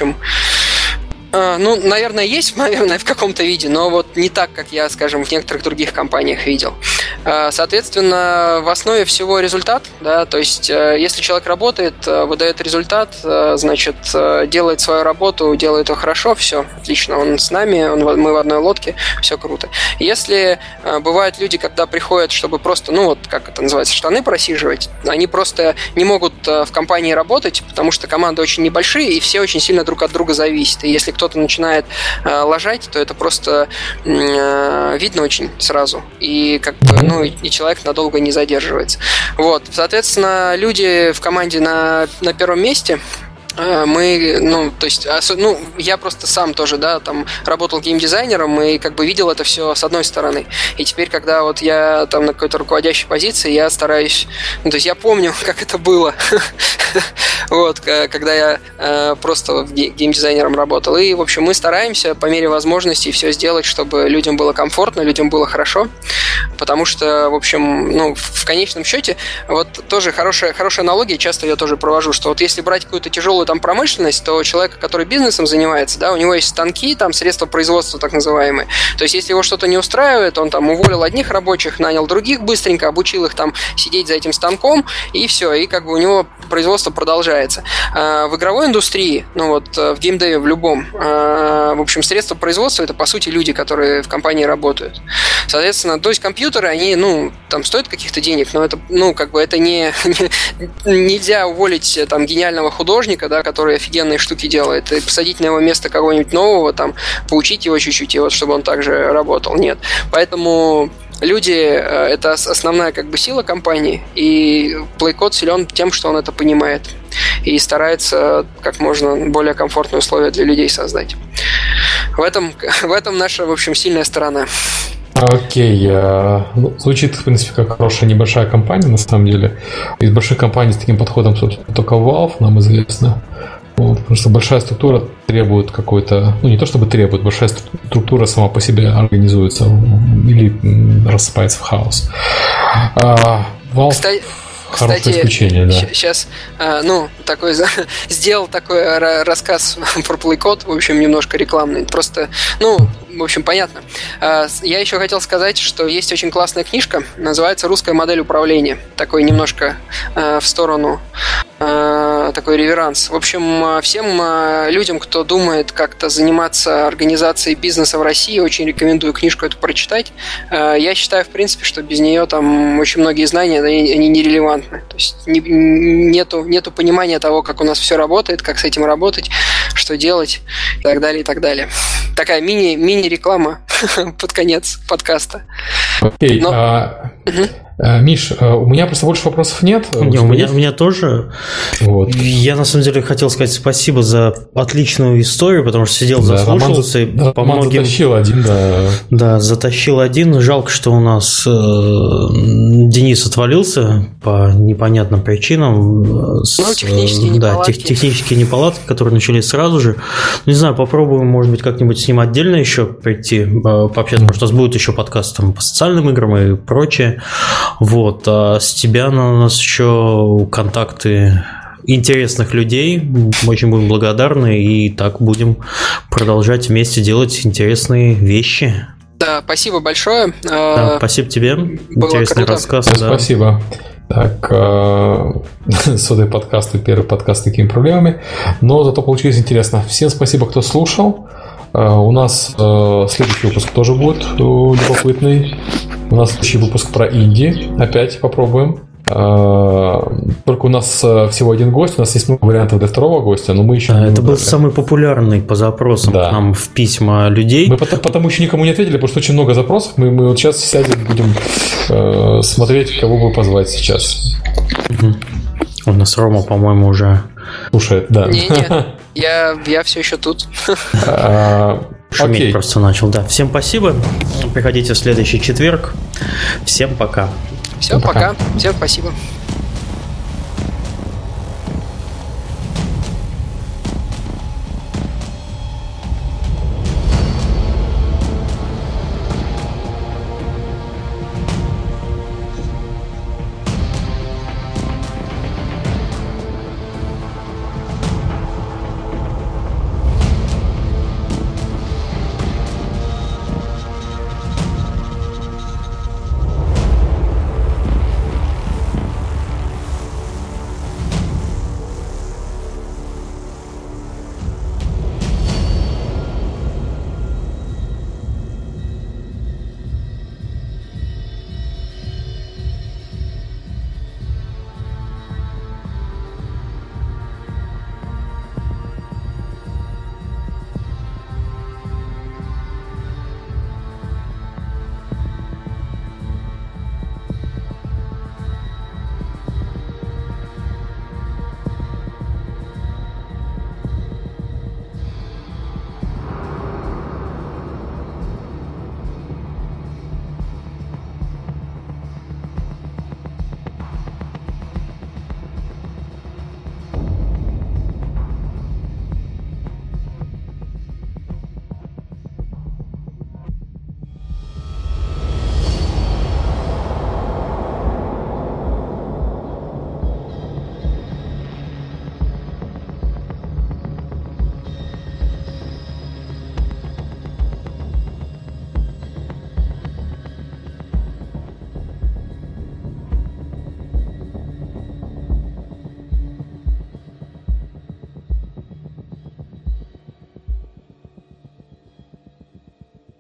наверное, есть, в каком-то виде, но не так, как я, скажем, в некоторых других компаниях видел. Соответственно, в основе всего результат, да, то есть, если человек работает, выдает результат, значит, делает свою работу, делает ее хорошо, все, отлично, он с нами, мы в одной лодке, все круто. Если бывают люди, когда приходят, чтобы просто, как это называется, штаны просиживать, они просто не могут в компании работать, потому что команды очень небольшие, и все очень сильно друг от друга зависят. И если кто-то начинает лажать, то это просто видно очень сразу. И и человек надолго не задерживается. Соответственно, люди в команде на первом месте. Мы, я просто сам тоже, да, работал геймдизайнером и видел это все с одной стороны. И теперь, когда я на какой-то руководящей позиции, я стараюсь, я помню, как это было, когда я просто геймдизайнером работал. И, в общем, мы стараемся по мере возможностей все сделать, чтобы людям было комфортно, людям было хорошо, потому что, в общем, в конечном счете, тоже хорошая аналогия, часто я тоже провожу, что если брать какую-то тяжелую промышленность, то человек, который бизнесом занимается, да, у него есть станки, средства производства так называемые. То есть, если его что-то не устраивает, он уволил одних рабочих, нанял других быстренько, обучил их сидеть за этим станком, и все, и у него производство продолжается. В игровой индустрии, в геймдеве, в любом, в общем, средства производства — это, по сути, люди, которые в компании работают. Соответственно, то есть компьютеры, они, стоят каких-то денег, но это, это нельзя уволить гениального художника, да, который офигенные штуки делает, и посадить на его место кого-нибудь нового, поучить его чуть-чуть, и чтобы он также работал. Нет. Поэтому люди — это основная сила компании, и PlayCode силен тем, что он это понимает и старается как можно более комфортные условия для людей создать. В этом наша, в общем, сильная сторона. Окей. Звучит, в принципе, как хорошая небольшая компания, на самом деле. Из больших компаний с таким подходом, собственно, только Valve, нам известно. Потому что большая структура требует какой-то... не то чтобы требует, большая структура сама по себе организуется или рассыпается в хаос. Valve... Кстати, исключение, да. Сейчас, сделал такой рассказ про PlayCode, в общем, немножко рекламный. Просто, в общем, понятно. Я еще хотел сказать, что есть очень классная книжка, называется «Русская модель управления». Такой немножко в сторону такой реверанс. В общем, всем людям, кто думает как-то заниматься организацией бизнеса в России, очень рекомендую книжку эту прочитать. Я считаю, в принципе, что без нее там очень многие знания, они нерелевантны. То есть нету понимания того, как у нас все работает, как с этим работать, что делать и так далее, и так далее. Такая мини-реклама под конец подкаста. Окей. Миш, у меня просто больше вопросов нет. У меня тоже. Вот. Я на самом деле хотел сказать спасибо за отличную историю, потому что сидел, заслушался. По многим... затащил один, да. Да, затащил один. Жалко, что у нас Денис отвалился по непонятным причинам. Технические неполадки. Технические неполадки, которые начались сразу же. Не знаю, попробуем, может быть, как-нибудь с ним отдельно еще прийти, пообщаться, потому что у нас будет еще подкаст там, по социальным играм и прочее. Вот, а с тебя у нас еще контакты интересных людей. Очень будем благодарны и так будем продолжать вместе делать интересные вещи. Да, спасибо большое. Да, спасибо тебе. Интересный рассказ. Да. Спасибо. Так, сотый подкаст и первый подкаст с такими проблемами. Но зато получилось интересно. Всем спасибо, кто слушал. У нас следующий выпуск тоже будет любопытный. У нас следующий выпуск про инди. Опять попробуем. Только у нас всего один гость. У нас есть много вариантов для второго гостя, но мы еще не это был самый популярный по запросам к нам в письма людей. Мы потому еще никому не ответили, потому что очень много запросов. Мы вот сейчас сядем, будем смотреть, кого бы позвать сейчас. У нас Рома, по-моему, уже слушает, да. Не-не, я все еще тут. Шуметь просто начал, да. Всем спасибо. Приходите в следующий четверг. Всем пока. Всем пока. Всем спасибо.